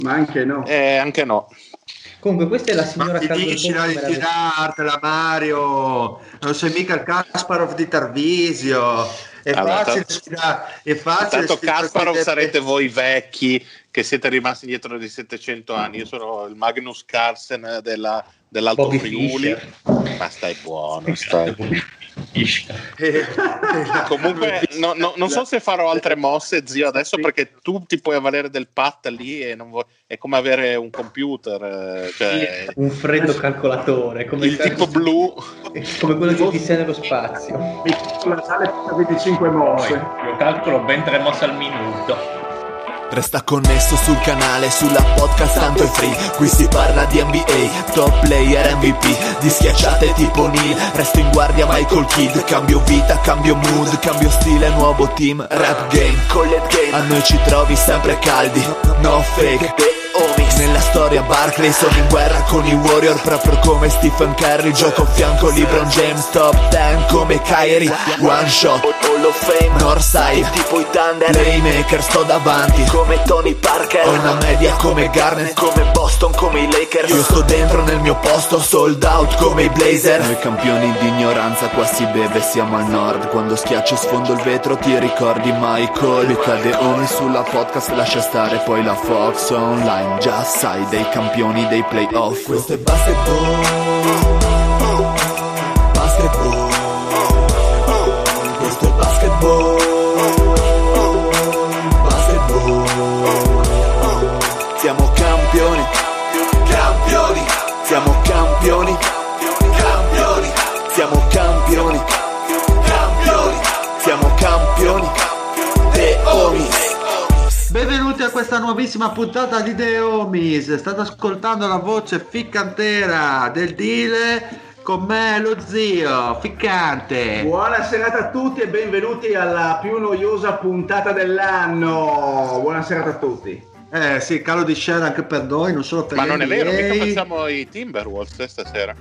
Ma anche no. Anche no. Comunque questa è la signora Ma ti dici di tirartela, Mario, non sei mica il Kasparov di Tarvisio, è facile sfidare. Tanto Kasparov sarete voi vecchi che siete rimasti dietro di 700 anni. Io sono il Magnus Carlsen dell'Alto Bobby Friuli. Fischer. Ma stai buono, stai. Comunque non so se farò altre mosse, zio, adesso, perché tu ti puoi avvalere del pat lì e è come avere un computer, cioè un freddo calcolatore come il tipo blu, come quello che ti sia nello spazio. La sale 25 mosse. Io calcolo ben 3 mosse al minuto. Resta connesso sul canale, sulla podcast tanto è free. Qui si parla di NBA, top player MVP, di schiacciate tipo Neil. Resto in guardia Michael Kidd. Cambio vita, cambio mood, cambio stile, nuovo team. Rap game, collet game, a noi ci trovi sempre caldi. No fake, homies. Nella storia Barkley sono in guerra con i Warrior, proprio come Stephen Curry. Gioco a fianco LeBron James, top 10 come Kyrie. One shot, Hall of Fame, Northside, tipo i Thunder. Playmaker, sto davanti come Tony Parker. Ho una media come Garnett, come Boston, come i Lakers. Io sto dentro nel mio posto, sold out come i Blazer. Noi campioni di ignoranza, qua si beve, siamo al nord. Quando schiacci sfondo il vetro ti ricordi Michael. Mi cade Omi sulla podcast, lascia stare poi la Fox online. Già sai, dei campioni dei playoff. Questo è basketball, basketball. Questo è basketball, basketball. Siamo campioni, campioni. Siamo campioni, campioni. Siamo campioni, campioni. Siamo campioni, The Homies. Benvenuti a questa nuovissima puntata di The Homies. State ascoltando la voce ficcantera del Dile, con me lo zio ficcante. Buona serata a tutti e benvenuti alla più noiosa puntata dell'anno. Buona serata a tutti. Sì, calo di share anche per noi, non solo per ma non è vero, NBA. mica facciamo i Timberwolves stasera.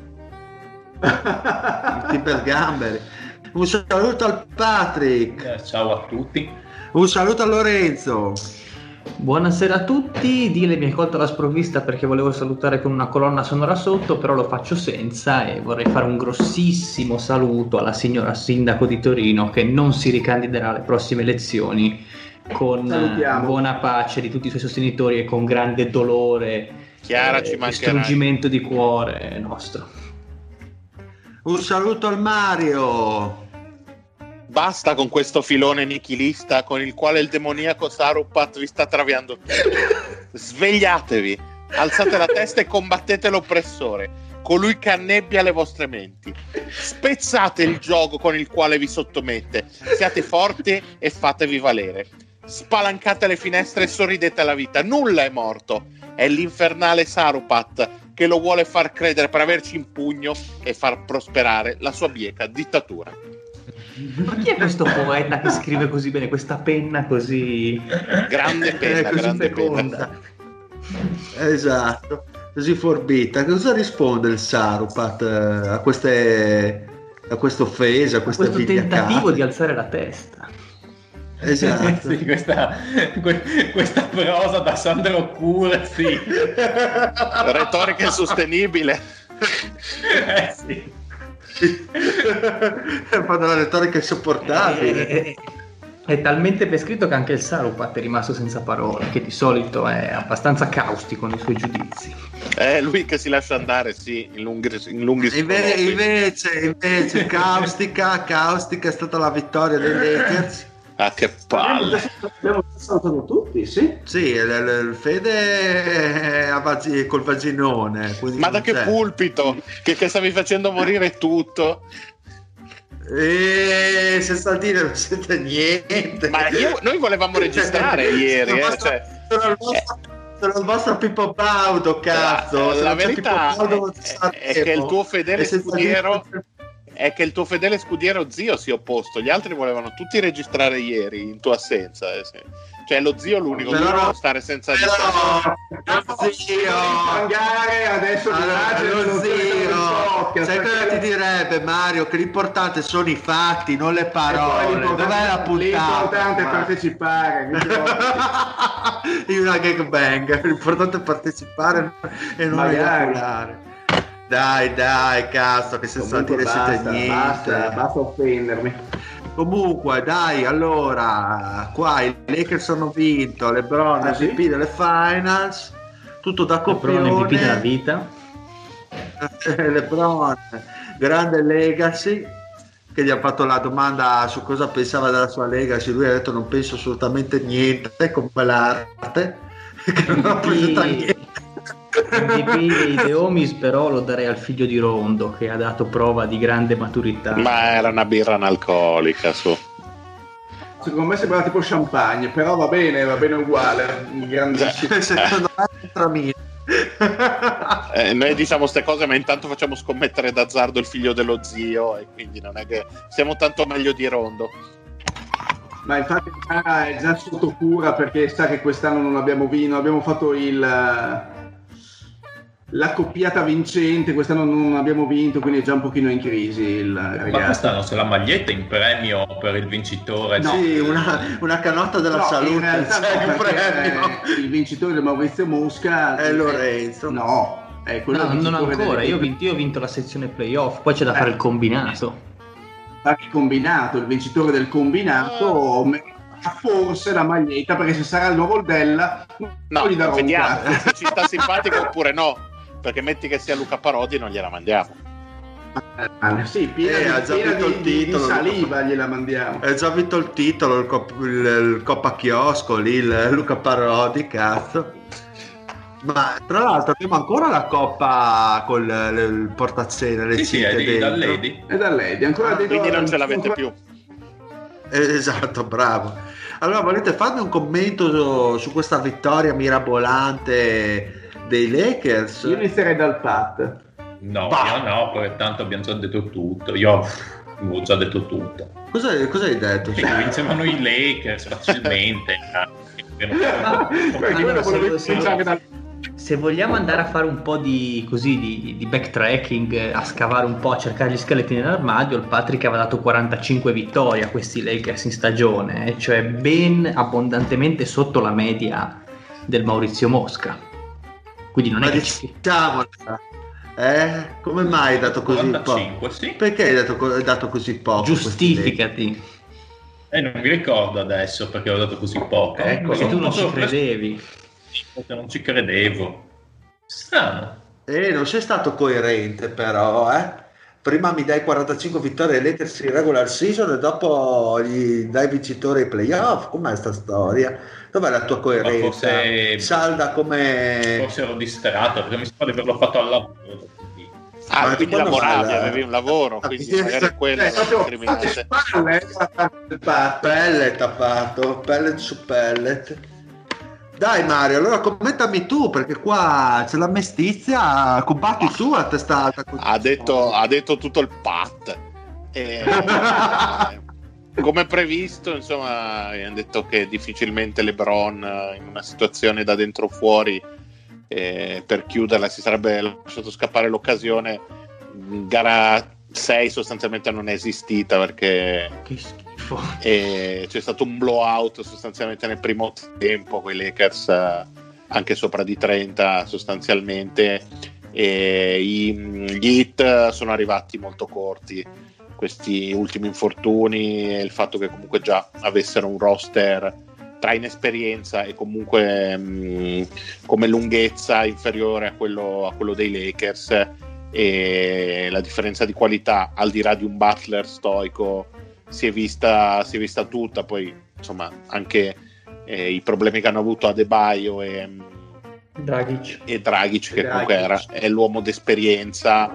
I Timber Gamberi. Un saluto al Patrick. Ciao a tutti. Un saluto a Lorenzo. Buonasera a tutti. Dile mi hai colto la sprovvista perché volevo salutare con una colonna sonora sotto, però lo faccio senza, e vorrei fare un grossissimo saluto alla signora sindaco di Torino che non si ricandiderà alle prossime elezioni, con buona pace di tutti i suoi sostenitori e con grande dolore, Chiara, ci mancherà, distruggimento di cuore nostro. Un saluto al Mario. Basta con questo filone nichilista con il quale il demoniaco Sarupat vi sta traviando tutto. Svegliatevi, alzate la testa e combattete l'oppressore, colui che annebbia le vostre menti. Spezzate il gioco con il quale vi sottomette, siate forti e fatevi valere. Spalancate le finestre e sorridete alla vita. Nulla è morto, è l'infernale Sarupat che lo vuole far credere per averci in pugno e far prosperare la sua bieca dittatura. Ma chi è questo poeta che scrive così bene, questa penna così grande penna, così grande feconda? penna. Esatto, così forbita. Cosa risponde il Sarupat a queste offese, a queste questo vigliaccate? tentativo di alzare la testa? Esatto. Sì, questa prosa da Sandro Curzi. Retorica insostenibile. Sì. Fanno la retorica insopportabile. È talmente ben scritto che anche il Sarupat è rimasto senza parole, che di solito è abbastanza caustico nei suoi giudizi. È lui che si lascia andare, sì, in lunghi Invece caustica è stata la vittoria dei Lakers. Ah, che palle. Abbiamo salutato tutti, sì? Sì, il Fede è col vaginone. Ma da che pulpito? Che stavi facendo morire tutto? Senza dire non siete niente. Ma noi volevamo registrare ieri, cioè. Sono il vostro Pippo Baudo, cazzo. La verità è che il tuo fedele scudiero zio si è opposto. Gli altri volevano tutti registrare ieri in tua assenza, sì. Cioè lo zio è l'unico che voleva stare senza distanza. zio. Magari adesso Lo zio, sai cosa ti direbbe Mario? Che l'importante sono i fatti, non le parole. Dov'è la puntata? L'importante è partecipare. In una gangbang, l'importante è partecipare e non ejaculare. Dai, cazzo, che senza dire siete niente. Basta offendermi. Comunque, dai, allora, qua i Lakers hanno vinto, LeBron MVP delle finals, tutto da copione. LeBron MVP della vita. LeBron, grande legacy, che gli ha fatto la domanda su cosa pensava della sua legacy, lui ha detto non penso assolutamente niente, come l'arte, che non rappresenta niente. MVP dei The Homies però lo darei al figlio di Rondo, che ha dato prova di grande maturità. Ma era una birra analcolica, su. Secondo me sembrava tipo champagne, però va bene uguale. Grandissimo. Secondo me è tra me. Noi diciamo ste cose, ma intanto facciamo scommettere d'azzardo il figlio dello zio, e quindi non è che siamo tanto meglio di Rondo. Ma infatti è già sotto cura, perché sa che quest'anno non abbiamo vinto, abbiamo fatto la coppiata vincente, quest'anno non abbiamo vinto, quindi è già un pochino in crisi il ragazzo. Ma quest'anno c'è la maglietta in premio per il vincitore? No. Sì, una canotta della salute, in realtà c'è no, un premio. il vincitore del Maurizio Mosca È Lorenzo. No, è quello No, non vincitore ancora, io ho vinto la sezione playoff, poi c'è da fare il combinato. il combinato, il vincitore del combinato forse la maglietta, perché se sarà il nuovo Della No, gli darò un vediamo cazzo. se ci sta simpatico oppure no, perché metti che sia Luca Parodi non gliela mandiamo. Sì, piena ha già vinto il di titolo. saliva gliela mandiamo. Ha già vinto il titolo, il Coppa Chiosco lì, il Luca Parodi, cazzo. Ma tra l'altro abbiamo ancora la coppa con il portazzene, le Sì, è cinte dal dentro. Lady. È da Lady, ancora dentro. Quindi non ce l'avete più. Esatto, bravo. Allora, volete farmi un commento su questa vittoria mirabolante dei Lakers? Io inizierei dal Pat. No, Bah. io no, perché tanto abbiamo già detto tutto. Io ho già detto tutto. Cosa hai detto? Che vincevano i Lakers facilmente. Perché io Allora, volevo se- iniziare dal Se vogliamo andare a fare un po' di backtracking, a scavare un po', a cercare gli scheletri nell'armadio, il Patrick aveva dato 45 vittorie a questi Lakers in stagione, cioè ben abbondantemente sotto la media del Maurizio Mosca. Quindi non è Ma che diciamola, come mai hai dato così 45, poco? sì. Perché hai dato così poco? giustificati, Non mi ricordo adesso perché ho dato così poco. ecco, se tu non ci credevi. Perché non ci credevo. Strano. Non sei stato coerente però, Prima mi dai 45 vittorie ai Lakers in regular season e dopo gli dai vincitore ai playoff. Com'è sta storia? Dov'è la tua coerenza? forse- Salda come... Forse ero distratto perché mi sembra di averlo fatto al lavoro. Quindi. Ah, Ma quindi quando lavoravi, va la- avevi un lavoro, quindi magari è quello la proprio discriminante. spalle la parte del Pat. Pellet ha fatto, pellet su pellet. Dai Mario, allora commentami tu, perché qua c'è la mestizia, combatti tu a testa alta. Ha detto tutto il Pat. Come previsto, insomma, abbiamo detto che difficilmente LeBron in una situazione da dentro o fuori, per chiuderla si sarebbe lasciato scappare l'occasione. Gara 6 sostanzialmente non è esistita perché Che schifo. c'è stato un blowout sostanzialmente nel primo tempo, con i Lakers anche sopra di 30 sostanzialmente, e gli Heat sono arrivati molto corti, questi ultimi infortuni e il fatto che comunque già avessero un roster tra inesperienza e comunque come lunghezza inferiore a quello dei Lakers, e la differenza di qualità al di là di un Butler stoico si è vista tutta. Poi insomma anche i problemi che hanno avuto Adebayo e Dragic, che comunque è l'uomo d'esperienza,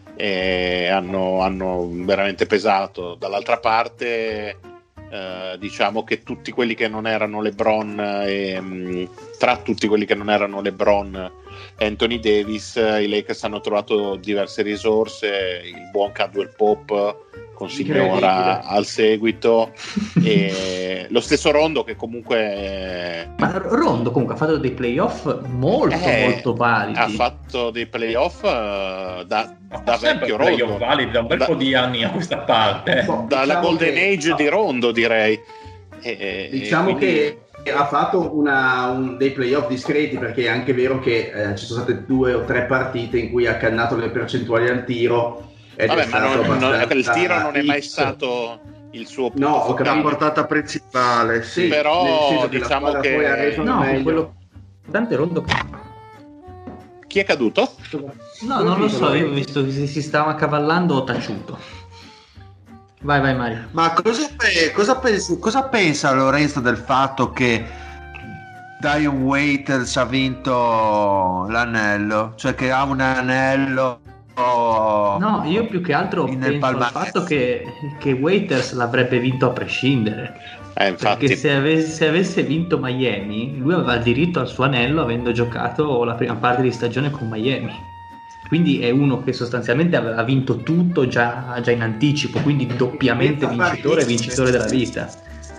hanno veramente pesato. Dall'altra parte diciamo che tutti quelli che non erano LeBron tra tutti quelli che non erano LeBron e Anthony Davis, i Lakers hanno trovato diverse risorse. Il buon Caldwell Pope con signora al seguito, e lo stesso Rondo che comunque ma Rondo comunque ha fatto dei playoff molto validi, ha fatto dei playoff da vecchio playoff Rondo validi da un bel po' di anni a questa parte, dalla diciamo Golden che, Age di Rondo, direi. Diciamo quindi... che ha fatto dei playoff discreti, perché è anche vero che ci sono state 2 o 3 partite in cui ha cannato le percentuali al tiro. Vabbè, ma il tiro non è mai stato il suo punto. No, ho capito. La portata principale, sì. Però diciamo che quello tante Rondo. Chi è caduto? No, non lo so, io ho visto che si stava accavallando, ho taciuto. Vai Mario. Ma cosa pensa Lorenzo del fatto che Dion Waiters ha vinto l'anello? Cioè che ha un anello? No, io più che altro penso al fatto che Waiters l'avrebbe vinto a prescindere. Infatti. Perché se avesse vinto Miami, lui aveva il diritto al suo anello avendo giocato la prima parte di stagione con Miami. Quindi è uno che sostanzialmente aveva vinto tutto già in anticipo, quindi doppiamente vincitore della vita.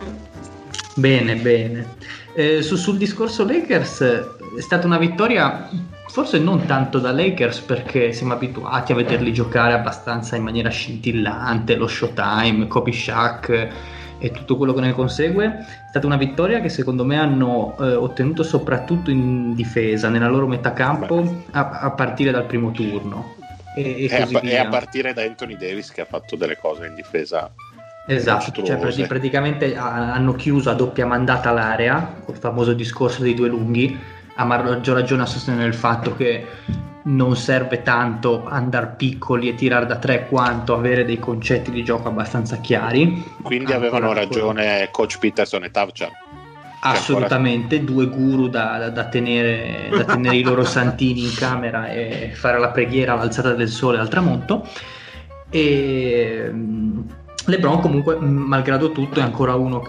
Bene. Sul discorso Lakers è stata una vittoria forse non tanto da Lakers, perché siamo abituati a vederli giocare abbastanza in maniera scintillante, lo Showtime, Kobe Shaq e tutto quello che ne consegue. È stata una vittoria che secondo me hanno ottenuto soprattutto in difesa, nella loro metà campo, a partire dal primo turno e a partire da Anthony Davis, che ha fatto delle cose in difesa. Esatto, cioè praticamente hanno chiuso a doppia mandata l'area, col famoso discorso dei 2 lunghi. Ha maggior ragione a sostenere il fatto che non serve tanto andare piccoli e tirare da 3 quanto avere dei concetti di gioco abbastanza chiari. Quindi avevano ragione coach Peterson e Tavchar. Assolutamente, 2 guru da tenere i loro santini in camera e fare la preghiera all'alzata del sole e al tramonto. E LeBron comunque, malgrado tutto, è ancora uno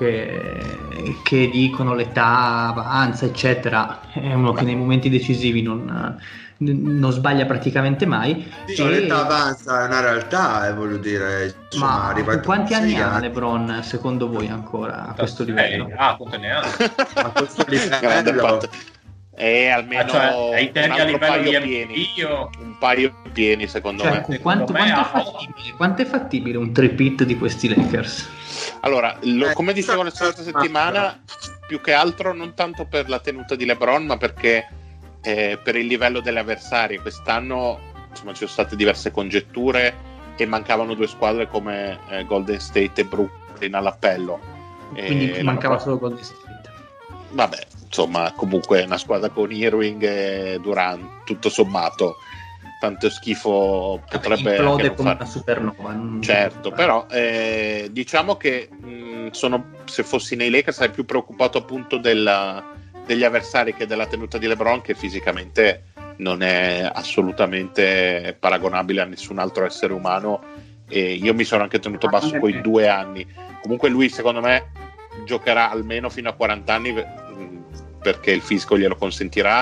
che dicono l'età avanza eccetera, è uno che nei momenti decisivi non sbaglia praticamente mai. L'età avanza è una realtà, voglio dire, insomma, ma quanti anni ha LeBron secondo voi ancora a questo livello? Quanti ne ha? A questo livello è almeno ai a livello di un paio pieni secondo me. Quanto è fattibile un tripit di questi Lakers? Allora, come dicevo la scorsa settimana, più che altro non tanto per la tenuta di LeBron, ma perché per il livello delle avversarie. Quest'anno insomma ci sono state diverse congetture e mancavano 2 squadre come Golden State e Brooklyn all'appello. Quindi mancava solo Golden State. Vabbè, insomma, comunque una squadra con Irving e Durant, tutto sommato, tanto schifo potrebbe implode come una supernova. Certo, però diciamo che se fossi nei Lakers sarei più preoccupato appunto degli avversari che della tenuta di LeBron, che fisicamente non è assolutamente paragonabile a nessun altro essere umano, e io mi sono anche tenuto basso quei 2 anni. Comunque lui secondo me giocherà almeno fino a 40 anni, perché il fisico glielo consentirà.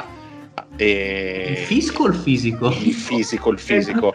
Il fisco o il fisico? Il fisico. Il fisco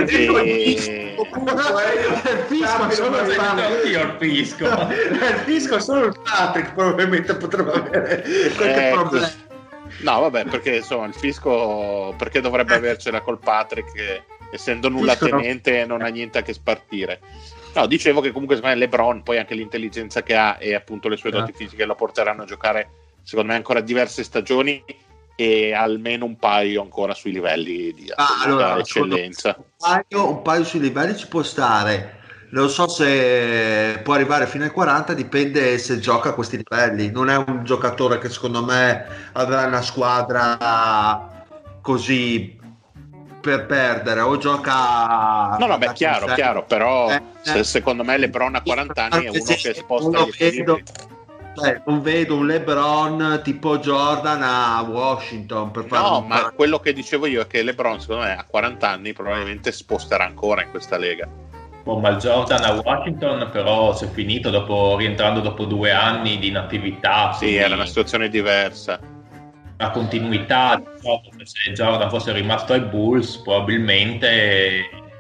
solo il Patrick probabilmente potrebbe avere qualche problema. No, vabbè, perché insomma il fisco, perché dovrebbe avercela col Patrick, che essendo nulla tenente non ha niente a che spartire. No, dicevo che comunque secondo me LeBron, poi anche l'intelligenza che ha e appunto le sue doti fisiche lo porteranno a giocare secondo me ancora diverse stagioni e almeno un paio ancora sui livelli di eccellenza. Un paio sui livelli ci può stare. Non so se può arrivare fino ai 40, dipende se gioca a questi livelli. Non è un giocatore che secondo me avrà una squadra così per perdere, o gioca. No, beh, chiaro, però secondo me LeBron a 40 anni è uno che sposta gli equilibri. Non vedo un LeBron tipo Jordan a Washington per fare ma quello che dicevo io è che LeBron secondo me a 40 anni probabilmente sposterà ancora in questa lega. Ma il Jordan a Washington però si è finito rientrando dopo 2 anni di inattività. Sì, era una situazione diversa. La continuità, se Jordan fosse rimasto ai Bulls probabilmente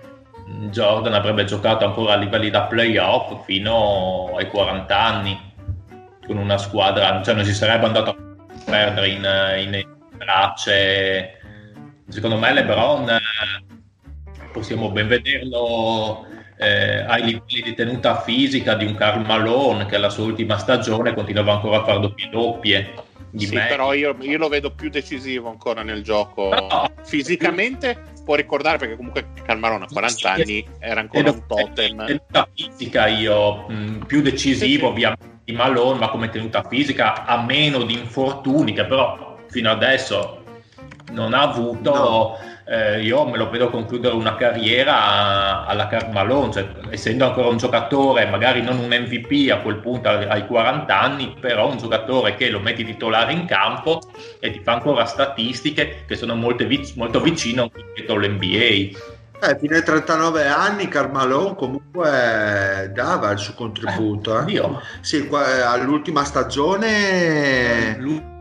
Jordan avrebbe giocato ancora a livelli da playoff fino ai 40 anni con una squadra, cioè non si sarebbe andato a perdere in tracce. Secondo me LeBron possiamo ben vederlo ai livelli di tenuta fisica di un Karl Malone, che alla sua ultima stagione continuava ancora a fare doppie sì, però io lo vedo più decisivo ancora nel gioco. No, fisicamente può ricordare, perché comunque Karl Malone a 40 anni era ancora un totem. Tenuta fisica io più decisivo, sì. Ovviamente di Malone, ma come tenuta fisica a meno di infortuni, che però fino adesso non ha avuto. No. Io me lo vedo concludere una carriera alla Karl Malone, cioè, essendo ancora un giocatore, magari non un MVP a quel punto ai 40 anni, però un giocatore che lo metti titolare in campo e ti fa ancora statistiche che sono molto vicino a un titolo NBA. Fino ai 39 anni Karl Malone comunque dava il suo contributo. Sì, all'ultima stagione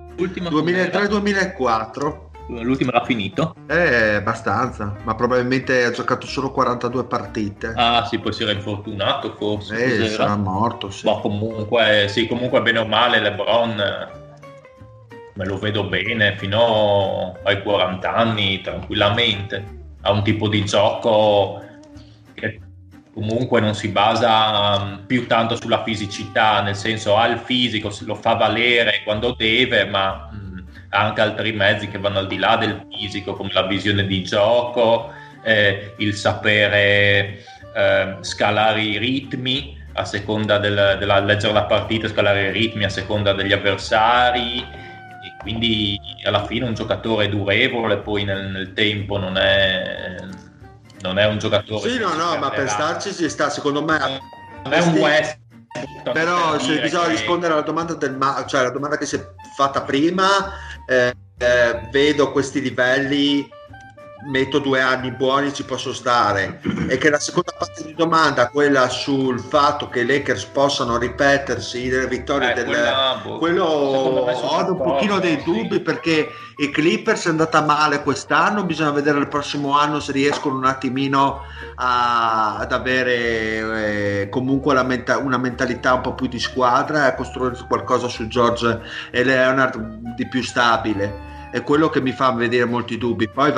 2003-2004. L'ultimo era finito? Abbastanza, ma probabilmente ha giocato solo 42 partite. Ah sì, poi si era infortunato forse. Sarà morto, sì. Ma comunque bene o male LeBron me lo vedo bene fino ai 40 anni tranquillamente. Ha un tipo di gioco che comunque non si basa più tanto sulla fisicità, nel senso ha il fisico, lo fa valere quando deve, ma ha anche altri mezzi che vanno al di là del fisico, come la visione di gioco, il sapere scalare i ritmi a seconda della leggere la partita, scalare i ritmi a seconda degli avversari, e quindi alla fine un giocatore durevole poi nel tempo non è un giocatore. Sì, ma per starci si sta, secondo me. Non è un West. Però se bisogna rispondere alla domanda cioè la domanda che si è fatta prima, vedo questi livelli, metto 2 anni buoni, ci posso stare, e che la seconda parte di domanda, quella sul fatto che i Lakers possano ripetersi nelle vittorie quello ho un pochino dei dubbi, perché i Clippers è andata male quest'anno, bisogna vedere il prossimo anno se riescono un attimino ad avere comunque una mentalità un po' più di squadra e a costruire qualcosa su George e Leonard di più stabile. È quello che mi fa vedere molti dubbi. Poi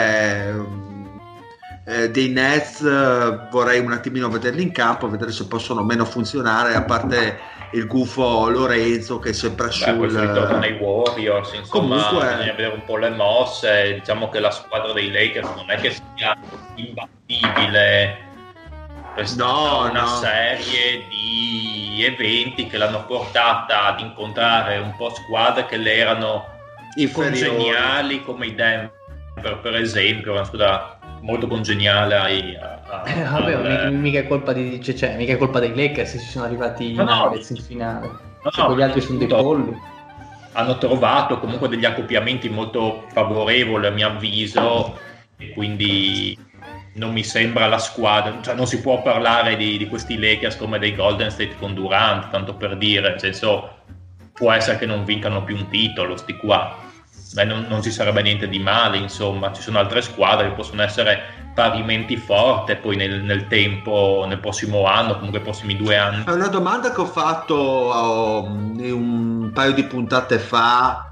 dei Nets vorrei un attimino vederli in campo, vedere se possono o meno funzionare, a parte il gufo Lorenzo che è sempre questo ritorno nei Warriors, insomma. Comunque bisogna vedere un po' le mosse. Diciamo che la squadra dei Lakers non è che sia imbattibile, una serie di eventi che l'hanno portata ad incontrare un po' squadre che le erano congeniali, come i Denver per esempio, una squadra molto congeniale mica è colpa dei Lakers se ci sono arrivati i Nuggets in finale. Gli altri sono dei polli. Hanno trovato comunque degli accoppiamenti molto favorevoli a mio avviso, e quindi non mi sembra la squadra, cioè non si può parlare di questi Lakers come dei Golden State con Durant, tanto per dire, nel senso può essere che non vincano più un titolo sti qua. Non ci sarebbe niente di male, insomma. Ci sono altre squadre che possono essere parimenti forti poi nel tempo, nel prossimo anno, comunque i prossimi 2 anni. È una domanda che ho fatto un paio di puntate fa,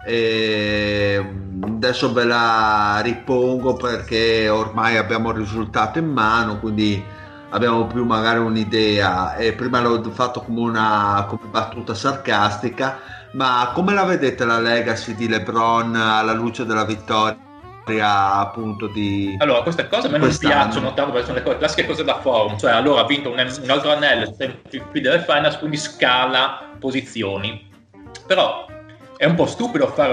e adesso ve la ripongo perché ormai abbiamo il risultato in mano, quindi abbiamo più magari un'idea, e prima l'ho fatto come battuta sarcastica. Ma come la vedete la legacy di LeBron alla luce della vittoria appunto di... Allora, queste cose a me non piacciono tanto perché sono le classiche cose da forum, cioè allora ha vinto un altro anello delle finals, quindi scala posizioni. Però è un po' stupido fare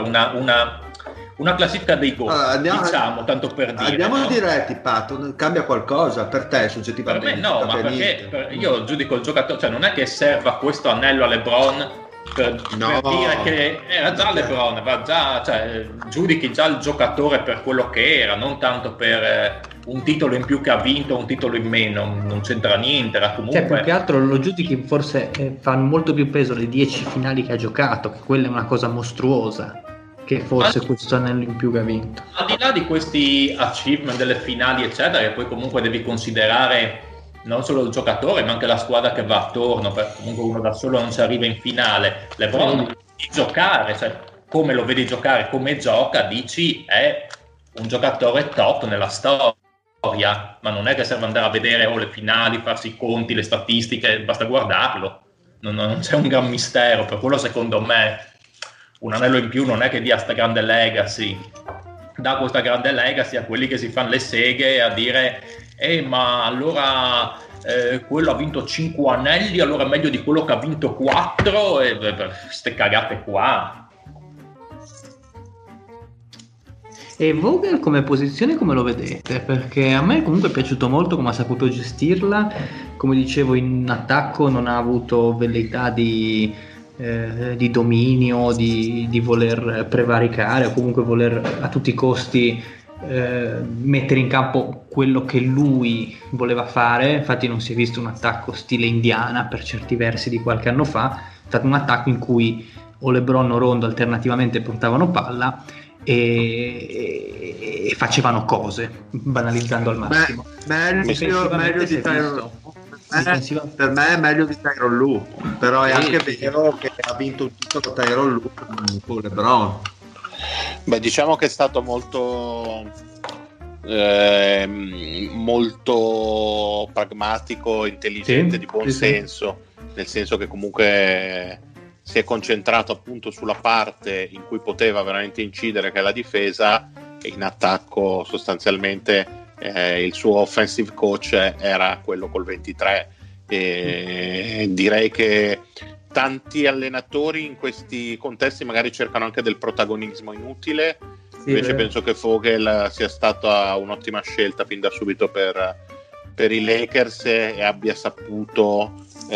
una classifica dei gol, diciamo, tanto per dire. Andiamo diretti, Pato, cambia qualcosa per te soggettivamente? Per me no, ma perché io giudico il giocatore, cioè non è che serva questo anello a LeBron per dire che era già LeBron, giudichi già il giocatore per quello che era, non tanto per un titolo in più che ha vinto, un titolo in meno, non c'entra niente, era comunque... Cioè, più che altro lo giudichi, forse fanno molto più peso le 10 finali che ha giocato, che quella è una cosa mostruosa, che forse questo anello in più che ha vinto. di là di questi achievement delle finali eccetera, che poi comunque devi considerare non solo il giocatore ma anche la squadra che va attorno, perché comunque uno da solo non ci arriva in finale. LeBron di giocare, cioè come lo vedi giocare, come gioca, dici è un giocatore top nella storia, ma non è che serve andare a vedere le finali, farsi i conti, le statistiche, basta guardarlo, non c'è un gran mistero. Per quello secondo me un anello in più non è che dia sta grande legacy, dà questa grande legacy a quelli che si fanno le seghe a dire ma allora quello ha vinto 5 anelli, allora è meglio di quello che ha vinto 4, e ste cagate qua. E Vogel come posizione come lo vedete? Perché a me comunque è piaciuto molto come ha saputo gestirla. Come dicevo, in attacco non ha avuto velleità di dominio, di voler prevaricare o comunque voler a tutti i costi mettere in campo quello che lui voleva fare. Infatti non si è visto un attacco stile Indiana per certi versi di qualche anno fa. È stato un attacco in cui o LeBron o Rondo alternativamente portavano palla e facevano cose, banalizzando al massimo. Meglio di Tyronn. Per me è meglio di Tyronn Lue, però è anche vero che ha vinto un titolo Tyronn Lue con LeBron. Beh, diciamo che è stato molto pragmatico, intelligente, di buon senso, nel senso che comunque si è concentrato appunto sulla parte in cui poteva veramente incidere, che è la difesa, e in attacco sostanzialmente il suo offensive coach era quello col 23, e direi che tanti allenatori in questi contesti magari cercano anche del protagonismo inutile, invece penso che Vogel sia stata un'ottima scelta fin da subito per i Lakers e abbia saputo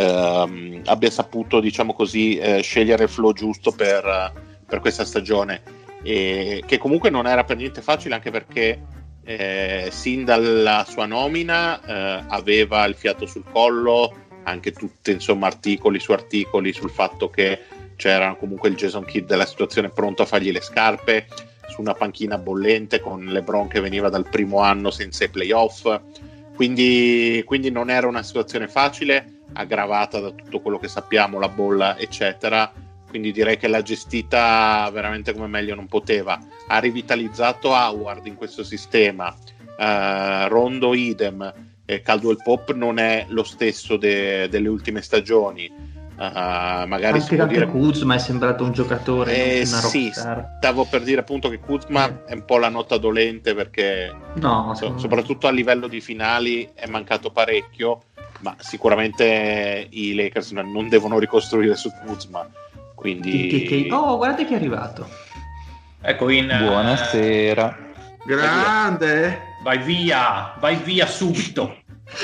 diciamo così scegliere il flow giusto per questa stagione, e che comunque non era per niente facile, anche perché sin dalla sua nomina aveva il fiato sul collo, anche tutte insomma articoli su articoli sul fatto che c'era comunque il Jason Kidd della situazione pronto a fargli le scarpe, su una panchina bollente con LeBron che veniva dal primo anno senza i playoff, quindi non era una situazione facile, aggravata da tutto quello che sappiamo, la bolla eccetera, quindi direi che l'ha gestita veramente come meglio non poteva. Ha rivitalizzato Howard in questo sistema, Rondo idem, Caldwell Pope non è lo stesso delle ultime stagioni, magari anche Kuzma è sembrato un giocatore, una rockstar. Sì, stavo per dire appunto che Kuzma è un po' la nota dolente, perché soprattutto a livello di finali è mancato parecchio, ma sicuramente i Lakers non devono ricostruire su Kuzma, quindi guardate che è arrivato, ecco. Buonasera. Grande, vai via subito.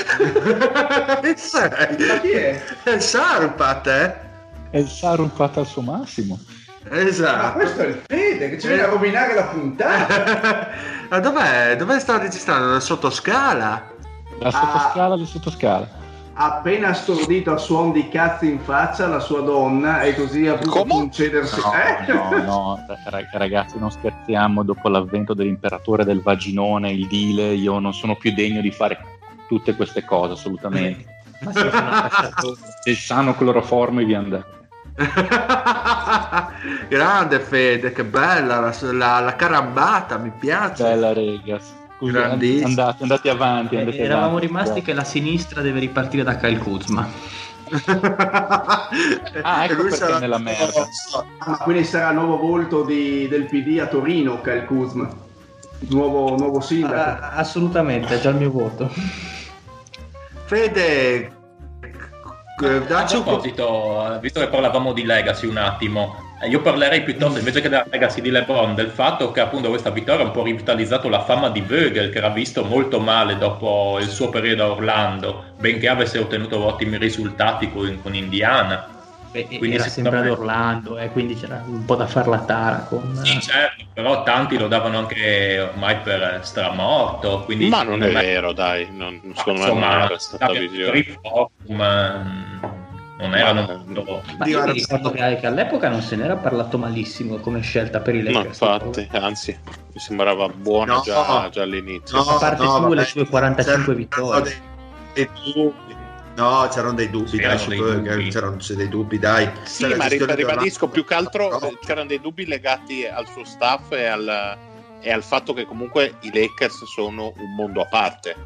Ma chi è? È il Sarupat, È il Sarupat al suo massimo. Esatto. Ma questo è il Fede che ci viene a rovinare la puntata. Ma dov'è sta registrando? La sottoscala? La sottoscala. Ha appena stordito a suon di cazzi in faccia la sua donna, e così ha potuto concedersi. No, ragazzi, non scherziamo. Dopo l'avvento dell'imperatore del vaginone, il Dile, io non sono più degno di fare tutte queste cose, assolutamente. Ma se sono il sano cloroformo e via andare. Grande Fede, che bella la carambata, mi piace. Bella, rega. Andate avanti. Eravamo rimasti che la sinistra deve ripartire da Kyle Kuzma. Ecco perché è nella merda. Quindi sarà il nuovo volto del PD a Torino, Kyle Kuzma, nuovo sindaco. Assolutamente, è già il mio voto. Fede, a proposito, visto che parlavamo di legacy un attimo, io parlerei piuttosto, invece che della legacy di LeBron, del fatto che appunto questa vittoria ha un po' rivitalizzato la fama di Vogel, che era visto molto male dopo il suo periodo a Orlando, benché avesse ottenuto ottimi risultati con Indiana. Quindi era sempre ad Orlando, quindi c'era un po' da far la tara con... Sì, certo, però tanti lo davano anche ormai per stramorto, quindi ma non è vero, dai, secondo me non era stata visione. non erano Ma io mi ricordo che all'epoca non se n'era parlato malissimo come scelta per i Lakers. No, infatti, anzi, mi sembrava buono già all'inizio. A parte le sue 45 vittorie. No, c'erano dei dubbi, c'erano dei dubbi, dai. Sì, ma ribadisco, più che altro c'erano dei dubbi legati al suo staff e al fatto che comunque i Lakers sono un mondo a parte.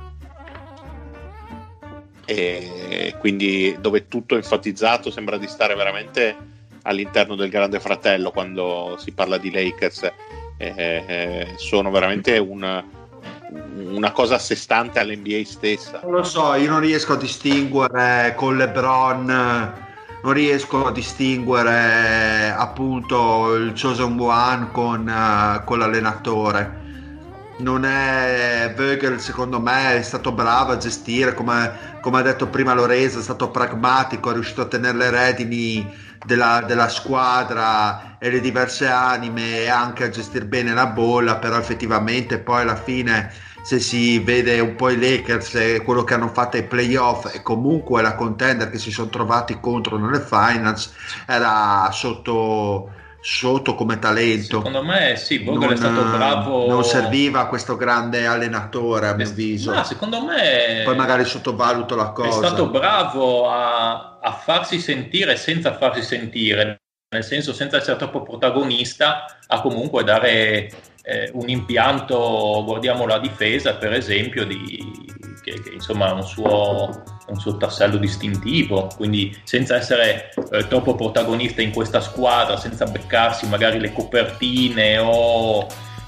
E quindi dove tutto è enfatizzato sembra di stare veramente all'interno del Grande Fratello quando si parla di Lakers. Sono veramente una cosa a sé stante all'NBA stessa. Non lo so, io non riesco a distinguere con LeBron, non riesco a distinguere appunto il chosen one con l'allenatore. Non è Vogel, secondo me è stato bravo a gestire, come ha detto prima Lorenzo, è stato pragmatico, è riuscito a tenere le redini della squadra e le diverse anime e anche a gestire bene la bolla, però effettivamente poi alla fine, se si vede un po' i Lakers e quello che hanno fatto ai playoff e comunque la contender che si sono trovati contro nelle finals, era sotto come talento. Secondo me sì, Vogel è stato bravo, non serviva questo grande allenatore a mio avviso. No, secondo me poi magari sottovaluto la cosa, è stato bravo a farsi sentire senza farsi sentire, nel senso senza essere troppo protagonista, a comunque dare un impianto, guardiamo la difesa per esempio, che insomma ha un suo tassello distintivo, quindi senza essere troppo protagonista in questa squadra, senza beccarsi magari le copertine o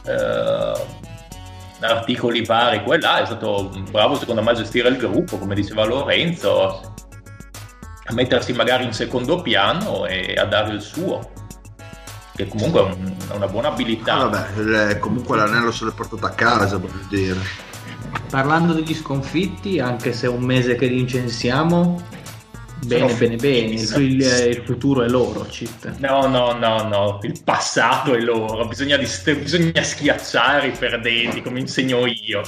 articoli vari, è stato bravo secondo me a gestire il gruppo, come diceva Lorenzo, a mettersi magari in secondo piano e a dare il suo, che comunque è una buona abilità. Vabbè, comunque l'anello se l'è portato a casa, voglio dire. Parlando degli sconfitti, anche se è un mese che li incensiamo, bene, il futuro è loro, Cit. No, il passato è loro, bisogna schiacciare i perdenti, come insegno io.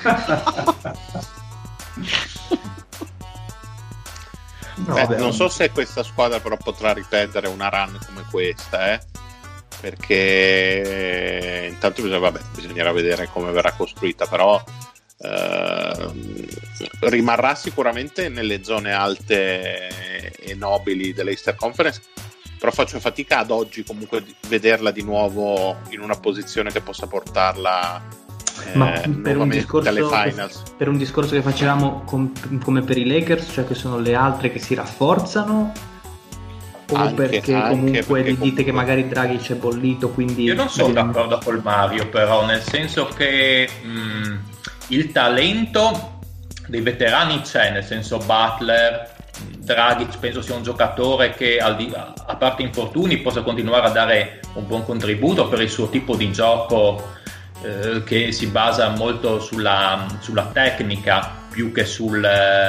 Non so se questa squadra però potrà ripetere una run come questa, perché intanto bisognerà vedere come verrà costruita, però rimarrà sicuramente nelle zone alte e nobili dell'Eastern Conference, però faccio fatica ad oggi comunque vederla di nuovo in una posizione che possa portarla per un discorso dalle finals. Per un discorso che facevamo come per i Lakers, cioè che sono le altre che si rafforzano, o perché comunque dite che magari Dragic è bollito, quindi io non sono d'accordo col Mario, però nel senso che il talento dei veterani c'è, nel senso Butler, Dragic penso sia un giocatore che a parte infortuni possa continuare a dare un buon contributo per il suo tipo di gioco, che si basa molto sulla tecnica più che sul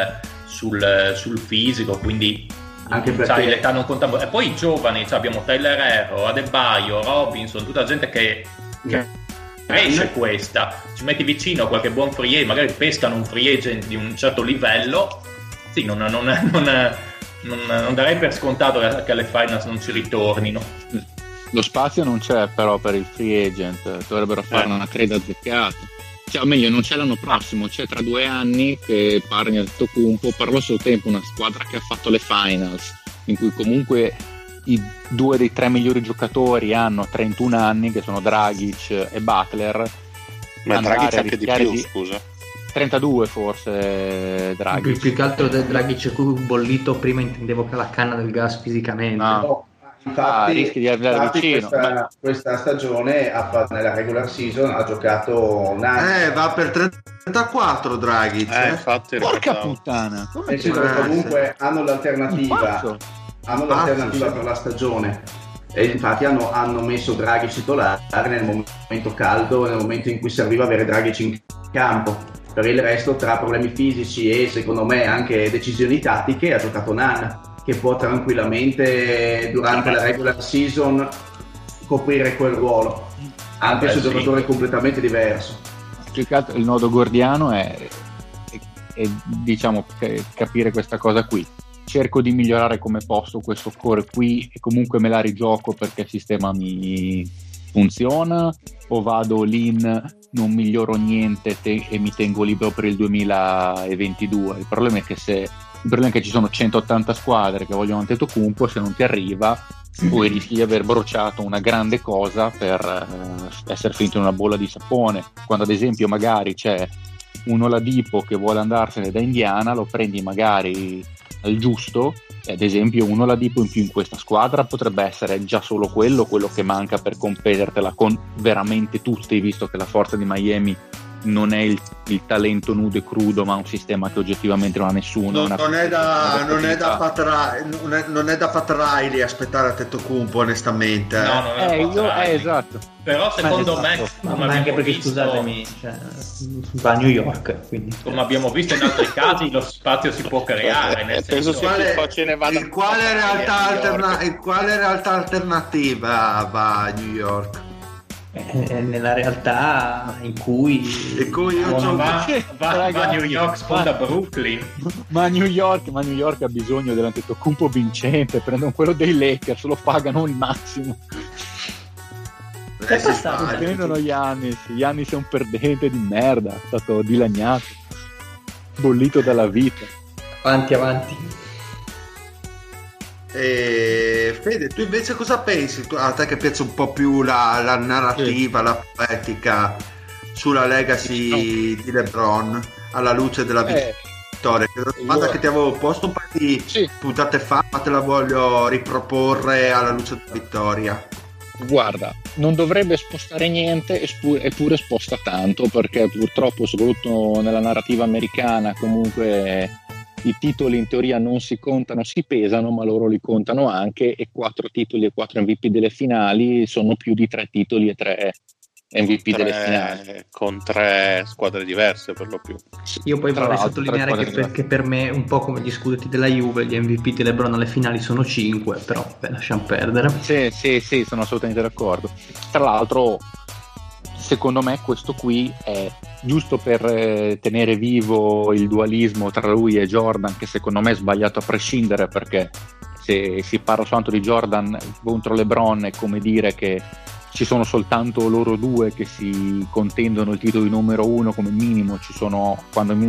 fisico, quindi anche perché l'età non conta. E poi i giovani, abbiamo Tyler Herro, Adebayo, Robinson, tutta gente che cresce. Questa ci metti vicino qualche buon free agent, magari pescano un free agent di un certo livello, sì, non darei per scontato che alle finals non ci ritornino. Lo spazio non c'è però per il free agent, dovrebbero fare una trade azzeccata, o meglio non c'è l'anno prossimo, c'è tra 2 anni che parli al Tocumpo, per lo suo tempo una squadra che ha fatto le finals, in cui comunque i 2 dei 3 migliori giocatori hanno 31 anni, che sono Dragic e Butler. Ma Dragic anche di più, scusa, 32 forse Dragic. Più che altro Dragic bollito, prima intendevo che la canna del gas fisicamente. No. Infatti, rischi di andare vicino. Questa stagione nella regular season ha giocato un anno. Va per 34 Dragic. Infatti, porca puttana. Comunque hanno l'alternativa. Per la stagione, e infatti hanno messo Dragic titolare nel momento caldo, nel momento in cui serviva avere Dragic in campo. Per il resto, tra problemi fisici e secondo me anche decisioni tattiche, ha giocato Nan, che può tranquillamente durante la regular season coprire quel ruolo, anche se il giocatore è completamente diverso. Il nodo gordiano è diciamo capire questa cosa qui. cerco di migliorare come posso questo core qui e comunque me la rigioco perché il sistema mi funziona, o vado all'in, non miglioro niente e mi tengo libero per il 2022. Il problema è che ci sono 180 squadre che vogliono Antetokounmpo, se non ti arriva poi rischi di aver bruciato una grande cosa per essere finito in una bolla di sapone, quando ad esempio magari c'è un Oladipo che vuole andarsene da Indiana, lo prendi magari al giusto, e ad esempio un Oladipo in più in questa squadra potrebbe essere già solo quello che manca per competertela con veramente tutti, visto che la forza di Miami non è il talento nudo e crudo, ma un sistema che oggettivamente non ha nessuno. Non è da Pat Riley aspettare Antetokounmpo, onestamente. No, non è da Pat Riley. Esatto. Però secondo me, ma anche perché scusatemi, va a New York, quindi come abbiamo visto in altri casi, lo spazio si può creare, nel senso quale realtà alternativa va a New York? Nella realtà in cui va a New York, sponda Brooklyn. Ma New York ha bisogno dell'Antetokounmpo vincente, prendono quello dei Lakers, lo pagano il massimo. Prendono Giannis è un perdente di merda, è stato dilaniato, bollito dalla vita. Avanti. Fede, tu invece cosa pensi? A te che piace un po' più la narrativa, la poetica sulla legacy di LeBron alla luce della vittoria? Che è una domanda che ti avevo posto un paio di puntate fa, ma te la voglio riproporre alla luce della vittoria. Guarda, non dovrebbe spostare niente, eppure sposta tanto, perché purtroppo, soprattutto nella narrativa americana, comunque i titoli in teoria non si contano, si pesano, ma loro li contano anche, e 4 titoli e 4 MVP delle finali sono più di 3 titoli e 3 MVP delle finali. Con 3 squadre diverse per lo più. Io poi vorrei sottolineare che per me, un po' come gli scudetti della Juve, gli MVP di LeBron alle finali sono 5, però lasciamo perdere. Sì, sono assolutamente d'accordo. Tra l'altro, secondo me questo qui è giusto per tenere vivo il dualismo tra lui e Jordan, che secondo me è sbagliato a prescindere, perché se si parla soltanto di Jordan contro LeBron è come dire che ci sono soltanto loro due che si contendono il titolo di numero 1. Come minimo ci sono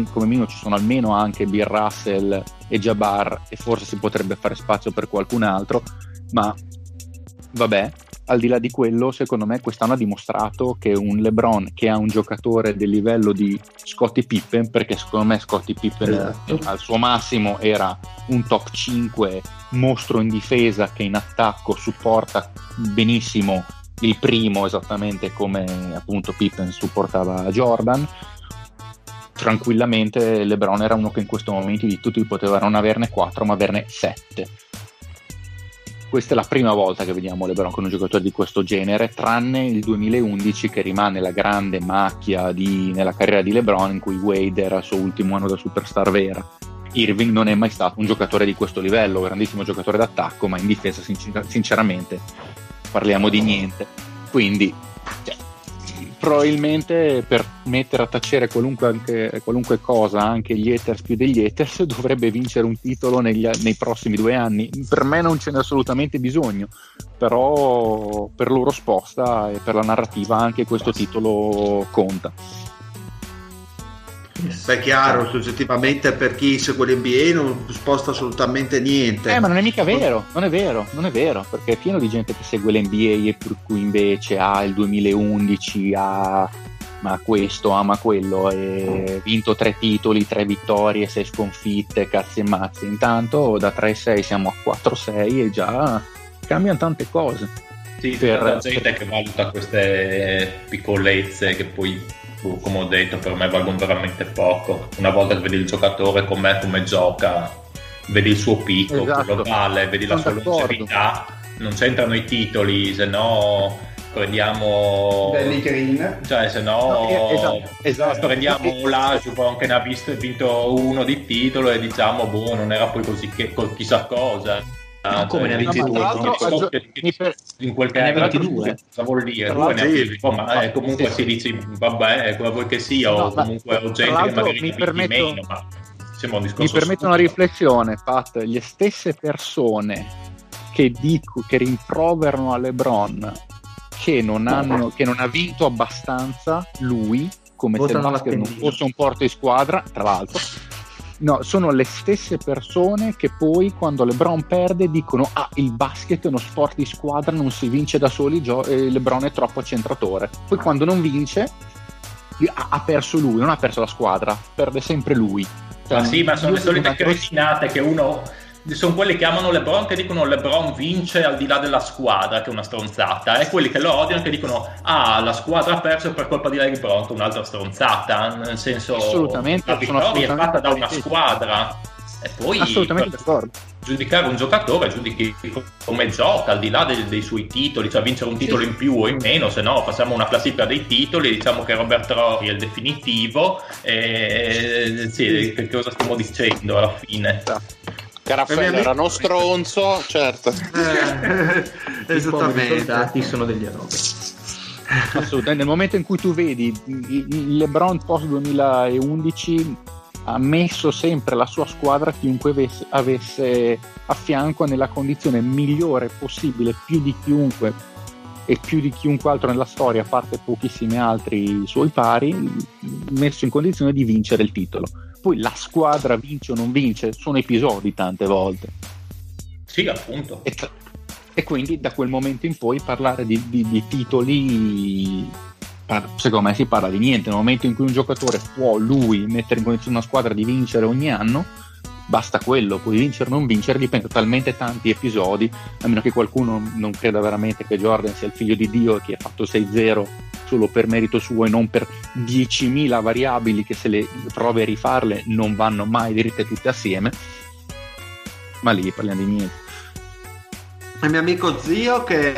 almeno anche Bill Russell e Jabbar, e forse si potrebbe fare spazio per qualcun altro, ma vabbè. Al di là di quello, secondo me quest'anno ha dimostrato che un LeBron che ha un giocatore del livello di Scottie Pippen, perché secondo me Scottie Pippen al suo massimo era un top 5 mostro in difesa, che in attacco supporta benissimo il primo, esattamente come appunto Pippen supportava Jordan. Tranquillamente LeBron era uno che in questo momento di tutti poteva non averne 4 ma averne 7. Questa è la prima volta che vediamo LeBron con un giocatore di questo genere, tranne il 2011, che rimane la grande macchia nella carriera di LeBron, in cui Wade era il suo ultimo anno da superstar vera. Irving non è mai stato un giocatore di questo livello, grandissimo giocatore d'attacco, ma in difesa sinceramente parliamo di niente. Quindi probabilmente per mettere a tacere qualunque cosa, anche gli haters più degli haters, dovrebbe vincere un titolo nei prossimi 2 anni. Per me non ce n'è assolutamente bisogno, però per loro sposta, e per la narrativa anche questo titolo conta. Beh, chiaro, soggettivamente per chi segue l'NBA non sposta assolutamente niente. Ma non è mica vero, non è vero, perché è pieno di gente che segue l'NBA e per cui invece il 2011 ma questo, ama quello, e vinto 3 titoli, 3 vittorie, 6 sconfitte, cazzi e mazzi. Intanto da 3-6 siamo a 4-6 e già cambiano tante cose. Sì, c'è gente che valuta queste piccolezze che poi, come ho detto, per me valgono veramente poco. Una volta che vedi il giocatore come gioca, vedi il suo picco, quello vale, vedi la sua longevità, non c'entrano i titoli, se no prendiamo Danny Green, cioè se no esatto. Prendiamo Olajuwon che ne ha vinto 1 di titolo e diciamo non era poi così chissà cosa. Come ne ha 22? In quel caso 22. Cosa vuol dire? Ma comunque si dice vabbè, come vuoi che sia, o comunque ho gente che magari ne ha meno, ma sembra un discorso. Mi permetto una riflessione, Pat. Le stesse persone che rimproverano a LeBron che non ha vinto abbastanza lui, come se il basket non fosse un porto di squadra, tra l'altro. No, sono le stesse persone che poi quando LeBron perde dicono il basket è uno sport di squadra, non si vince da soli, LeBron è troppo accentratore. Poi quando non vince ha perso lui, non ha perso la squadra, perde sempre lui. Ma sì, ma sono le solite cretinate che uno... Sono quelli che amano LeBron che dicono LeBron vince al di là della squadra, che è una stronzata, e quelli che lo odiano che dicono la squadra ha perso per colpa di LeBron, che è un'altra stronzata, nel senso assolutamente, la vittoria è fatta da una squadra. E poi assolutamente d'accordo. Giudicare un giocatore, giudichi come gioca al di là dei suoi titoli, cioè vincere un titolo in più o in meno, se no facciamo una classifica dei titoli, diciamo che Robert Horry è il definitivo, sì, che cosa stiamo dicendo alla fine? Caraffaello era uno stronzo, certo. Esattamente. I soldati sono degli eroi. Assolutamente. Nel momento in cui tu vedi il LeBron post 2011 ha messo sempre la sua squadra, chiunque avesse a fianco, nella condizione migliore possibile, più di chiunque e più di chiunque altro nella storia, a parte pochissimi altri suoi pari, messo in condizione di vincere il titolo. Poi la squadra vince o non vince, sono episodi tante volte. Sì, appunto. E quindi da quel momento in poi parlare di titoli, secondo me si parla di niente. Nel momento in cui un giocatore può lui mettere in condizione una squadra di vincere ogni anno, basta quello. Puoi vincere o non vincere, dipende da talmente tanti episodi, a meno che qualcuno non creda veramente che Jordan sia il figlio di Dio e che ha fatto 6-0 solo per merito suo e non per 10.000 variabili che, se le provi a rifarle, non vanno mai dritte tutte assieme. Ma lì parliamo di niente. Il mio amico zio, che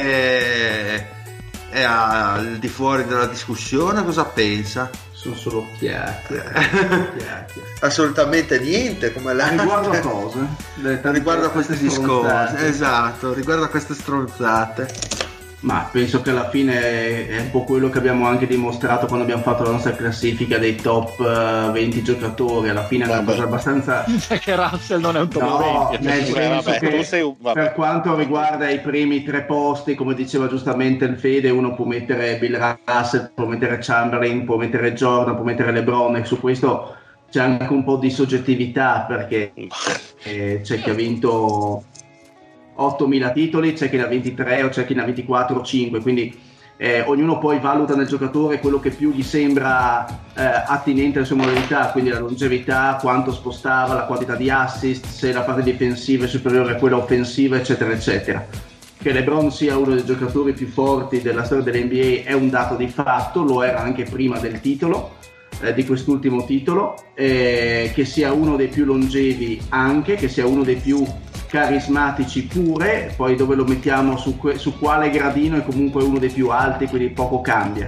è al di fuori della discussione, cosa pensa? Sono solo chiacchiere. Assolutamente niente, come la riguardo a cosa? Riguardo a queste discorsi, esatto, riguardo a queste stronzate. Ma penso che alla fine è un po' quello che abbiamo anche dimostrato quando abbiamo fatto la nostra classifica dei top 20 giocatori. Alla fine è una cosa abbastanza... che Russell non è un top 20. Nel senso che per quanto riguarda i primi 3 posti, come diceva giustamente il Fede, uno può mettere Bill Russell, può mettere Chamberlain, può mettere Jordan, può mettere LeBron, e su questo c'è anche un po' di soggettività, perché c'è chi ha vinto 8.000 titoli, c'è chi ne ha 23 o c'è chi ne ha 24 o 5, quindi ognuno poi valuta nel giocatore quello che più gli sembra attinente alle sue modalità, quindi la longevità, quanto spostava, la quantità di assist, se la parte difensiva è superiore a quella offensiva, eccetera eccetera. Che LeBron sia uno dei giocatori più forti della storia dell'NBA è un dato di fatto, lo era anche prima del titolo, di quest'ultimo titolo, che sia uno dei più longevi anche, che sia uno dei più carismatici pure, poi dove lo mettiamo su quale gradino è comunque uno dei più alti, quindi poco cambia.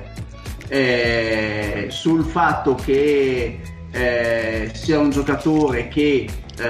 Sul fatto che sia un giocatore che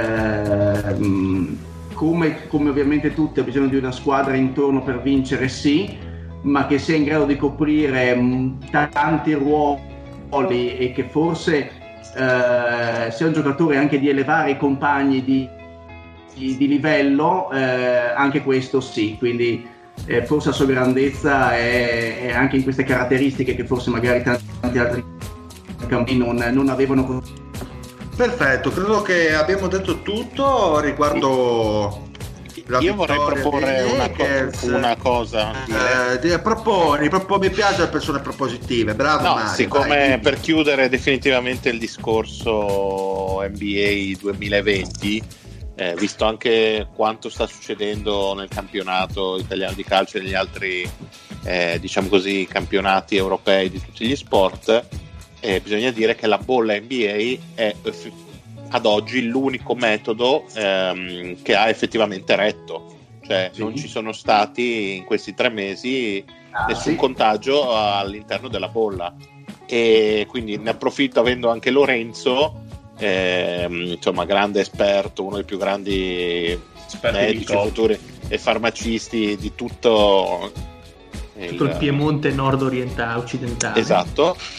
come ovviamente tutti ha bisogno di una squadra intorno per vincere, sì, ma che sia in grado di coprire tanti ruoli e che forse sia un giocatore anche di elevare i compagni di livello, anche questo sì, quindi forse la sua grandezza è anche in queste caratteristiche che forse magari tanti altri campi non avevano. Perfetto, credo che abbiamo detto tutto riguardo la io vorrei proporre una cosa. Proponi, mi piace le persone propositive, bravo. No, Mario, siccome vai, per chiudere definitivamente il discorso NBA 2020, visto anche quanto sta succedendo nel campionato italiano di calcio e negli altri diciamo così campionati europei di tutti gli sport, bisogna dire che la bolla NBA è ad oggi l'unico metodo che ha effettivamente retto, cioè sì, non ci sono stati in questi 3 mesi nessun contagio all'interno della bolla, e quindi ne approfitto avendo anche Lorenzo, insomma grande esperto, uno dei più grandi medici futuri e farmacisti di tutto il Piemonte nord-orientale, occidentale. Esatto.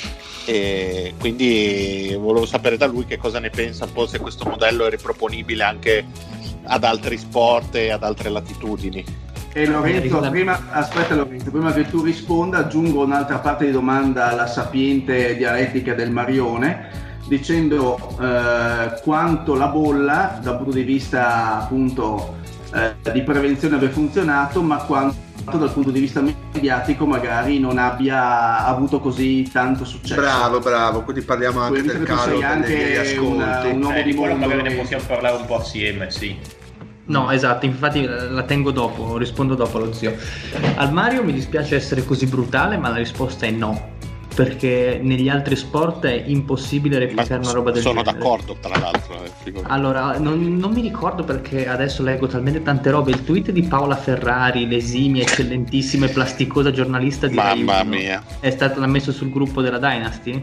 e quindi volevo sapere da lui che cosa ne pensa, un po' se questo modello è riproponibile anche ad altri sport e ad altre latitudini. E Lorenzo, prima che tu risponda, aggiungo un'altra parte di domanda alla sapiente dialettica del Marione, dicendo quanto la bolla dal punto di vista appunto di prevenzione abbia funzionato, ma quanto dal punto di vista mediatico magari non abbia avuto così tanto successo. Bravo, quindi parliamo anche del calo degli ascolti. Un uomo di mondo, magari ne possiamo parlare un po' assieme, sì. No, esatto, infatti la tengo dopo, rispondo dopo allo zio. Al Mario mi dispiace essere così brutale, ma la risposta è no, perché negli altri sport è impossibile replicare una roba del genere. Sono d'accordo, tra l'altro. Allora, non mi ricordo perché adesso leggo talmente tante robe. Il tweet di Paola Ferrari, l'esimia, eccellentissima e plasticosa giornalista di Rai 1, mamma mia, è stato messo sul gruppo della Dynasty?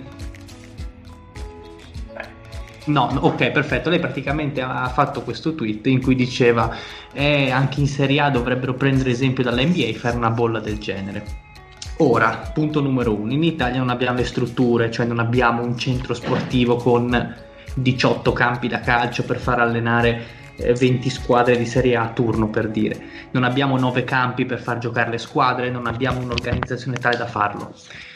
No, ok, perfetto. Lei praticamente ha fatto questo tweet in cui diceva anche in Serie A dovrebbero prendere esempio dall'NBA e fare una bolla del genere. Ora, punto numero 1, in Italia non abbiamo le strutture, cioè non abbiamo un centro sportivo con 18 campi da calcio per far allenare 20 squadre di Serie A a turno, per dire. Non abbiamo 9 campi per far giocare le squadre, non abbiamo un'organizzazione tale da farlo.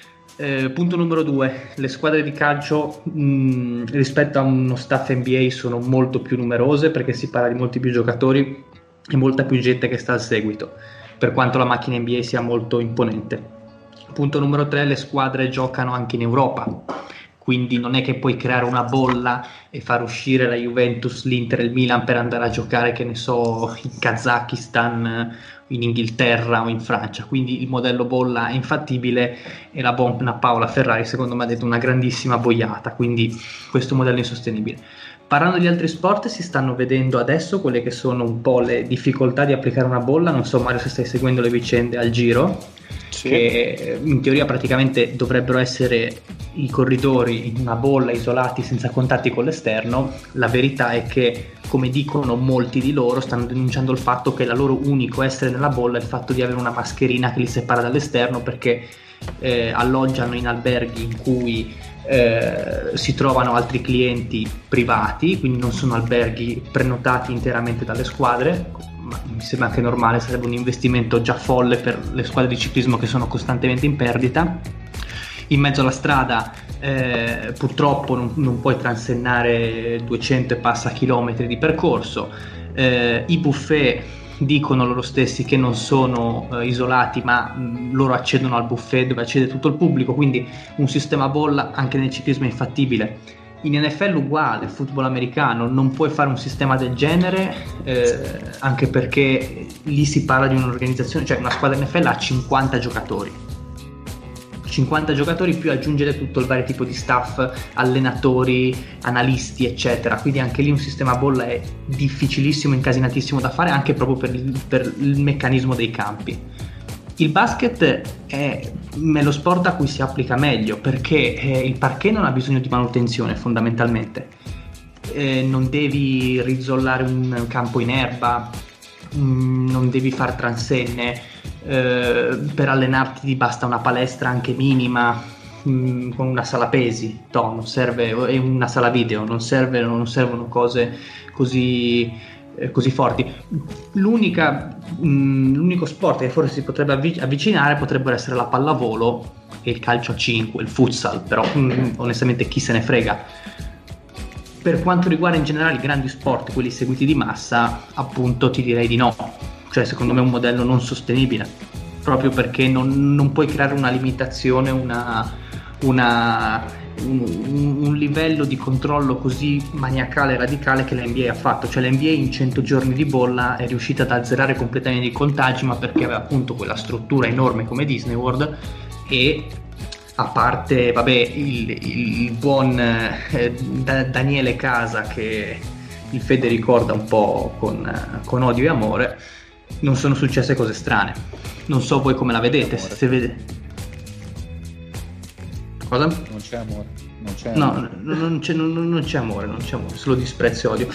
Punto numero 2, le squadre di calcio rispetto a uno staff NBA sono molto più numerose, perché si parla di molti più giocatori e molta più gente che sta al seguito, per quanto la macchina NBA sia molto imponente. Punto numero 3, le squadre giocano anche in Europa, quindi non è che puoi creare una bolla e far uscire la Juventus, l'Inter e il Milan per andare a giocare, che ne so, in Kazakistan, in Inghilterra o in Francia. Quindi il modello bolla è infattibile e la buona Paola Ferrari secondo me ha detto una grandissima boiata, quindi questo modello è insostenibile. Parlando di altri sport, si stanno vedendo adesso quelle che sono un po' le difficoltà di applicare una bolla. Non so Mario se stai seguendo le vicende al Giro, sì, che in teoria praticamente dovrebbero essere i corridori in una bolla isolati senza contatti con l'esterno. La verità è che, come dicono molti di loro, stanno denunciando il fatto che la loro unico essere nella bolla è il fatto di avere una mascherina che li separa dall'esterno, perché alloggiano in alberghi in cui si trovano altri clienti privati, quindi non sono alberghi prenotati interamente dalle squadre, ma mi sembra anche normale, sarebbe un investimento già folle per le squadre di ciclismo che sono costantemente in perdita. In mezzo alla strada purtroppo non puoi transennare 200 e passa chilometri di percorso. I buffet dicono loro stessi che non sono isolati, ma loro accedono al buffet dove accede tutto il pubblico, quindi un sistema bolla anche nel ciclismo è infattibile. In NFL uguale, football americano, non puoi fare un sistema del genere, anche perché lì si parla di un'organizzazione, cioè una squadra NFL ha 50 giocatori più aggiungere tutto il vario tipo di staff, allenatori, analisti eccetera, quindi anche lì un sistema bolla è difficilissimo, incasinatissimo da fare, anche proprio per il meccanismo dei campi. Il basket è lo sport a cui si applica meglio, perché il parquet non ha bisogno di manutenzione fondamentalmente, non devi rizzollare un campo in erba, non devi far transenne, per allenarti ti basta una palestra anche minima, con una sala pesi, non serve, e una sala video, non servono cose così forti. L'unico sport che forse si potrebbe avvicinare potrebbero essere la pallavolo e il calcio a 5, il futsal, però onestamente chi se ne frega. Per quanto riguarda in generale i grandi sport, quelli seguiti di massa, appunto ti direi di no, cioè secondo me è un modello non sostenibile, proprio perché non puoi creare una limitazione, un livello di controllo così maniacale e radicale che l'NBA ha fatto. Cioè l'NBA in 100 giorni di bolla è riuscita ad azzerare completamente i contagi, ma perché aveva appunto quella struttura enorme come Disney World, e a parte il buon Daniele Casa, che il Fede ricorda un po' con odio e amore, non sono successe cose strane. Non so voi come la vedete, se vede. Cosa? Non c'è amore. No, non c'è amore, solo disprezzo e odio.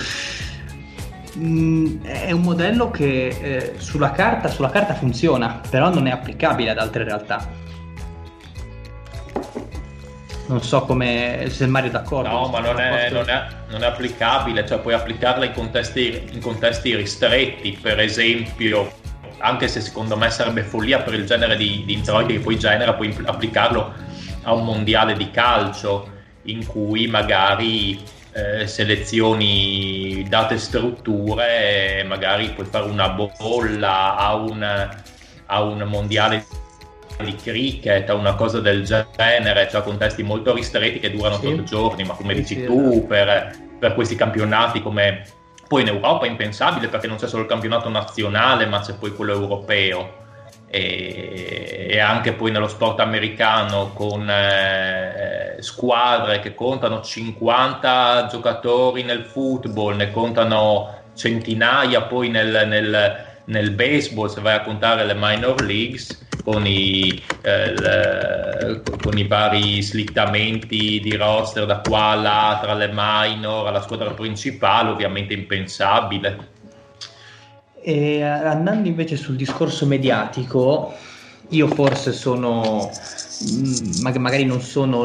È un modello che sulla carta funziona, però non è applicabile ad altre realtà. Non so come se Mario è d'accordo. No, ma non è applicabile, cioè puoi applicarla in contesti ristretti, per esempio, anche se secondo me sarebbe follia per il genere di introiti che poi genera, puoi applicarlo a un mondiale di calcio in cui magari selezioni date strutture, magari puoi fare una bolla a un mondiale di cricket, a una cosa del genere, cioè contesti molto ristretti che durano 8 giorni, ma come dici tu, per questi campionati, come poi in Europa è impensabile perché non c'è solo il campionato nazionale, ma c'è poi quello europeo, e anche poi nello sport americano con squadre che contano 50 giocatori nel football, ne contano centinaia poi nel baseball, se vai a contare le minor leagues, con i vari slittamenti di roster da qua a là, tra le minor alla squadra principale, ovviamente impensabile. E andando invece sul discorso mediatico, io forse sono magari non sono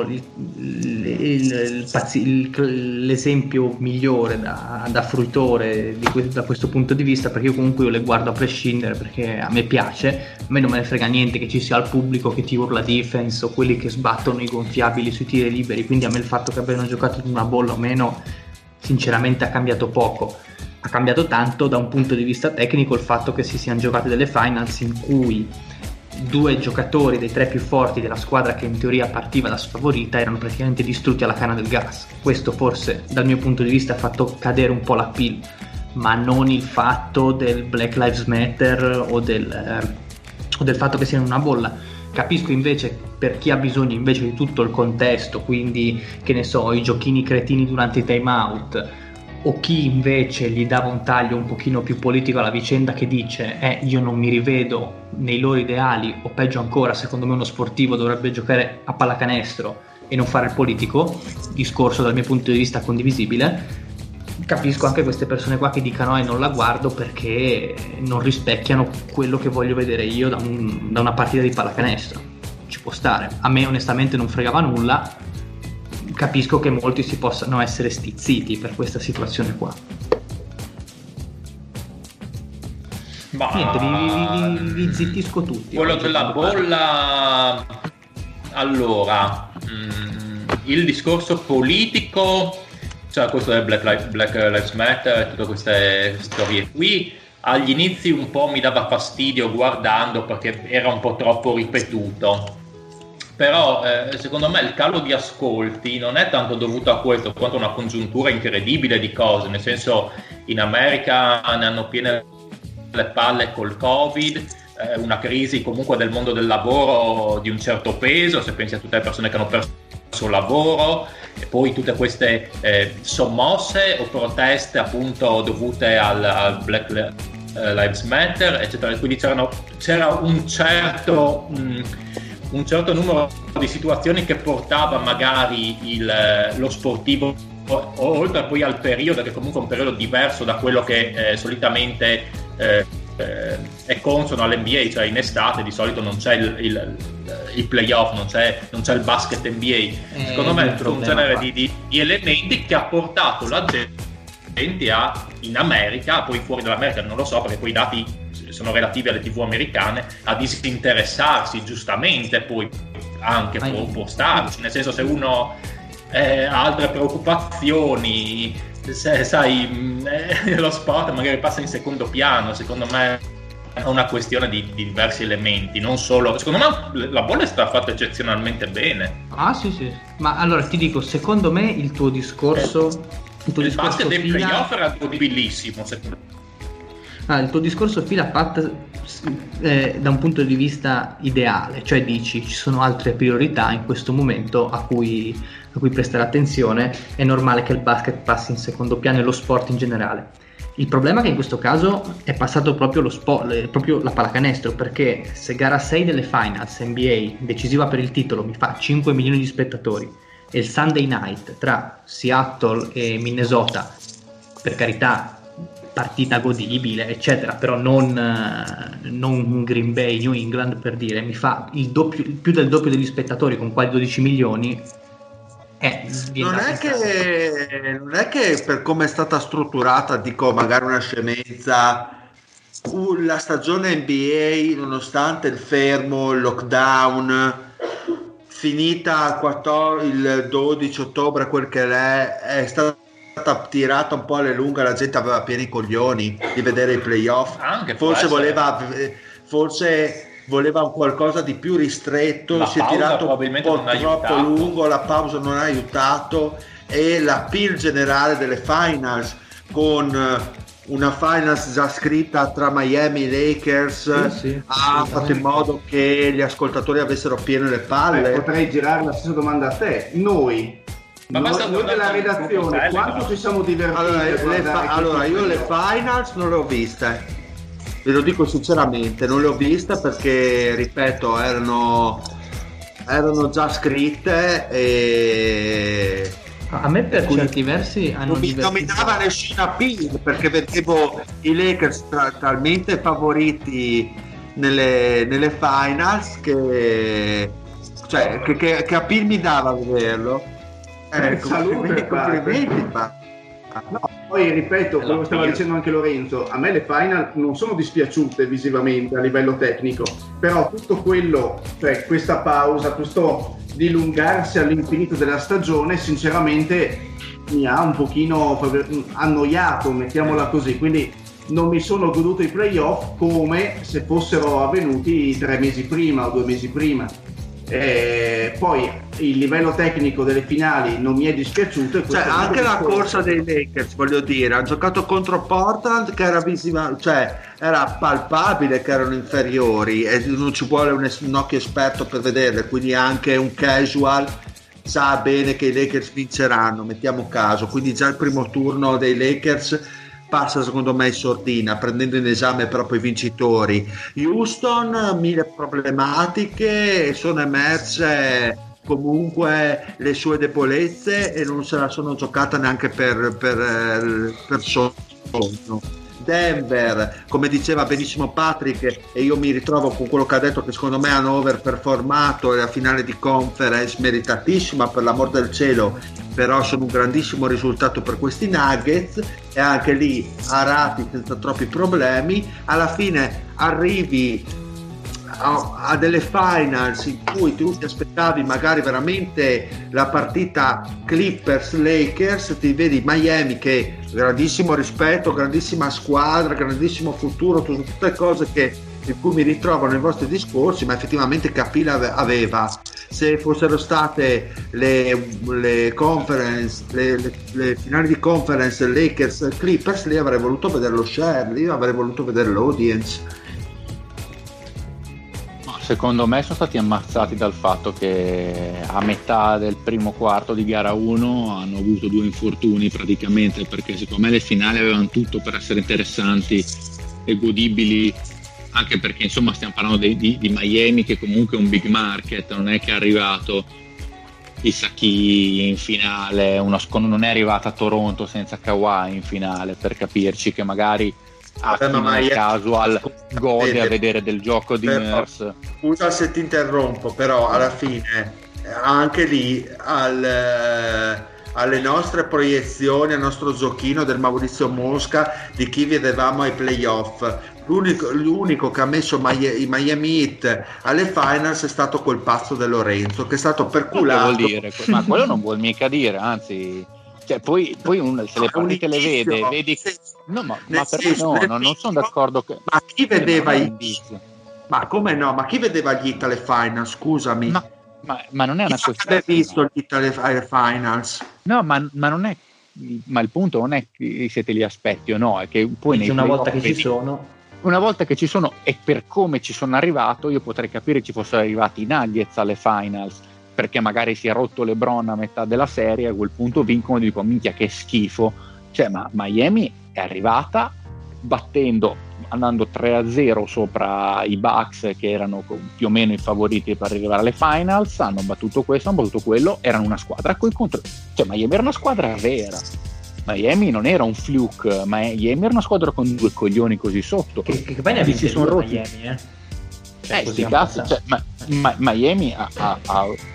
l'esempio migliore da fruitore da questo punto di vista, perché io comunque le guardo a prescindere, perché a me piace, a me non me ne frega niente che ci sia il pubblico che ti urla defense o quelli che sbattono i gonfiabili sui tiri liberi, quindi a me il fatto che abbiano giocato in una bolla o meno sinceramente ha cambiato poco. Ha cambiato tanto da un punto di vista tecnico il fatto che si siano giocate delle finals in cui 2 giocatori dei 3 più forti della squadra che in teoria partiva da sfavorita erano praticamente distrutti alla canna del gas. Questo forse dal mio punto di vista ha fatto cadere un po' l'appeal, ma non il fatto del Black Lives Matter o del fatto che sia in una bolla. Capisco invece per chi ha bisogno invece di tutto il contesto, quindi che ne so, i giochini cretini durante i time out, o chi invece gli dava un taglio un pochino più politico alla vicenda, che dice io non mi rivedo nei loro ideali, o peggio ancora, secondo me uno sportivo dovrebbe giocare a pallacanestro e non fare il politico, discorso dal mio punto di vista condivisibile. Capisco anche queste persone qua che dicano non la guardo perché non rispecchiano quello che voglio vedere io da una partita di pallacanestro. Ci può stare, a me onestamente non fregava nulla. Capisco che molti si possano essere stizziti per questa situazione qua. Ma niente, vi zittisco tutti. Quello della bolla, allora, il discorso politico, cioè questo del Black Lives Matter e tutte queste storie qui, agli inizi un po' mi dava fastidio guardando perché era un po' troppo ripetuto. Però secondo me il calo di ascolti non è tanto dovuto a questo quanto a una congiuntura incredibile di cose, nel senso, in America ne hanno piene le palle col Covid, una crisi comunque del mondo del lavoro di un certo peso, se pensi a tutte le persone che hanno perso il lavoro, e poi tutte queste sommosse o proteste appunto dovute al Black Lives Matter, eccetera. Quindi c'era un certo numero di situazioni che portava magari lo sportivo, oltre poi al periodo, che comunque è un periodo diverso da quello che solitamente è consono all'NBA, cioè in estate di solito non c'è il playoff, non c'è il basket NBA. Secondo me è un genere di elementi che ha portato la gente in America, poi fuori dall'America non lo so perché quei dati sono relativi alle TV americane, a disinteressarsi, giustamente, poi anche può starci, nel senso, se uno ha altre preoccupazioni, sai, lo sport magari passa in secondo piano. Secondo me è una questione di diversi elementi, non solo. Secondo me la bolla è stata fatta eccezionalmente bene. Sì, ma allora ti dico, secondo me il tuo discorso il basket dei playoff era bellissimo, secondo me. Il tuo discorso fila fatta da un punto di vista ideale, cioè dici ci sono altre priorità in questo momento a cui prestare attenzione, è normale che il basket passi in secondo piano e lo sport in generale. Il problema è che in questo caso è passato proprio proprio la pallacanestro, perché se gara 6 delle finals NBA decisiva per il titolo mi fa 5 milioni di spettatori e il Sunday night tra Seattle e Minnesota, per carità, partita godibile eccetera, però non Green Bay, New England, per dire, mi fa più del doppio degli spettatori con quasi 12 milioni, Non è che per come è stata strutturata, dico magari una scemenza, la stagione NBA, nonostante il fermo, il lockdown, finita il 12 ottobre, quel che è stata tirata un po' alle lunghe, la gente aveva pieni coglioni di vedere i playoff, forse voleva un qualcosa di più ristretto, si è tirato un po' troppo lungo, la pausa non ha aiutato, e l'appeal generale delle finals, con una finals già scritta tra Miami e Lakers, ha fatto in modo che gli ascoltatori avessero piene le palle. Potrei girare la stessa domanda a te. Noi della redazione quanto ci siamo divertiti? Allora io le finals non le ho viste, ve lo dico sinceramente, non le ho viste perché, ripeto, erano già scritte, e a me per certi versi non mi dava nessun appeal, perché vedevo i Lakers talmente favoriti nelle finals che appeal mi dava a vederlo. Complimenti. No, poi ripeto quello che stava dicendo anche Lorenzo, a me le final non sono dispiaciute visivamente a livello tecnico, però tutto quello, cioè questa pausa, questo dilungarsi all'infinito della stagione, sinceramente mi ha un pochino annoiato, mettiamola così, quindi non mi sono goduto i playoff come se fossero avvenuti 3 mesi prima o 2 mesi prima. Poi il livello tecnico delle finali non mi è dispiaciuto, cioè anche la corsa dei Lakers, voglio dire, hanno giocato contro Portland, che era visiva, cioè era palpabile che erano inferiori, e non ci vuole un occhio esperto per vederle, quindi anche un casual sa bene che i Lakers vinceranno, mettiamo caso, quindi già il primo turno dei Lakers passa secondo me in sordina, prendendo in esame proprio i vincitori. Houston, 1000 problematiche, sono emerse comunque le sue debolezze e non se la sono giocata neanche per sogno. Denver, come diceva benissimo Patrick, e io mi ritrovo con quello che ha detto, che secondo me hanno overperformato, e la finale di conference meritatissima, per l'amor del cielo, però sono un grandissimo risultato per questi Nuggets, e anche lì arati senza troppi problemi. Alla fine arrivi a delle finals in cui tu ti aspettavi magari veramente la partita Clippers-Lakers, ti vedi Miami che grandissimo rispetto, grandissima squadra, grandissimo futuro, tutte cose in cui mi ritrovo nei vostri discorsi, ma effettivamente Capilla aveva, se fossero state le conference, le finali di conference Lakers-Clippers, lì avrei voluto vedere lo share, lì avrei voluto vedere l'audience. Secondo me sono stati ammazzati dal fatto che a metà del primo quarto di gara 1 hanno avuto 2 infortuni praticamente, perché secondo me le finali avevano tutto per essere interessanti e godibili, anche perché insomma stiamo parlando di Miami, che comunque è un big market, non è che è arrivato chissà chi in finale, non è arrivata a Toronto senza Kawhi in finale, per capirci, che magari nel casual gode a vedere del gioco di Nurse. Scusa se ti interrompo, però alla fine anche lì alle nostre proiezioni, al nostro giochino del Maurizio Mosca di chi vedevamo ai playoff, l'unico che ha messo i Miami Heat alle finals è stato quel pazzo di Lorenzo, che è stato perculato. Vuol dire? Ma quello non vuol mica dire, anzi, cioè, poi se le partite le vedi no, ma non sono d'accordo che... Ma chi vedeva ma come no? Ma chi vedeva gli Heat alle finals? Scusami. Ma non è una questione. Chi visto gli Heat alle finals? No, ma non è. Ma il punto non è se te li aspetti o no, è che poi una volta che ci sono e per come ci sono arrivato, io potrei capire ci fossero arrivati i Nuggets alle finals, perché magari si è rotto LeBron a metà della serie, a quel punto vincono e dico minchia che schifo, cioè, ma Miami è arrivata andando 3-0 sopra i Bucks, che erano più o meno i favoriti per arrivare alle finals, hanno battuto questo, hanno battuto quello, erano una squadra cioè Miami era una squadra vera, Miami non era un fluke, Miami era una squadra con 2 coglioni così sotto, che poi ne ha visti sono rotti Miami, sti cazzi, cioè, Miami ha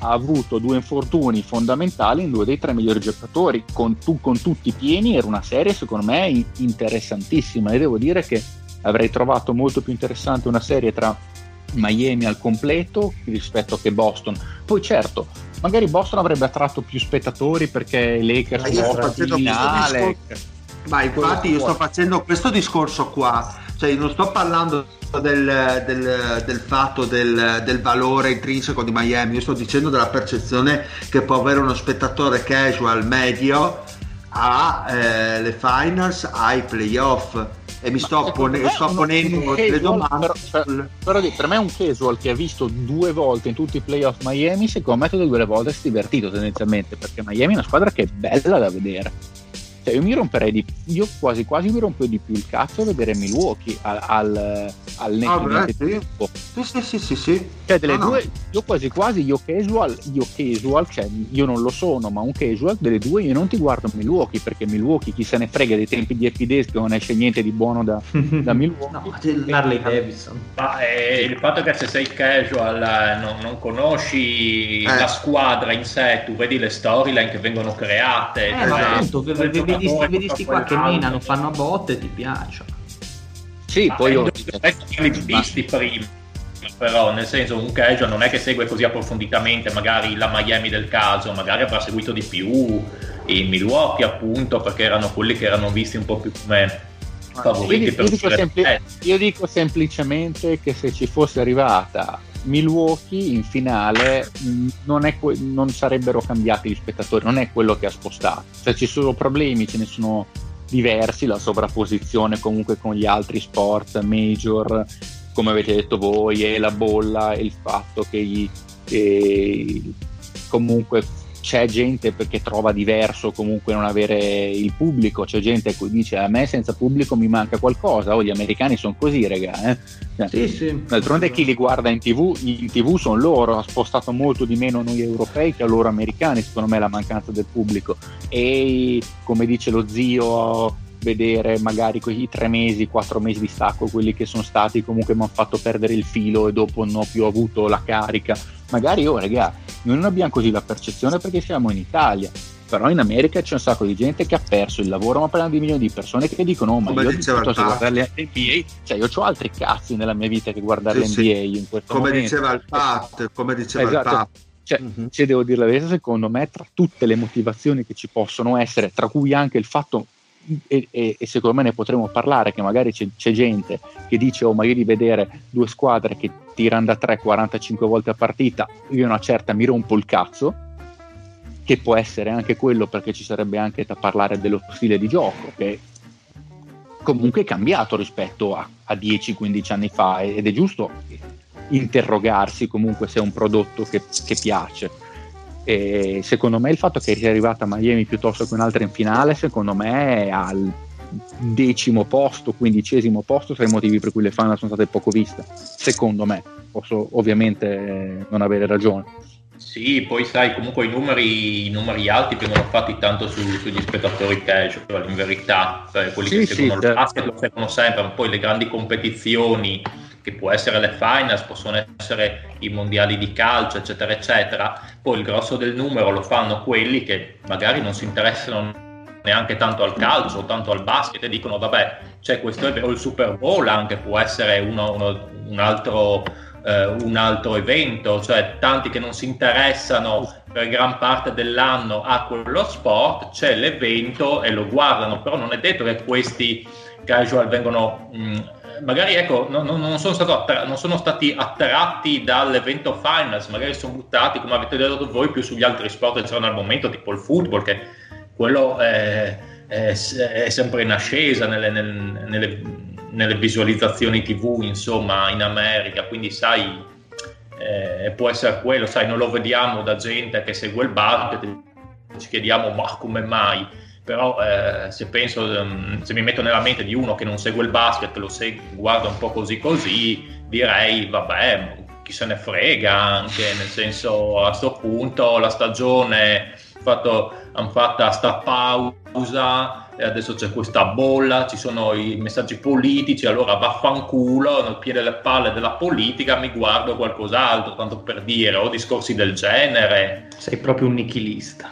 ha avuto 2 infortuni fondamentali in 2 dei 3 migliori giocatori, con tutti pieni. Era una serie secondo me interessantissima, e devo dire che avrei trovato molto più interessante una serie tra Miami al completo rispetto che Boston. Poi certo, magari Boston avrebbe attratto più spettatori perché i Lakers sono in finale. Ma infatti io sto facendo questo discorso qua, cioè io non sto parlando del fatto del valore intrinseco di Miami, io sto dicendo della percezione che può avere uno spettatore casual medio alle finals, ai playoff, e mi sto ponendo le domande. Però per me è un casual che ha visto 2 volte in tutti i playoff Miami, secondo me tutte 2 volte si è divertito tendenzialmente, perché Miami è una squadra che è bella da vedere. Cioè io quasi mi rompo di più il cazzo a vedere Milwaukee al netto sì. Cioè delle due, io quasi io casual, cioè io non lo sono, ma un casual delle due io non ti guardo Milwaukee, perché Milwaukee chi se ne frega dei tempi di Epideschi, non esce niente di buono da Milwaukee. No, Harley Davidson. Ma il fatto è che se sei casual non conosci la squadra in sé, tu vedi le storyline che vengono create, ma appunto vedi sti qua che menano, fanno a botte, ti piacciono. Sì, poi ho visti prima, però nel senso un casual non è che segue così approfonditamente magari la Miami del caso, magari avrà seguito di più in Milwaukee, appunto, perché erano quelli che erano visti un po' più come favoriti. Io dico semplicemente che se ci fosse arrivata Milwaukee in finale non sarebbero cambiati gli spettatori, non è quello che ha spostato. Cioè ci sono problemi, ce ne sono diversi, la sovrapposizione comunque con gli altri sport major, come avete detto voi, e la bolla, e il fatto che comunque c'è gente perché trova diverso comunque non avere il pubblico, c'è gente a cui dice a me senza pubblico mi manca qualcosa, gli americani sono così, raga, Sì. D'altronde chi li guarda in TV sono loro, ha spostato molto di meno noi europei che a loro americani, secondo me, la mancanza del pubblico. E come dice lo zio, vedere magari quei 3 mesi, 4 mesi di stacco, quelli che sono stati comunque mi hanno fatto perdere il filo e dopo non ho più avuto la carica. Magari raga, noi non abbiamo così la percezione perché siamo in Italia, però in America c'è un sacco di gente che ha perso il lavoro, ma parliamo di milioni di persone che dicono ma io piuttosto guardare l'NBA, cioè io ho altri cazzi nella mia vita che guardare l'NBA in questo momento. Diceva il Pat, come diceva esatto. il Pat. Cioè, devo dire la verità, secondo me tra tutte le motivazioni che ci possono essere, tra cui anche il fatto e secondo me ne potremo parlare, che magari c'è gente che dice magari di vedere 2 squadre che tirano da 3 45 volte a partita, io una certa mi rompo il cazzo, che può essere anche quello, perché ci sarebbe anche da parlare dello stile di gioco che comunque è cambiato rispetto a 10-15 anni fa, ed è giusto interrogarsi comunque se è un prodotto che piace. E secondo me il fatto che sia arrivata a Miami piuttosto che un'altra in finale, secondo me è al 10° posto, 15° posto tra i motivi per cui le finals sono state poco viste, secondo me. Posso ovviamente non avere ragione. Sì, poi sai, comunque i numeri alti vengono fatti tanto sugli spettatori casual, in verità, cioè quelli che seguono il basket lo seguono sempre, ma poi le grandi competizioni, che può essere le finals, possono essere i mondiali di calcio, eccetera eccetera, poi il grosso del numero lo fanno quelli che magari non si interessano neanche tanto al calcio o tanto al basket e dicono vabbè, c'è questo, o il Super Bowl anche può essere un altro evento, cioè tanti che non si interessano per gran parte dell'anno a quello sport, c'è l'evento e lo guardano, però non è detto che questi casual vengono magari non sono stati attratti dall'evento finals, magari sono buttati, come avete detto voi, più sugli altri sport che c'erano al momento, tipo il football, che quello è sempre in ascesa nelle visualizzazioni TV, insomma, in America, quindi sai, può essere quello, sai, non lo vediamo da gente che segue il basket, ci chiediamo ma come mai, però se mi metto nella mente di uno che non segue il basket, lo guarda un po' così, direi vabbè, chi se ne frega, anche nel senso, a sto punto la stagione fatto hanno fatto sta pausa e adesso c'è questa bolla, ci sono i messaggi politici, allora vaffanculo, nel piede e le palle della politica mi guardo qualcos'altro, tanto per dire, o discorsi del genere. Sei proprio un nichilista.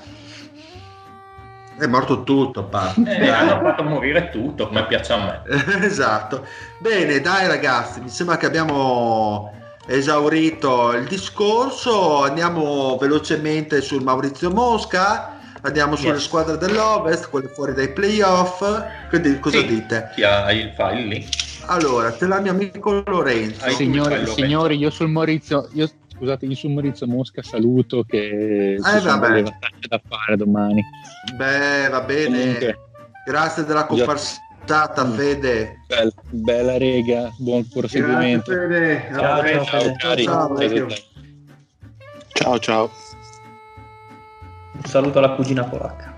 È morto tutto, hanno fatto morire tutto, come piace a me. Esatto. Bene, dai ragazzi, mi sembra che abbiamo esaurito il discorso. Andiamo velocemente sul Maurizio Mosca, andiamo sulle squadre dell'Ovest, quelle fuori dai playoff. Quindi cosa dite? Chi ha il file lì? Allora, c'è il mio amico Lorenzo. Signori, io sul Maurizio Mosca saluto, che ci sono delle battaglie da fare domani. Beh, va bene. Comunque, grazie della comparsata, Fede. Bella rega, buon proseguimento. Fede. Ciao. Un saluto alla cugina polacca.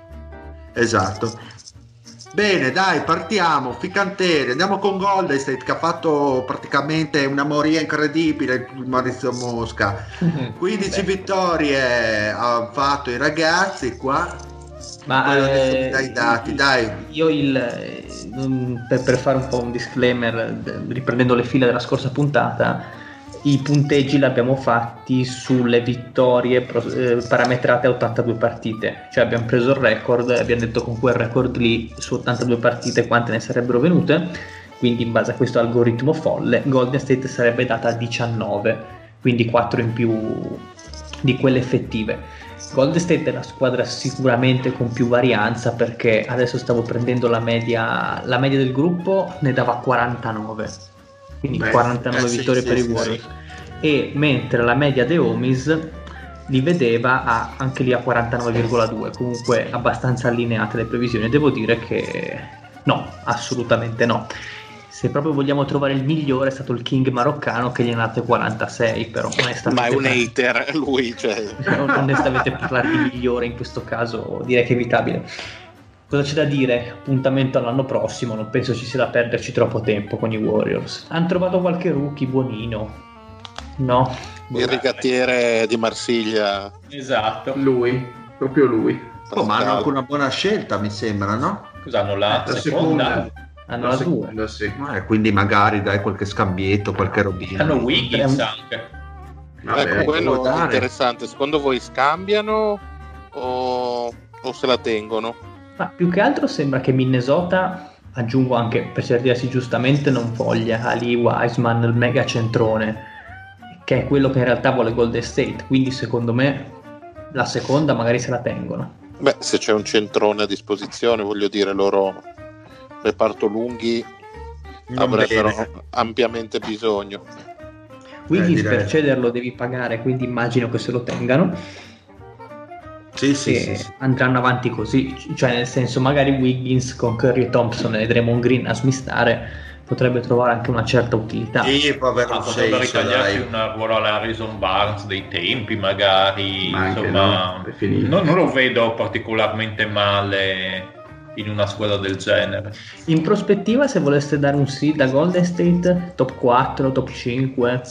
Esatto. Bene, dai, partiamo. Ficantere, andiamo con Golden State, che ha fatto praticamente una moria incredibile il Maurizio Mosca. 15 vittorie hanno fatto i ragazzi qua. Ma dai dati, dai. Io per fare un po' un disclaimer, riprendendo le fila della scorsa puntata, i punteggi li abbiamo fatti sulle vittorie parametrate a 82 partite, cioè abbiamo preso il record e abbiamo detto con quel record lì su 82 partite quante ne sarebbero venute, quindi in base a questo algoritmo folle Golden State sarebbe data a 19, quindi 4 in più di quelle effettive. Golden State è la squadra sicuramente con più varianza, perché adesso stavo prendendo la media del gruppo ne dava 49, quindi 49 vittorie per i Warriors, e mentre la media dei Homies li vedeva anche lì a 49,2, comunque abbastanza allineate le previsioni. Devo dire che no, assolutamente no. Se proprio vogliamo trovare il migliore è stato il King maroccano, che gli è nato 46, però onestamente... Ma è un hater lui, cioè... Onestamente parlare di migliore in questo caso direi che è evitabile. Cosa c'è da dire? Appuntamento all'anno prossimo, non penso ci sia da perderci troppo tempo con i Warriors. Hanno trovato qualche rookie buonino, no? Il rigattiere di Marsiglia. Esatto. Proprio lui. Ma hanno anche una buona scelta, mi sembra, no? Cos'hanno la seconda? Hanno la seconda, sì. Quindi magari dai qualche scambietto, qualche robina. Hanno Wiggins anche. Ecco, quello è interessante. Secondo voi scambiano o se la tengono? Ma più che altro sembra che Minnesota, aggiungo anche per certi versi giustamente, non voglia Ali Wiseman, il mega centrone, che è quello che in realtà vuole Golden State, quindi secondo me la seconda magari se la tengono. Beh, se c'è un centrone a disposizione, voglio dire, loro reparto lunghi avrebbero ampiamente bisogno. Wiggins per cederlo devi pagare, quindi immagino che se lo tengano. Sì. Andranno avanti così, cioè nel senso, magari Wiggins con Curry Thompson e Draymond Green a smistare potrebbe trovare anche una certa utilità. Sì, potrebbe ritagliarsi un ruolo alla Harrison Barnes dei tempi, magari. Ma insomma, non lo vedo particolarmente male in una squadra del genere. In prospettiva, se voleste dare un seed a Golden State, top 4, top 5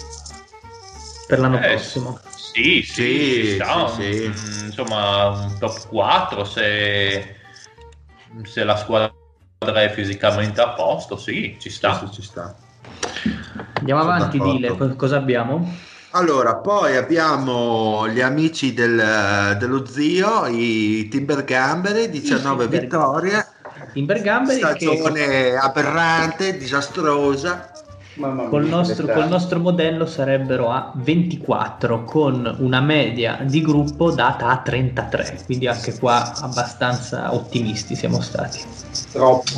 per l'anno prossimo. Sì. Insomma, un top 4 se la squadra è fisicamente a posto, sì, ci sta. Andiamo avanti, Dile, cosa abbiamo? Allora, poi abbiamo gli amici dello zio, i Timber Gamberi, 19 vittorie. Timber Gamberi, stagione aberrante, disastrosa. Col nostro modello sarebbero a 24, con una media di gruppo data a 33, quindi anche qua abbastanza ottimisti siamo stati. Troppo.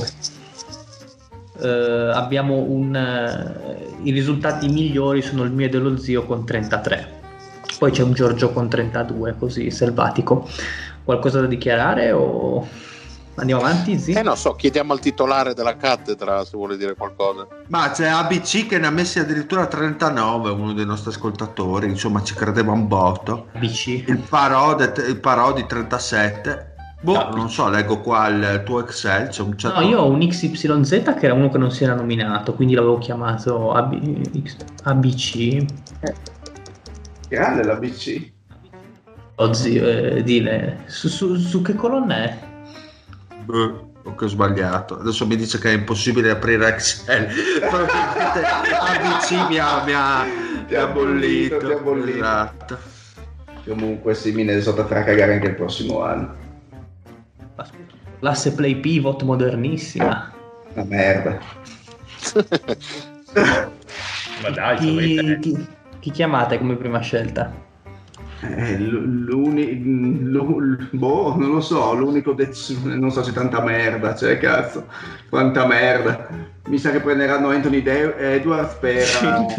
Abbiamo i risultati migliori sono il mio e dello zio con 33, poi c'è un Giorgio con 32, così selvatico. Qualcosa da dichiarare o andiamo avanti, zio? Non so, chiediamo al titolare della cattedra se vuole dire qualcosa. Ma c'è ABC che ne ha messi addirittura 39, uno dei nostri ascoltatori, insomma ci credeva un botto. ABC. Il Parò di 37. Non so, leggo qua il tuo Excel, c'è un chat. No, io ho un XYZ che era uno che non si era nominato, quindi l'avevo chiamato ABC. Grande l'ABC. Dile, su che colonna è? Che ho sbagliato. Adesso mi dice che è impossibile aprire Excel. Probabilmente ABC mi ha bollito. Ti ha bollito. Esatto. Comunque sì, Minnesota farà cagare anche il prossimo anno. L'asse play pivot modernissima. Una merda. Ma dai, chi chiamate come prima scelta? Non lo so, l'unico non so se tanta merda, cioè cazzo, quanta merda. Mi sa che prenderanno Anthony Edwards per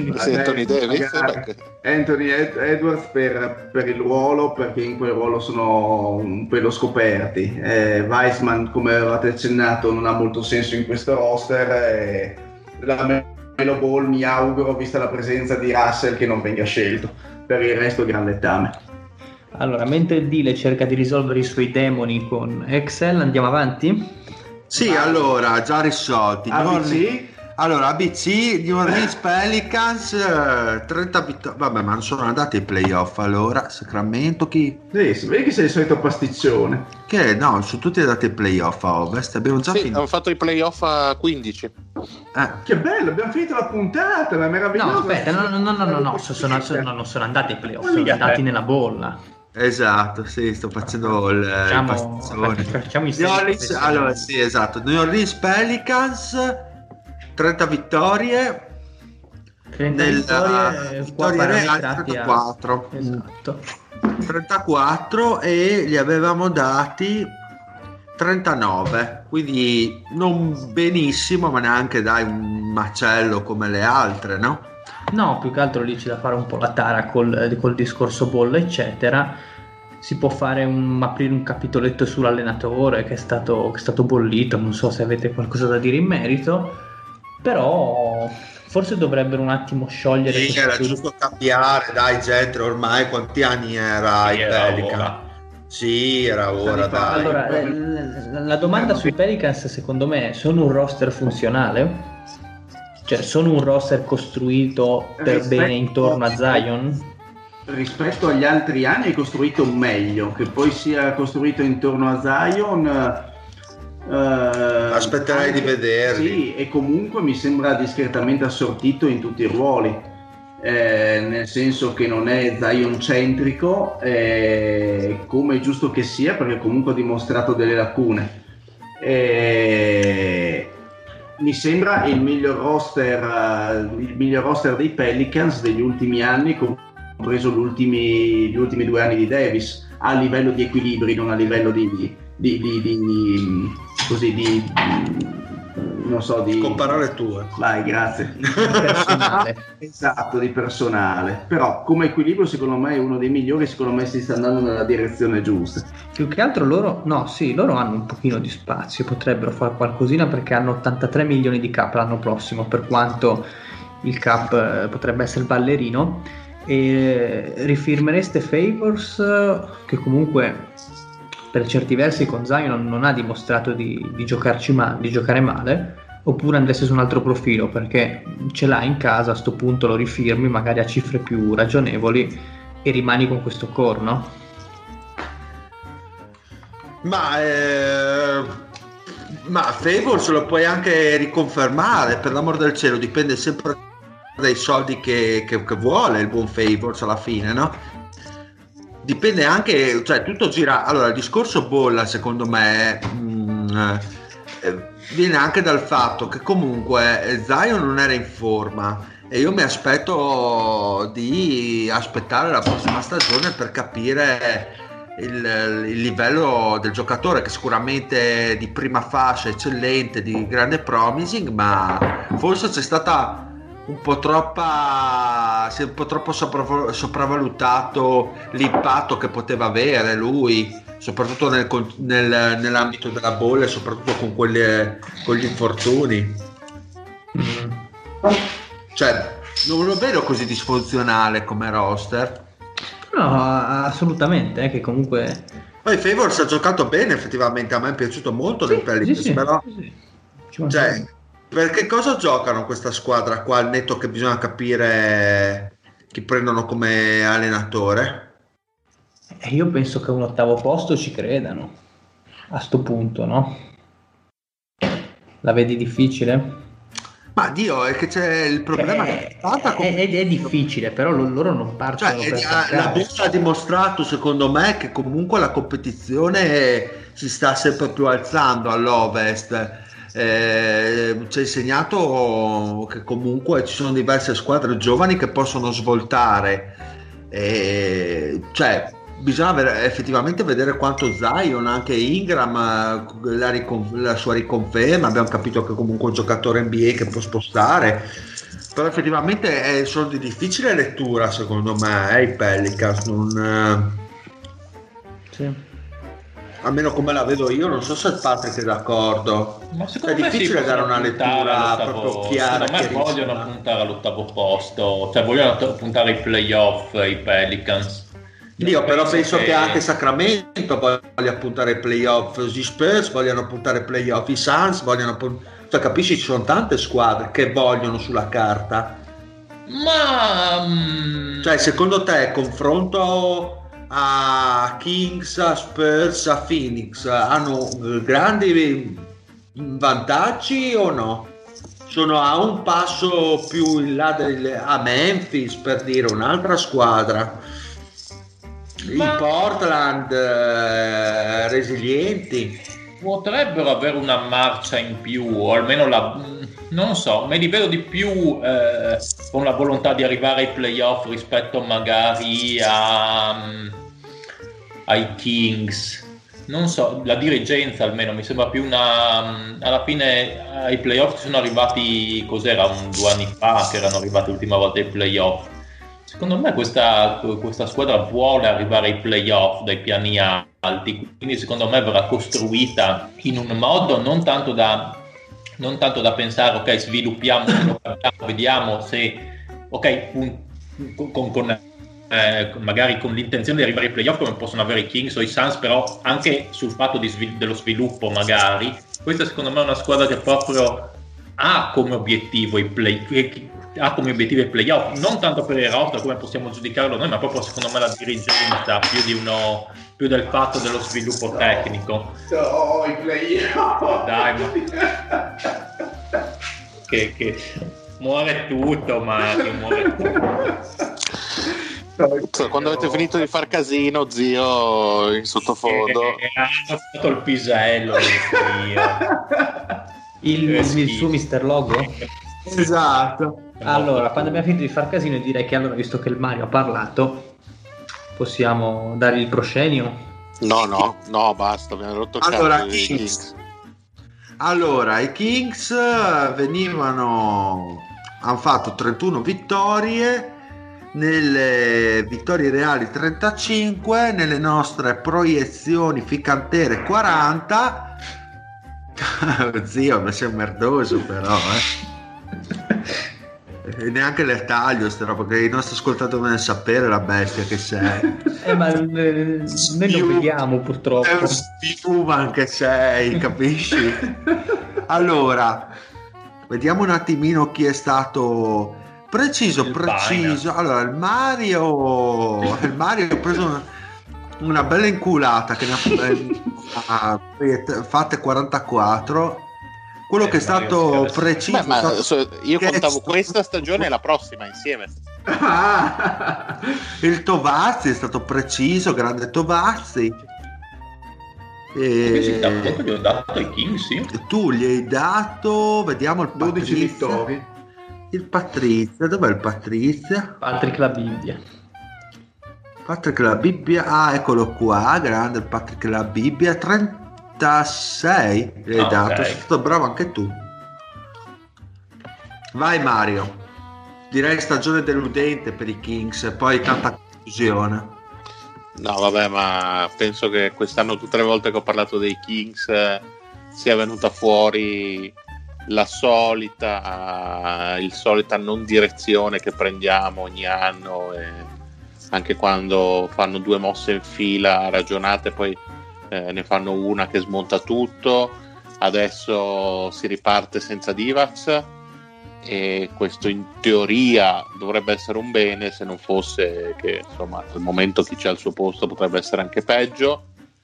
Anthony Edwards per il ruolo, perché in quel ruolo sono un pelo scoperti. Weissman, come avevate accennato, non ha molto senso in questo roster. La Melo Ball mi auguro, vista la presenza di Russell, che non venga scelto. Per il resto gran lettame. Allora, mentre il Dile cerca di risolvere i suoi demoni con Excel, andiamo avanti? Sì, allora, già risolti. ABC? Allora, ABC, New Orleans Pelicans, 30 vittorie. Vabbè, ma non sono andati ai playoff allora. Sacramento, chi? Sì, vedi che sei il solito pasticcione. Che no, sono tutti andati ai playoff a Ovest. Abbiamo già finito. Hanno fatto i playoff a 15. Che bello, abbiamo finito la puntata, è meraviglioso. No, aspetta, no, non sono andati ai playoff, sono andati nella bolla. Esatto, sì, sto facendo il facciamo i allora, sì, esatto. New Orleans Pelicans, 30 vittorie. 30 vittorie, reali 34. Esatto. 34 e gli avevamo dati 39, quindi non benissimo, ma neanche dai un macello come le altre, no? No, più che altro lì c'è da fare un po' la tara col discorso bolla, eccetera. Si può fare aprire un capitoletto sull'allenatore che è stato bollito, non so se avete qualcosa da dire in merito, però forse dovrebbero un attimo sciogliere. Sì, era giusto cambiare, dai, Getro, ormai quanti anni era il Pelican? Sì, era ora, dai. Allora, la domanda sui Pelicans secondo me sono un roster funzionale? Cioè, sono un roster costruito per bene intorno a Zion? Rispetto agli altri anni è costruito meglio, che poi sia costruito intorno a Zion. Aspetterei di vederli. Sì, e comunque mi sembra discretamente assortito in tutti i ruoli, nel senso che non è Zion centrico, come è giusto che sia, perché comunque ha dimostrato delle lacune. Mi sembra il miglior roster dei Pelicans degli ultimi anni, compreso gli ultimi 2 anni di Davis, a livello di equilibri, non a livello non so, con parole tue. Vai, grazie. Personale. Esatto, di personale. Però come equilibrio secondo me è uno dei migliori, secondo me si sta andando nella direzione giusta. Più che altro loro hanno un pochino di spazio, potrebbero fare qualcosina perché hanno 83 milioni di cap l'anno prossimo, per quanto il cap potrebbe essere ballerino. E rifirmereste Favors, che comunque per certi versi con Zion non ha dimostrato di giocare male, oppure andreste su un altro profilo perché ce l'ha in casa, a sto punto lo rifirmi magari a cifre più ragionevoli e rimani con questo core, no? Ma Favors lo puoi anche riconfermare, per l'amor del cielo, dipende sempre dai soldi che vuole il buon Favors alla fine, no? Dipende anche, cioè tutto gira. Allora, il discorso bolla secondo me viene anche dal fatto che comunque Zion non era in forma e io mi aspetto di aspettare la prossima stagione per capire il livello del giocatore, che sicuramente di prima fascia eccellente, di grande promising, ma forse c'è stata si è un po' troppo sopravvalutato l'impatto che poteva avere lui, soprattutto nell'ambito della bolla e soprattutto con gli infortuni. Cioè non lo vedo così disfunzionale come roster. No, assolutamente, che comunque poi Favors ha giocato bene, effettivamente a me è piaciuto molto del Pelicans, però cioè, perché cosa giocano questa squadra qua, al netto che bisogna capire chi prendono come allenatore? Io penso che un 8° posto ci credano a sto punto, no? La vedi difficile? Ma Dio, è che c'è il problema è difficile, però loro non partono per la borsa ha dimostrato, secondo me, che comunque la competizione si sta sempre più alzando all'Ovest. Ci ha insegnato che comunque ci sono diverse squadre giovani che possono svoltare, cioè bisogna effettivamente vedere quanto Zion, anche Ingram, la sua riconferma. Abbiamo capito che comunque è un giocatore NBA che può spostare, però effettivamente sono di difficile lettura secondo me, i Pelicans, sì. Almeno come la vedo io, non so se il Patrick è d'accordo. Ma è difficile dare una lettura proprio chiara. Secondo me vogliono puntare all'8° posto, cioè vogliono puntare ai playoff i Pelicans. Io però penso che anche Sacramento voglia puntare ai playoff, gli Spurs vogliono puntare ai playoff, i Suns vogliono cioè, capisci, ci sono tante squadre che vogliono sulla carta. Ma cioè, secondo te, confronto a Kings, a Spurs, a Phoenix, hanno grandi vantaggi o no? Sono a un passo più in là a Memphis, per dire, un'altra squadra. I Portland resilienti potrebbero avere una marcia in più, o almeno non so, me li vedo di più con la volontà di arrivare ai playoff rispetto magari ai Kings. Non so, la dirigenza almeno mi sembra più alla fine ai playoff ci sono arrivati, cos'era, 2 anni fa che erano arrivati l'ultima volta ai playoff. Secondo me questa squadra vuole arrivare ai playoff dai piani alti, quindi secondo me verrà costruita in un modo non tanto da pensare ok, sviluppiamo, vediamo se ok, magari con l'intenzione di arrivare ai playoff come possono avere i Kings o i Suns, però anche sul fatto dello sviluppo magari. Questa secondo me è una squadra che proprio ha come obiettivo i playoff, non tanto per il roster come possiamo giudicarlo noi, ma proprio secondo me la dirigenza più del fatto dello sviluppo tecnico. I playoff, dai, ma che muore tutto, ma che muore tutto. Quando avete finito di far casino, zio, in sottofondo ha fatto il pisello il suo Mister Logo. Esatto. Allora, quando abbiamo finito di far casino, direi che allora, visto che il Mario ha parlato, possiamo dargli il proscenio? No, basta, abbiamo rotto il allora, cazzo. Allora, i Kings hanno fatto 31 vittorie, nelle vittorie reali 35, nelle nostre proiezioni ficantere 40. Zio, mi sei merdoso però, E neanche le taglio ste roba, che i nostri ascoltatori devono sapere la bestia che sei. Ma noi non vediamo purtroppo. È un spiuman che sei, capisci? Allora, vediamo un attimino chi è stato preciso. Allora, il Mario ha preso una bella inculata che ne ha fatte 44. Quello che è stato preciso. Io contavo questa stagione e la prossima insieme. Il Tovazzi è stato preciso, grande Tovazzi. Gli ho dato ai Kings, sì. Tu gli hai dato, vediamo il 12 vittorie. Il Patrizia, dov'è il Patrizia? Patrick la Bibbia. Patrick la Bibbia, eccolo qua, grande il Patrick la Bibbia, 36 gli hai dato, sei stato bravo anche tu. Vai Mario, direi stagione deludente per i Kings, poi tanta confusione. No vabbè, ma penso che quest'anno tutte le volte che ho parlato dei Kings sia venuta fuori la solita non direzione che prendiamo ogni anno, e anche quando fanno 2 mosse in fila ragionate poi ne fanno una che smonta tutto. Adesso si riparte senza Divac e questo in teoria dovrebbe essere un bene, se non fosse che insomma al momento chi c'è al suo posto potrebbe essere anche peggio.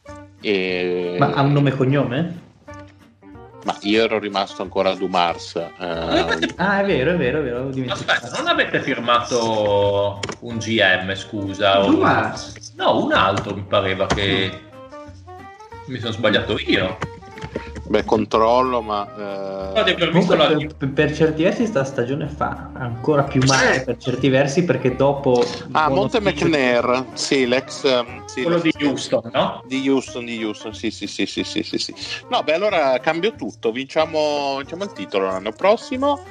Ma ha un nome e cognome? Ma io ero rimasto ancora a Dumars. Ah, è vero, ho dimenticato. Aspetta, non avete firmato un GM, scusa? Dumars? No, un altro mi pareva che mi sono sbagliato io. Beh, controllo, ma Di aver visto Comunque, per certi versi sta stagione fa ancora più male per certi versi, perché dopo Monte McNair, sì, quello di Houston, no? Di Houston, sì. No, beh, allora cambio tutto, vinciamo il titolo l'anno prossimo.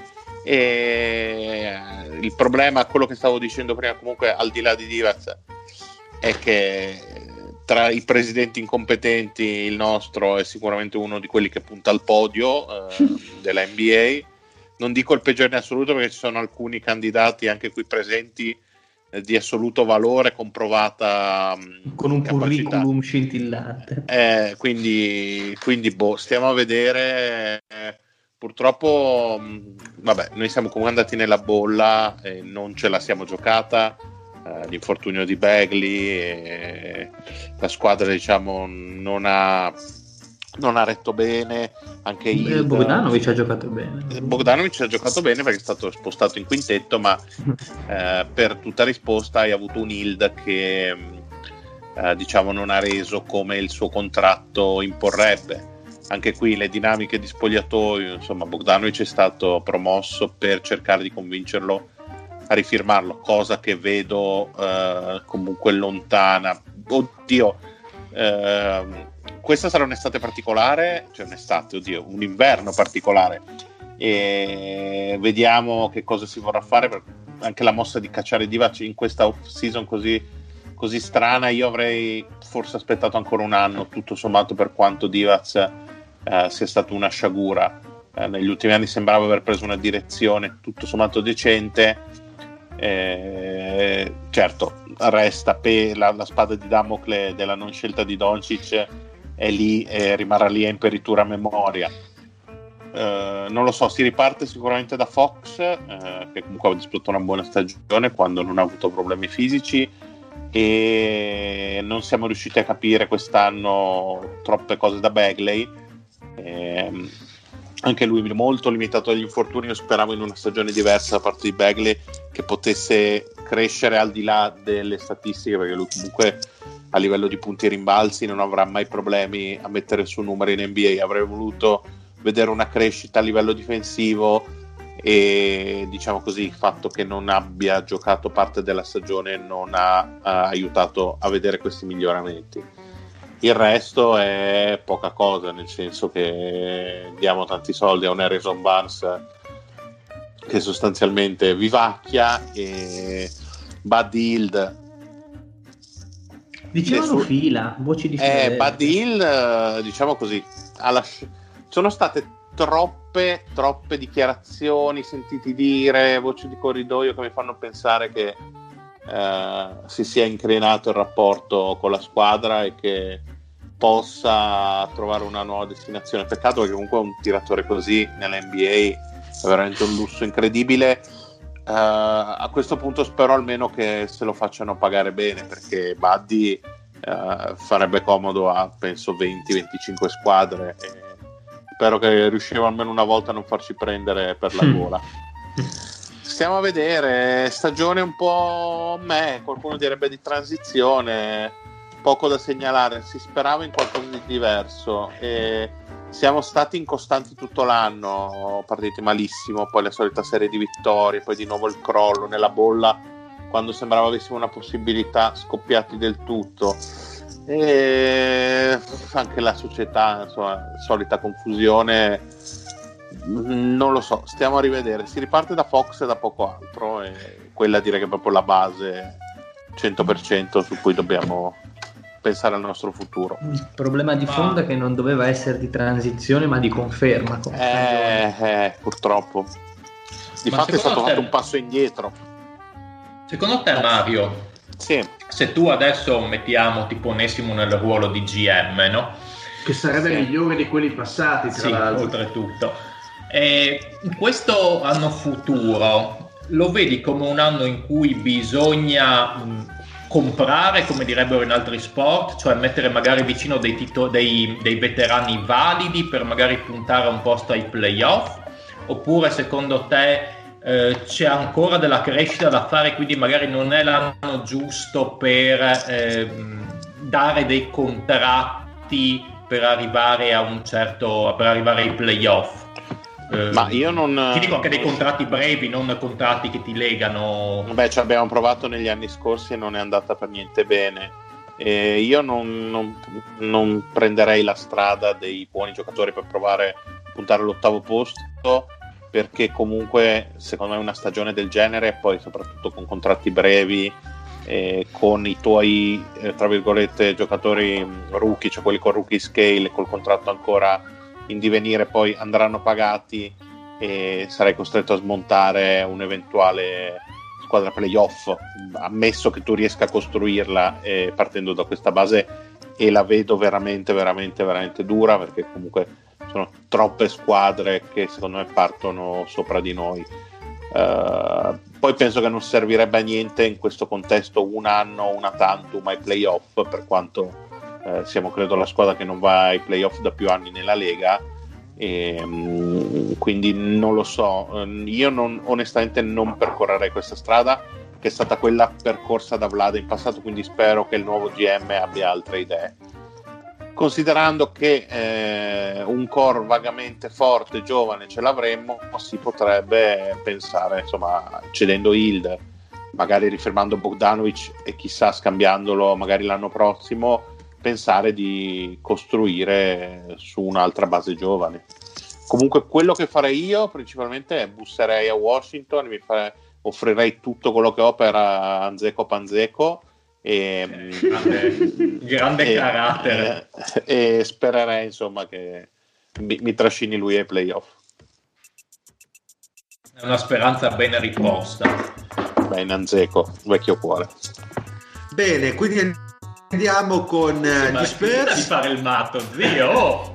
E il problema, quello che stavo dicendo prima, comunque al di là di Divac, è che tra i presidenti incompetenti il nostro è sicuramente uno di quelli che punta al podio della NBA. Non dico il peggiore in assoluto, perché ci sono alcuni candidati anche qui presenti di assoluto valore, comprovata con un capacità. Curriculum scintillante. Quindi stiamo a vedere. Purtroppo vabbè, noi siamo comunque andati nella bolla e non ce la siamo giocata. L'infortunio di Bagley, la squadra diciamo non ha retto bene. Anche Bogdanovic ha giocato bene. Bogdanovic ha giocato bene perché è stato spostato in quintetto, ma per tutta risposta hai avuto un Hield che diciamo non ha reso come il suo contratto imporrebbe. Anche qui le dinamiche di spogliatoio, insomma, Bogdanovic è stato promosso per cercare di convincerlo a rifirmarlo, cosa che vedo comunque lontana. Oddio, questa sarà un'estate particolare, un inverno particolare, e vediamo che cosa si vorrà fare, perché anche la mossa di cacciare Divac in questa off season così strana, io avrei forse aspettato ancora un anno, tutto sommato, per quanto Divac sia stato una sciagura. Negli ultimi anni sembrava aver preso una direzione tutto sommato decente. Certo, resta la spada di Damocle della non scelta di Doncic, è lì e rimarrà lì a imperitura memoria. Non lo so, si riparte sicuramente da Fox, che comunque ha disputato una buona stagione quando non ha avuto problemi fisici, e non siamo riusciti a capire quest'anno troppe cose da Bagley. Anche lui molto limitato agli infortuni. Io speravo in una stagione diversa da parte di Bagley, che potesse crescere al di là delle statistiche, perché lui comunque a livello di punti e rimbalzi non avrà mai problemi a mettere su numeri in NBA. Avrei voluto vedere una crescita a livello difensivo, e diciamo così il fatto che non abbia giocato parte della stagione non ha aiutato a vedere questi miglioramenti. Il resto è poca cosa, nel senso che diamo tanti soldi a un Harrison Barnes che sostanzialmente vivacchia, e Bud Hield dicevano fila, voci di fila. Bud Hield, diciamo così, sono state troppe dichiarazioni, sentiti dire, voci di corridoio che mi fanno pensare che si sia incrinato il rapporto con la squadra e che possa trovare una nuova destinazione. Peccato, perché comunque un tiratore così nell'NBA è veramente un lusso incredibile. A questo punto spero almeno che se lo facciano pagare bene, perché Buddy farebbe comodo a penso 20-25 squadre, e spero che riusciamo almeno una volta a non farci prendere per la gola. Stiamo a vedere, stagione un po' qualcuno direbbe di transizione, poco da segnalare, si sperava in qualcosa di diverso, e siamo stati incostanti tutto l'anno, partiti malissimo, poi la solita serie di vittorie, poi di nuovo il crollo nella bolla, quando sembrava avessimo una possibilità, scoppiati del tutto, e anche la società, insomma, solita confusione. Non lo so, stiamo a rivedere. Si riparte da Fox e da poco altro, e quella direi che è proprio la base 100% su cui dobbiamo pensare al nostro futuro. Il problema di fondo è che non doveva essere di transizione ma di conferma. Purtroppo. Difatti è stato fatto un passo indietro. Secondo te, Mario, sì, se tu adesso ti ponessimo nel ruolo di GM, no? Che sarebbe migliore di quelli passati, tra l'altro. Oltretutto. Questo anno futuro lo vedi come un anno in cui bisogna comprare, come direbbero in altri sport, cioè mettere magari vicino dei veterani validi per magari puntare a un posto ai playoff, oppure secondo te c'è ancora della crescita da fare, quindi magari non è l'anno giusto per dare dei contratti per arrivare per arrivare ai playoff? Ma io non ti dico anche dei contratti brevi, non contratti che ti legano. Beh, ci abbiamo provato negli anni scorsi e non è andata per niente bene. Io non prenderei la strada dei buoni giocatori per provare a puntare all'8° posto, perché comunque secondo me una stagione del genere, poi soprattutto con contratti brevi, con i tuoi tra virgolette giocatori rookie, cioè quelli con rookie scale, col contratto ancora in divenire, poi andranno pagati e sarai costretto a smontare un'eventuale squadra playoff, ammesso che tu riesca a costruirla partendo da questa base, e la vedo veramente veramente veramente dura, perché comunque sono troppe squadre che secondo me partono sopra di noi. Poi penso che non servirebbe a niente in questo contesto un anno, una tantum ai playoff, per quanto siamo credo la squadra che non va ai playoff da più anni nella Lega, quindi non lo so. Io onestamente non percorrerei questa strada, che è stata quella percorsa da Vlad in passato, quindi spero che il nuovo GM abbia altre idee, considerando che un core vagamente forte, giovane, ce l'avremmo. Si potrebbe pensare, insomma, cedendo Hild, magari rifirmando Bogdanovic e chissà scambiandolo magari l'anno prossimo, pensare di costruire su un'altra base giovane. Comunque quello che farei io principalmente è busserei a Washington, offrirei tutto quello che ho per Anzeco Panzeco grande carattere, e spererei insomma che mi trascini lui ai playoff. È una speranza ben riposta. Bene, Anzeco, vecchio cuore. Bene, quindi andiamo con gli Spurs. Di fare il matto, zio.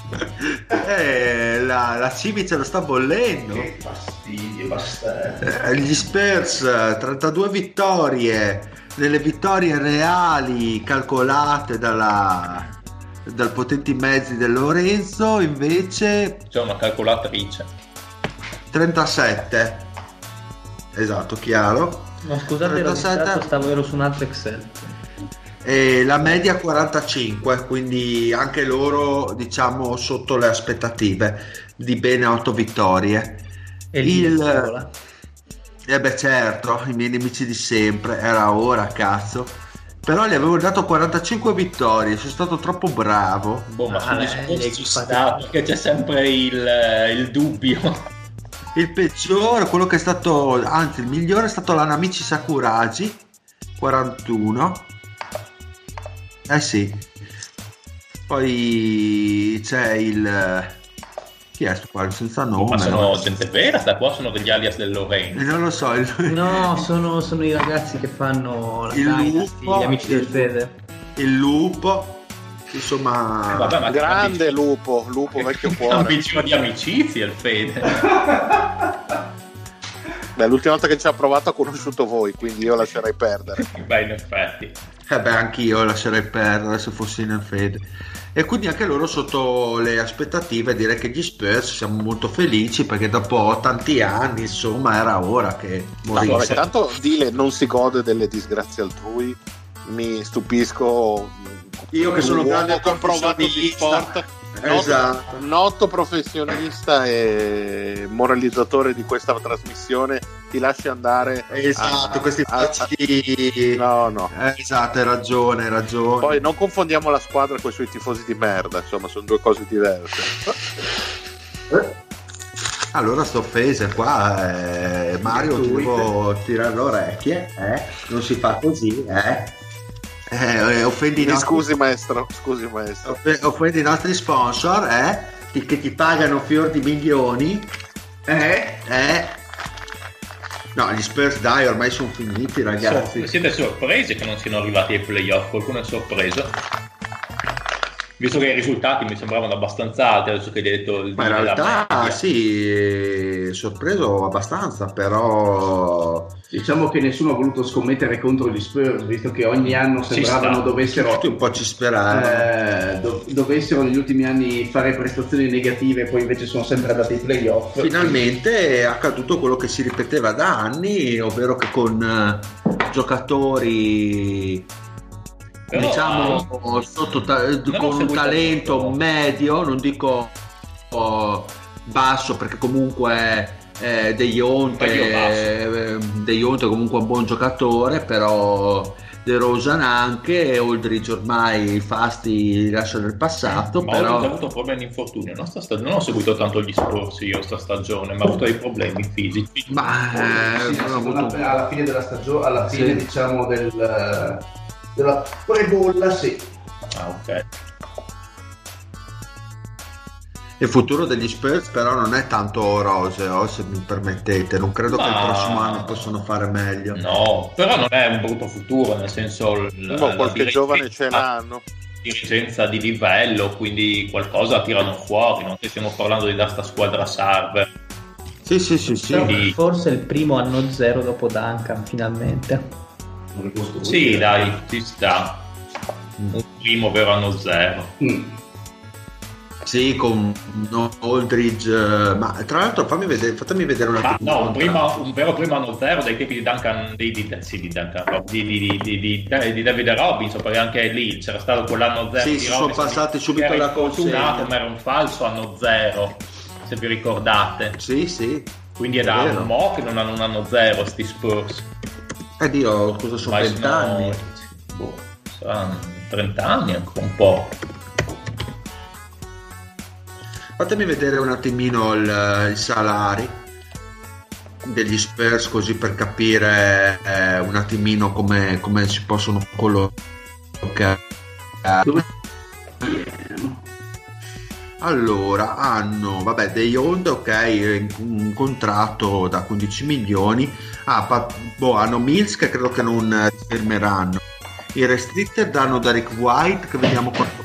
La Civic lo sta bollendo. Che fastidio, bastardo. Gli Spurs 32 vittorie, nelle vittorie reali calcolate dal potenti mezzi del Lorenzo invece c'è una calcolatrice. 37. Esatto, chiaro. No, scusate, 37. ero su un altro Excel. E la media 45, quindi anche loro diciamo sotto le aspettative di bene 8 vittorie. E certo, i miei nemici di sempre, era ora, cazzo. Però gli avevo dato 45 vittorie, sono stato troppo bravo. Ma sugli Spurs ci sta, perché c'è sempre il dubbio. Il peggiore, quello che è stato, anzi il migliore è stato l'Anamichi Sakuragi, 41. Sì. Poi c'è chi è sto qua senza nome? Ma sono gente vera, sta qua sono degli alias del Lorenzo. Non lo so. No, sono i ragazzi che fanno la Dynasty, gli amici del Fede. Il lupo, insomma. Vabbè, ma grande lupo vecchio cuore. Un vicino di amicizia il Fede. Beh, l'ultima volta che ci ha provato ha conosciuto voi, quindi io lascerei perdere. Beh, in effetti. Anch'io lascerei perdere se fossi nel Fede. E quindi anche loro sotto le aspettative, direi che gli Spurs siamo molto felici, perché dopo tanti anni insomma era ora che morisse. Allora, intanto Dile non si gode delle disgrazie altrui, mi stupisco. Io che sono grande comprovato di sport, esatto, noto professionista e moralizzatore di questa trasmissione, ti lasci andare. Esatto, questi facili. No. Esatto, hai ragione. Poi non confondiamo la squadra con i suoi tifosi di merda, insomma, sono due cose diverse. Allora sto offese qua, Mario, ti devo tirare le orecchie, non si fa così, offendi Scusi maestro. Offendi i nostri sponsor, che ti pagano fior di milioni, no, gli Spurs dai, ormai sono finiti, ragazzi. Siete sorpresi che non siano arrivati ai playoff? Qualcuno è sorpreso? visto che i risultati mi sembravano abbastanza alti adesso che hai detto il Ma in realtà sì, sorpreso abbastanza, però diciamo che nessuno ha voluto scommettere contro gli Spurs, visto che ogni anno sembravano dovessero tutti un po' ci speravano. Dovessero negli ultimi anni fare prestazioni negative e poi invece sono sempre andati ai playoff. Finalmente è accaduto quello che si ripeteva da anni, ovvero che con giocatori diciamo con un talento medio, non dico basso, perché comunque De Jonte comunque è un buon giocatore, però DeRozan anche, Aldridge ormai i fasti lascia nel passato, ma però ha avuto problemi di infortunio, non ho seguito tanto gli Spurs io sta stagione, ma ha avuto dei problemi fisici. Ma alla fine della stagione, alla fine diciamo della pre-bolla, sì. Ah, ok. Il futuro degli Spurs però non è tanto roseo, se mi permettete, non credo che il prossimo anno possano fare meglio. No, però non è un brutto futuro, nel senso qualche giovane ce l'hanno. Dirigenza di livello, quindi qualcosa tirano fuori, non che stiamo parlando di sta squadra server. Sì. Quindi... forse il primo anno zero dopo Duncan finalmente. Sì, dai, ci sta. Un primo vero anno zero. Sì, con Aldridge, ma tra l'altro fatemi vedere un attimo. No, un vero primo anno zero dai tempi di Duncan, di David Robinson, perché anche lì c'era stato quell'anno zero. Sì, si sono passati subito alla consegna. Ma era un falso anno zero, se vi ricordate. Sì. Quindi è da un mo' che non hanno un anno zero sti Spurs. Dio, scusa, sono 20 anni. Saranno 30 anni, ancora un po'. Fatemi vedere un attimino i salari degli Spurs, così per capire un attimino come si possono collocare. Allora, hanno De Jonte, ok, un contratto da 15 milioni. Hanno Mills, che credo che non firmeranno. I restricted hanno Derek White, che vediamo qua.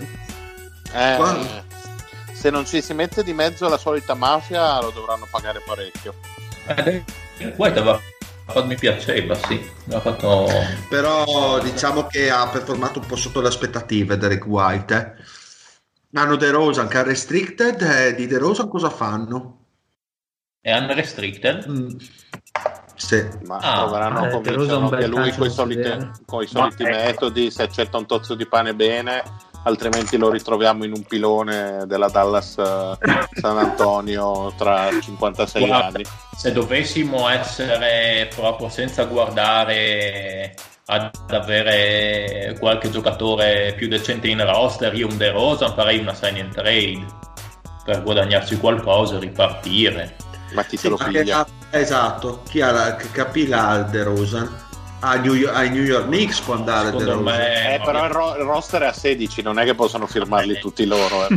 Se non ci si mette di mezzo la solita mafia lo dovranno pagare parecchio. White mi piaceva, sì. Fatto... Però diciamo che ha performato un po' sotto le aspettative Derek White. Hanno DeRozan che è restricted, di DeRozan cosa fanno? È unrestricted? Sì. Ma dovranno convincere anche lui con i soliti metodi, se accetta un tozzo di pane bene, altrimenti lo ritroviamo in un pilone della Dallas San Antonio tra 56 anni. Se dovessimo essere proprio senza guardare ad avere qualche giocatore più decente in roster, io un DeRozan farei una sign and trade per guadagnarsi qualcosa e ripartire. Ma chi se lo piglia? Esatto, chi capirà DeRozan? Ai New York Knicks può andare secondo me, però il roster è a 16, non è che possono firmarli tutti loro.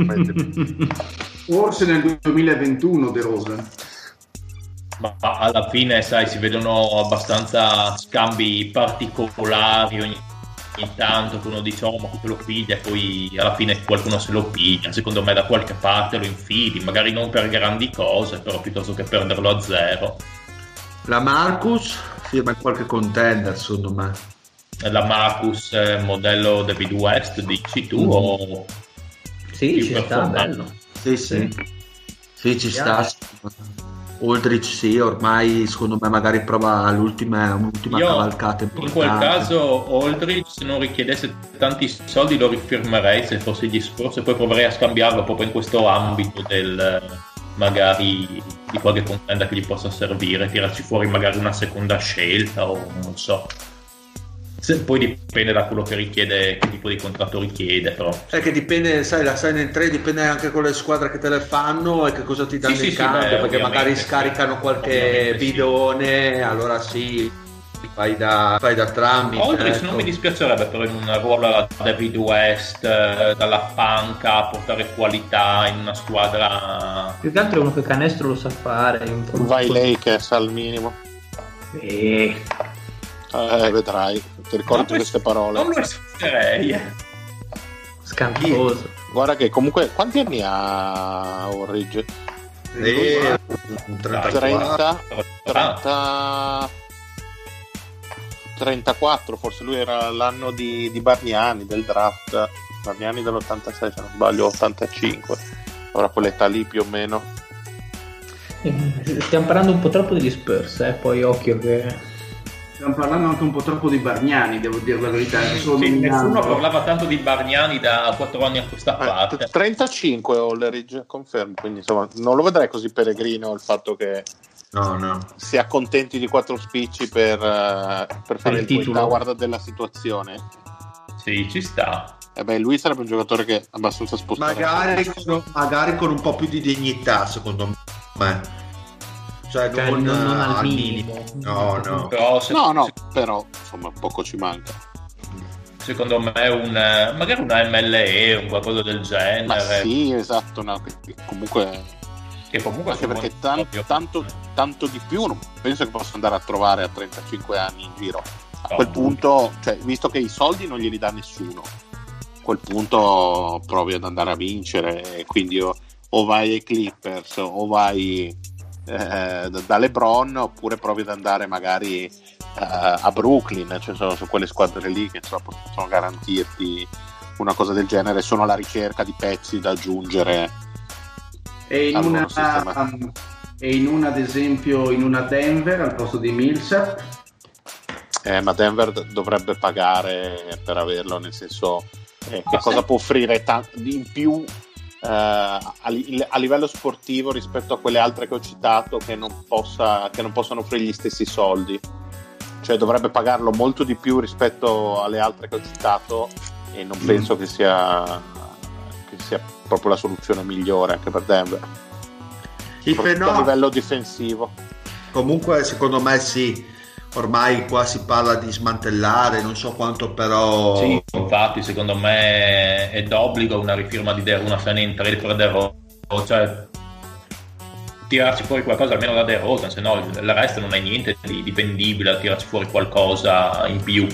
Forse nel 2021 DeRozan. Ma alla fine, sai, si vedono abbastanza scambi particolari ogni tanto, che uno dice ma chi lo piglia, e poi alla fine qualcuno se lo piglia. Secondo me da qualche parte lo infili, magari non per grandi cose, però piuttosto che perderlo a zero. La Marcus firma in qualche contender, secondo me. La Marcus modello David West, dici tu? O sì, ci sta, bello. Sì, ci sta. Aldridge sì, ormai secondo me magari prova l'ultima cavalcata importante. In quel caso Aldridge, se non richiedesse tanti soldi, lo rifirmerei se fossi gli Spurs, e poi proverei a scambiarlo proprio in questo ambito del magari di qualche contenda che gli possa servire, tirarci fuori magari una seconda scelta o non so. Poi dipende da quello che richiede, che tipo di contratto richiede, però. Che dipende, sai, la sign and trade dipende anche con le squadre che te le fanno e che cosa ti danno in cambio, perché magari scaricano qualche bidone, allora sì, fai da tramite. Aldridge non mi dispiacerebbe però in un ruolo alla David West, dalla panca, portare qualità in una squadra. Più che altro è uno che canestro lo sa fare. Vai Lakers al minimo. Vedrai, ti ricordi queste parole? Non lo esporterei. Scantoso. Guarda che comunque quanti anni ha Orridge? 34, forse lui era l'anno di Bargnani del draft. Bargnani dell'86, se non sbaglio, 85. Ora quell'età lì più o meno. Stiamo parlando un po' troppo degli Spurs, poi occhio che... Stiamo parlando anche un po' troppo di Bargnani, devo dire la verità. Nessuno parlava tanto di Bargnani da 4 anni a questa parte. 35 Holleridge, confermo, quindi insomma non lo vedrei così peregrino il fatto che si accontenti di 4 spicci per fare il titolo. Guarda della situazione. Sì, ci sta. Lui sarebbe un giocatore che è abbastanza spostato. Magari con un po' più di dignità, secondo me. Cioè non al minimo. No. Però insomma poco ci manca. Secondo me magari una MLE o qualcosa del genere. Ma sì, esatto, comunque anche perché tanto di più non penso che possa andare a trovare a 35 anni in giro. A quel punto, cioè, visto che i soldi non glieli dà nessuno, a quel punto provi ad andare a vincere, quindi o vai ai Clippers o vai da LeBron, oppure provi ad andare magari a Brooklyn, cioè sono quelle squadre lì che possono garantirti una cosa del genere, sono alla ricerca di pezzi da aggiungere in una ad esempio in una Denver al posto di Millsap. Ma Denver dovrebbe pagare per averlo, nel senso che cosa può offrire in più a livello sportivo rispetto a quelle altre che ho citato che non possono offrire gli stessi soldi, cioè dovrebbe pagarlo molto di più rispetto alle altre che ho citato, e non penso che sia proprio la soluzione migliore anche per Denver a livello difensivo. Comunque secondo me sì, ormai qua si parla di smantellare, non so quanto, però sì, infatti secondo me è d'obbligo una rifirma di una sign and trade per DeRozan, cioè tirarci fuori qualcosa almeno da DeRozan, se no il resto non è niente di vendibile, a tirarci fuori qualcosa in più.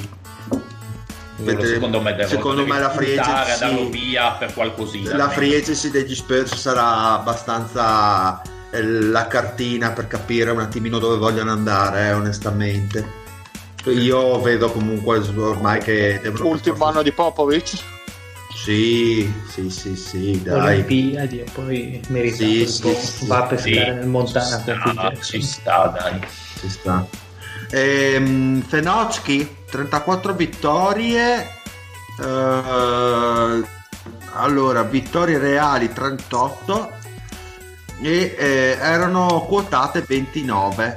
Secondo me la free agency, a darlo via per qualcosina. La free agency degli Spurs sarà abbastanza la cartina per capire un attimino dove vogliono andare, onestamente. Io vedo comunque ormai che ultimo anno di Popovic. Sì, dai. Olimpiadi e poi meritato va a pescare nel Montana. Ci sta. Fenocchi 34 vittorie, allora vittorie reali 38 e erano quotate 29.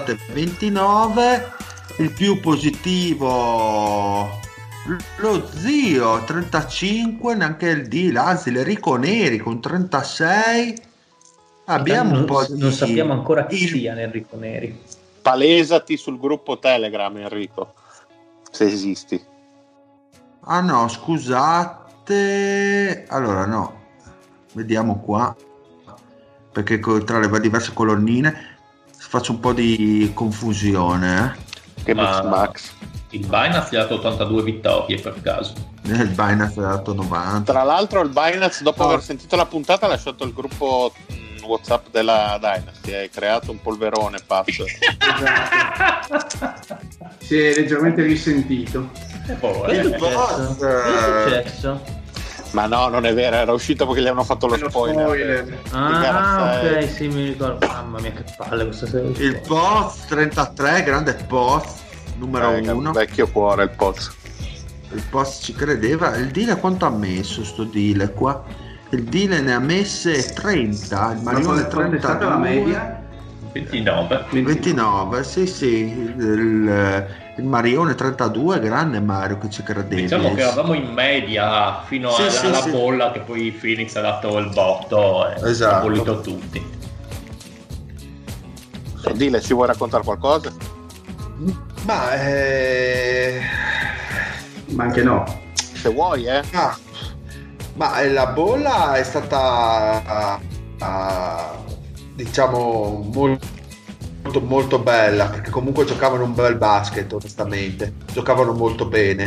Il più positivo lo zio 35, neanche il deal, anzi l'Enrico Neri con 36. Abbiamo un po' non sappiamo ancora chi sia l'Enrico Neri. Palesati sul gruppo Telegram, Enrico, se esisti. Ah no, scusate, allora no, vediamo qua, perché tra le diverse colonnine faccio un po' di confusione. Che Max. Il Binance gli ha dato 82 vittorie per caso. Il Binance ha dato 90. Tra l'altro il Binance, dopo aver sentito la puntata, ha lasciato il gruppo WhatsApp della Dynasty, hai creato un polverone pazzo. Si è leggermente risentito. Il boss è successo? Ma no, non è vero, era uscito perché gli hanno fatto lo spoiler. Ok, sì, mi ricordo. Mamma mia, che palle questa serie. Il boss 33, grande boss numero 1. Vecchio cuore il boss. Il boss ci credeva. Il deal quanto ha messo sto deal qua? Il deal ne ha messe 30, il Marione 32, la media 29, sì, il Marione 32, grande Mario che ci credeva. Diciamo che eravamo in media fino alla bolla che poi Phoenix ha dato il botto e ha bollito tutti. Dile, ci vuoi raccontare qualcosa? Ma anche no, se vuoi ma la bolla è stata diciamo molto bella, perché comunque giocavano un bel basket, onestamente giocavano molto bene.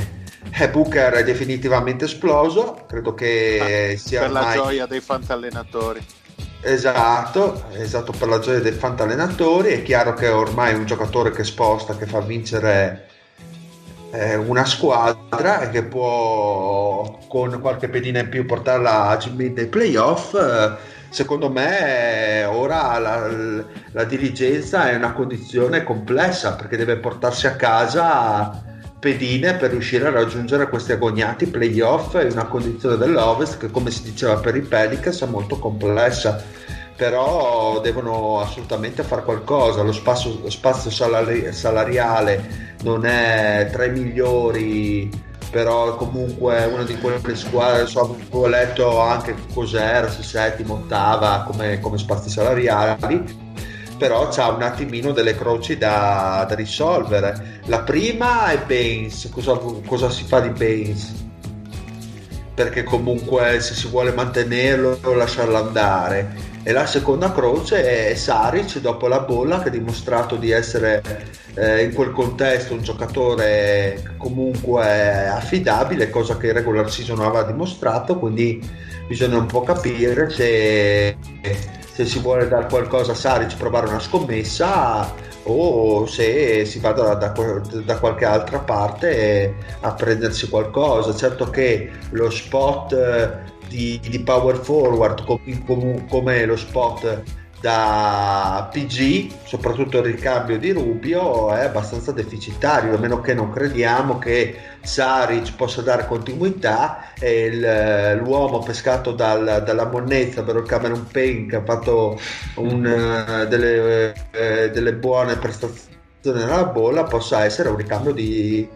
Booker è definitivamente esploso, credo che sia per ormai... la gioia dei fantallenatori. Esatto, per la gioia dei fantallenatori. È chiaro che ormai è un giocatore che sposta, che fa vincere una squadra e che può con qualche pedina in più portarla a Jimmy nei playoff. Secondo me ora la dirigenza è una condizione complessa, perché deve portarsi a casa pedine per riuscire a raggiungere questi agognati playoff in una condizione dell'Ovest che, come si diceva per i Pelicans, è molto complessa. Però devono assolutamente fare qualcosa. Lo spazio salariale non è tra i migliori, però comunque è una di quelle squadre, ho letto anche cos'era, settima, ottava come spazi salariali, però c'ha un attimino delle croci da risolvere. La prima è Baines. Cosa si fa di Baines? Perché comunque se si vuole mantenerlo o lasciarlo andare. E la seconda croce è Saric, dopo la bolla, che ha dimostrato di essere in quel contesto un giocatore comunque affidabile, cosa che in regular season aveva dimostrato. Quindi bisogna un po' capire se si vuole dare qualcosa a Saric, provare una scommessa, o se si va da qualche altra parte a prendersi qualcosa. Certo che lo spot di power forward come lo spot da PG, soprattutto il ricambio di Rubio, è abbastanza deficitario, a meno che non crediamo che Saric possa dare continuità e l'uomo pescato dalla monnezza, ovvero il Cameron Payne, che ha fatto delle buone prestazioni nella bolla, possa essere un ricambio di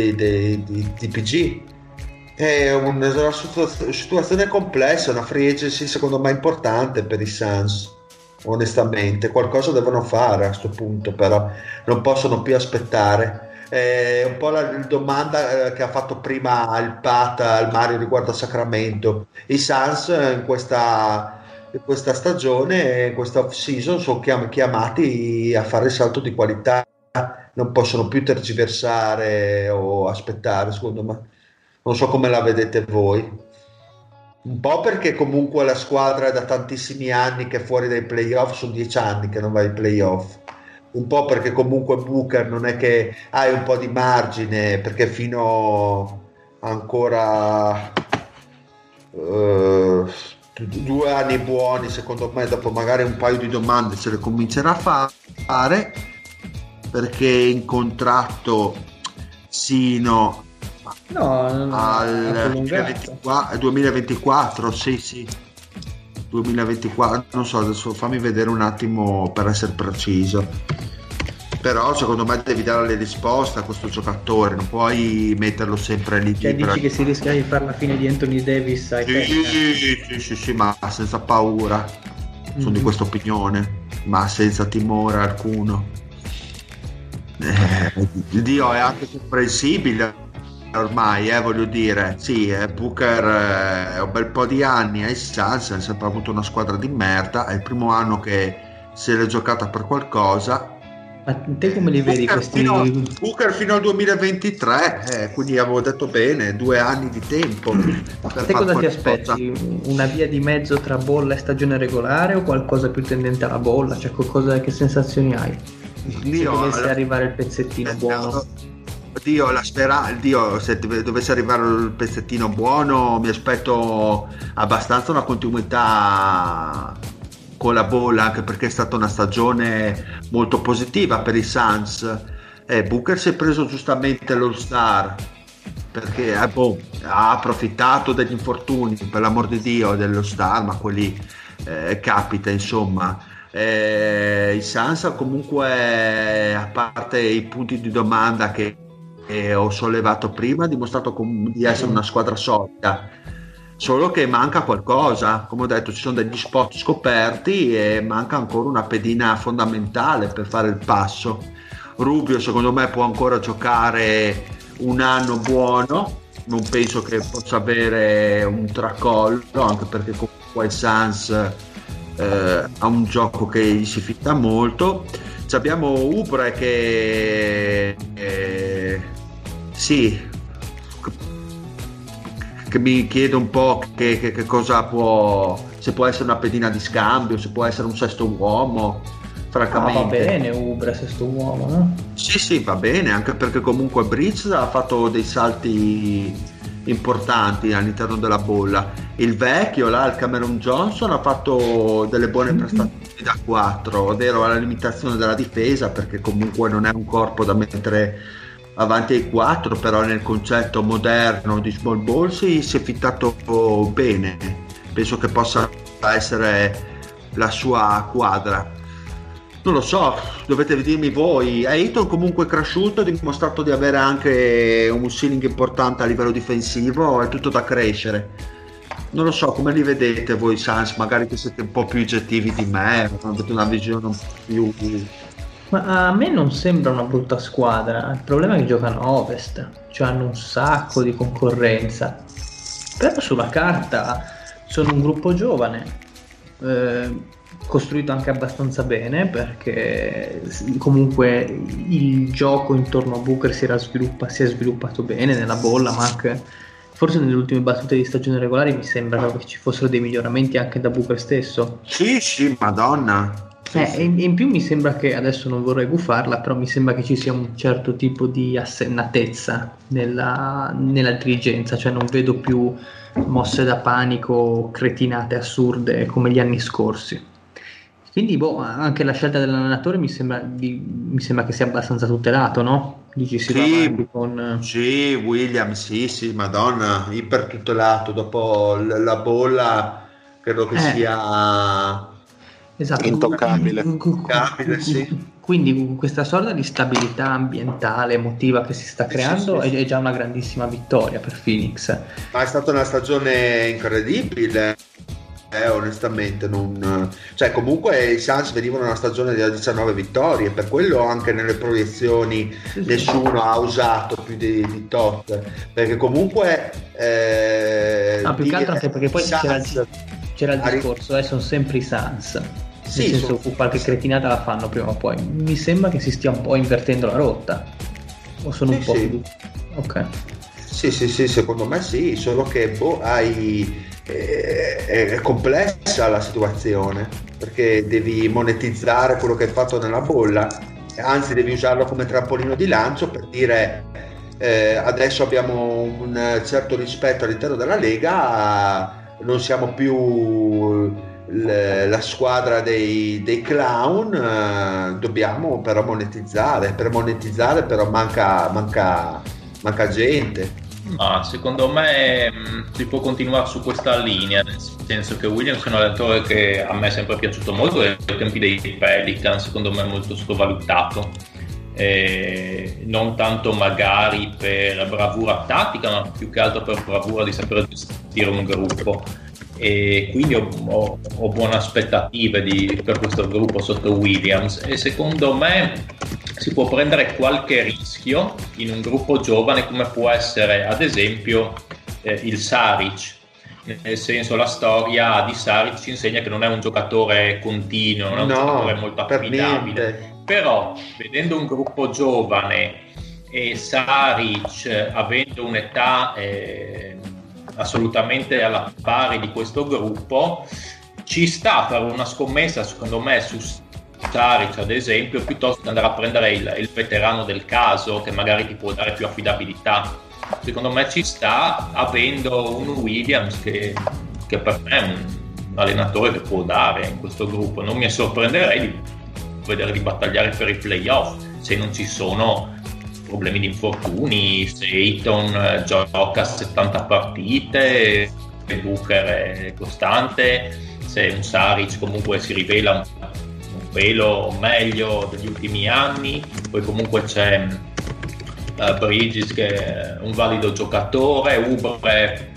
PG. È una situazione complessa, una free agency secondo me importante per i Suns. Onestamente qualcosa devono fare a questo punto, però non possono più aspettare. Un po' la domanda che ha fatto prima il Pat al Mario riguardo a Sacramento. I Suns in questa stagione, in questa off season, sono chiamati a fare il salto di qualità, non possono più tergiversare o aspettare, secondo me. Non so come la vedete voi. Un po' perché comunque la squadra è da tantissimi anni che è fuori dai playoff, sono 10 anni che non va ai playoff. Un po' perché comunque Booker non è che hai un po' di margine, perché fino ancora 2 anni buoni, secondo me, dopo magari un paio di domande se le comincerà a fare, perché in contratto sino al 2024, sì, 2024, non so, adesso fammi vedere un attimo per essere preciso, però secondo me devi dare le risposte a questo giocatore, non puoi metterlo sempre lì. Cioè dici che si rischia di fare la fine di Anthony Davis sì, ma senza paura, sono di questa opinione, ma senza timore alcuno. Dio, è anche comprensibile ormai, voglio dire, sì, Booker è un bel po' di anni ai Suns, ha sempre avuto una squadra di merda, è il primo anno che se l'è giocata per qualcosa. Ma te come li vedi questi? Booker fino al 2023, quindi avevo detto bene, 2 anni di tempo. Te cosa ti aspetti? Una via di mezzo tra bolla e stagione regolare, o qualcosa più tendente alla bolla? Cioè che sensazioni hai? Se dovesse arrivare il pezzettino buono. Se dovesse arrivare il pezzettino buono, mi aspetto abbastanza una continuità con la bolla, anche perché è stata una stagione molto positiva per i Suns. Booker si è preso giustamente l'All-Star perché ha approfittato degli infortuni, per l'amor di Dio, dell'All-Star, ma quelli capita, insomma. I Suns comunque, a parte i punti di domanda che ho sollevato prima, ha dimostrato di essere una squadra solida, solo che manca qualcosa. Come ho detto, ci sono degli spot scoperti e manca ancora una pedina fondamentale per fare il passo. Rubio secondo me può ancora giocare un anno buono, non penso che possa avere un tracollo, anche perché comunque il Suns ha un gioco che gli si fitta molto. Abbiamo Oubre che sì, che mi chiedo un po' che cosa se può essere una pedina di scambio, se può essere un sesto uomo, francamente. Va bene Oubre, sesto uomo, no? Sì, va bene, anche perché comunque Bridges ha fatto dei salti importanti all'interno della bolla. Il vecchio, il Cameron Johnson, ha fatto delle buone prestazioni da 4, vero, alla limitazione della difesa, perché comunque non è un corpo da mettere avanti ai 4, però nel concetto moderno di small ball si è fittato bene. Penso che possa essere la sua quadra. Non lo so, dovete dirmi voi. Ayton comunque è cresciuto, ha dimostrato di avere anche un ceiling importante a livello difensivo, è tutto da crescere. Non lo so, come li vedete voi Suns? Magari che siete un po' più oggettivi di me, avete una visione un po' più... Ma a me non sembra una brutta squadra, il problema è che giocano a Ovest, cioè hanno un sacco di concorrenza, però sulla carta sono un gruppo giovane, costruito anche abbastanza bene, perché comunque il gioco intorno a Booker si è sviluppato bene nella bolla, ma anche forse nelle ultime battute di stagione regolare mi sembra che ci fossero dei miglioramenti anche da Booker stesso. Sì, madonna. In più mi sembra che, adesso non vorrei gufarla, però mi sembra che ci sia un certo tipo di assennatezza nella dirigenza, cioè non vedo più mosse da panico, cretinate assurde come gli anni scorsi. Quindi anche la scelta dell'allenatore mi sembra che sia abbastanza tutelato, no? Dici si va avanti con... Sì, William, sì, madonna, iper tutelato dopo la bolla, credo che sia... Esatto. Intoccabile. Sì. Quindi con questa sorta di stabilità ambientale, emotiva che si sta creando, sì. È già una grandissima vittoria per Phoenix. Ma è stata una stagione incredibile, onestamente. Cioè, comunque i Suns venivano una stagione di 19 vittorie, per quello anche nelle proiezioni nessuno ha usato più di tot, perché comunque più che altro anche perché poi c'era il discorso, sono sempre i Suns. Nel senso, qualche cretinata la fanno prima o poi. Mi sembra che si stia un po' invertendo la rotta. O sono un po' più... Ok. Sì, secondo me sì, solo che è complessa la situazione, perché devi monetizzare quello che hai fatto nella bolla, anzi devi usarlo come trampolino di lancio per dire adesso abbiamo un certo rispetto all'interno della Lega, non siamo più la squadra dei clown, dobbiamo però monetizzare, però manca gente. Ma secondo me si può continuare su questa linea, nel senso che Williams è un allenatore che a me è sempre piaciuto molto, ai tempi dei Pelicans, secondo me è molto sottovalutato, non tanto magari per bravura tattica, ma più che altro per bravura di saper gestire un gruppo, e quindi ho buone aspettative per questo gruppo sotto Williams, e secondo me si può prendere qualche rischio in un gruppo giovane come può essere ad esempio il Saric, nel senso la storia di Saric ci insegna che non è un giocatore continuo, non è un giocatore molto affidabile, però vedendo un gruppo giovane e Saric avendo un'età assolutamente alla pari di questo gruppo, ci sta a fare una scommessa secondo me su Saric ad esempio, piuttosto che andare a prendere il veterano del caso che magari ti può dare più affidabilità. Secondo me ci sta, avendo un Williams che per me è un allenatore che può dare in questo gruppo. Non mi sorprenderei di vedere di battagliare per i playoff se non ci sono problemi di infortuni, se Ayton gioca 70 partite, se Booker è costante, se un Saric comunque si rivela un pelo meglio degli ultimi anni, poi comunque c'è Bridges che è un valido giocatore, Oubre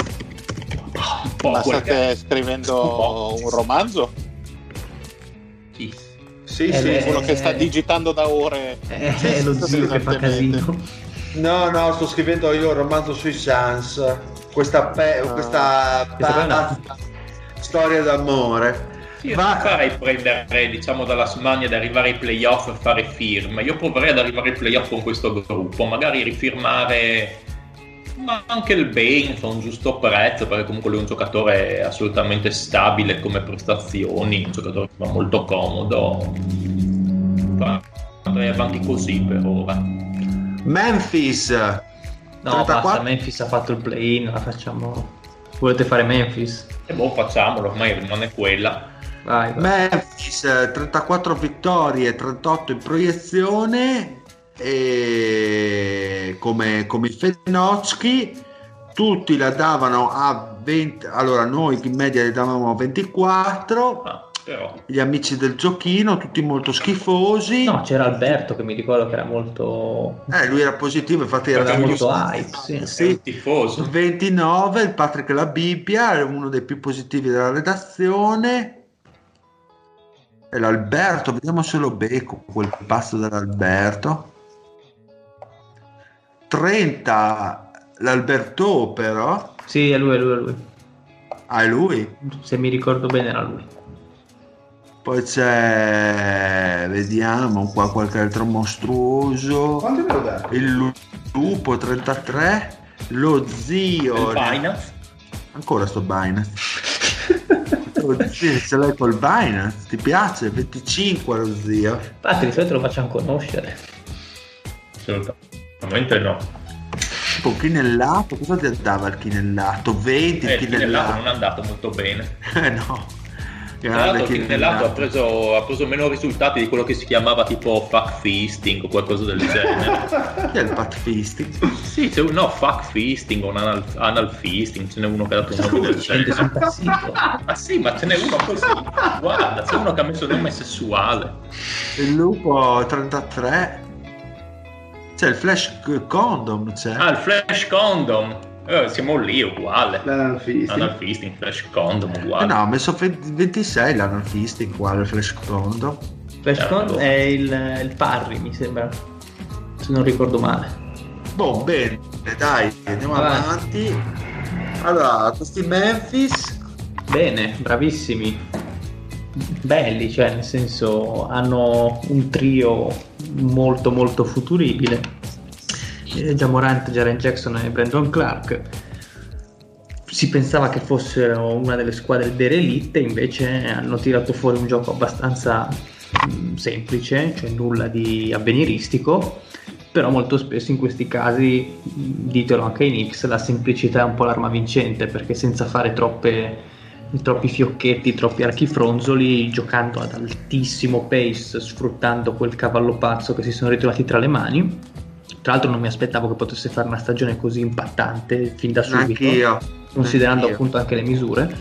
ma state scrivendo un romanzo? Sì, uno che sta digitando da ore. È lo zio che fa casino. No, sto scrivendo io il romanzo sui Suns, questa storia d'amore. Io non farei prendere, diciamo, dalla smania di arrivare ai playoff e fare firme. Io proverei ad arrivare ai playoff con questo gruppo, magari rifirmare Ma anche il Bane fa un giusto prezzo, perché comunque lui è un giocatore assolutamente stabile come prestazioni, un giocatore che va molto comodo. Andrei avanti così per ora. Memphis. No, 34. basta, Memphis ha fatto il play-in, la facciamo. Volete fare Memphis? E facciamolo, ormai non è quella. Vai. Memphis 34 vittorie, 38 in proiezione, e come i Fenocchi tutti la davano a 20. Allora noi in media le davamo a 24, però. Gli amici del giochino tutti molto schifosi. No, c'era Alberto che mi ricordo che era molto Lui era positivo, infatti era molto hype, sì. Un tifoso. 29 il Patrick La Bibbia è uno dei più positivi della redazione. E l'Alberto, vediamo se lo becco quel passo dell'Alberto. 30 l'Alberto, però. Sì, è lui. Ah, è lui? Se mi ricordo bene era lui. Poi c'è, vediamo qua qualche altro mostruoso. Quanto me lo dà? Il lupo 33, lo zio Il Binance. ancora sto Binance. Ce l'hai col Binance, ti piace? 25 lo zio. Infatti di solito lo facciamo conoscere. Assolutamente no. Un chinellato, cosa ti dava il chinellato? 20 Il chinellato non è andato molto bene. No. Tra l'altro il chinellato ha preso meno risultati di quello che si chiamava tipo fuck feasting o qualcosa del genere. Che è il pat feasting? Sì, c'è fuck feasting o un anal feasting, ce n'è uno che ha dato un nome del genere. Ma sì, ma ce n'è uno così. Guarda, c'è uno che ha messo il nome sessuale. Il lupo 33. C'è il flash condom, c'è. Ah, il flash condom. Siamo lì, uguale. L'anal Fisting, flash condom, uguale. No, ho messo 26 l'anal fisting qua, il flash condom. Flash condom è il Parry, mi sembra, se non ricordo male. Bene, dai, andiamo avanti. Allora, questi Memphis. Bene, bravissimi. Belli, cioè nel senso hanno un trio molto molto futuribile. Ja Morant, Jaren Jackson e Brandon Clark. Si pensava che fossero una delle squadre derelitte, invece hanno tirato fuori un gioco abbastanza semplice, cioè nulla di avveniristico, però molto spesso in questi casi, ditelo anche ai Knicks, la semplicità è un po' l'arma vincente, perché senza fare troppi fiocchetti, troppi archifronzoli, giocando ad altissimo pace, sfruttando quel cavallo pazzo che si sono ritrovati tra le mani. Tra l'altro non mi aspettavo che potesse fare una stagione così impattante fin da subito, considerando appunto anche le misure,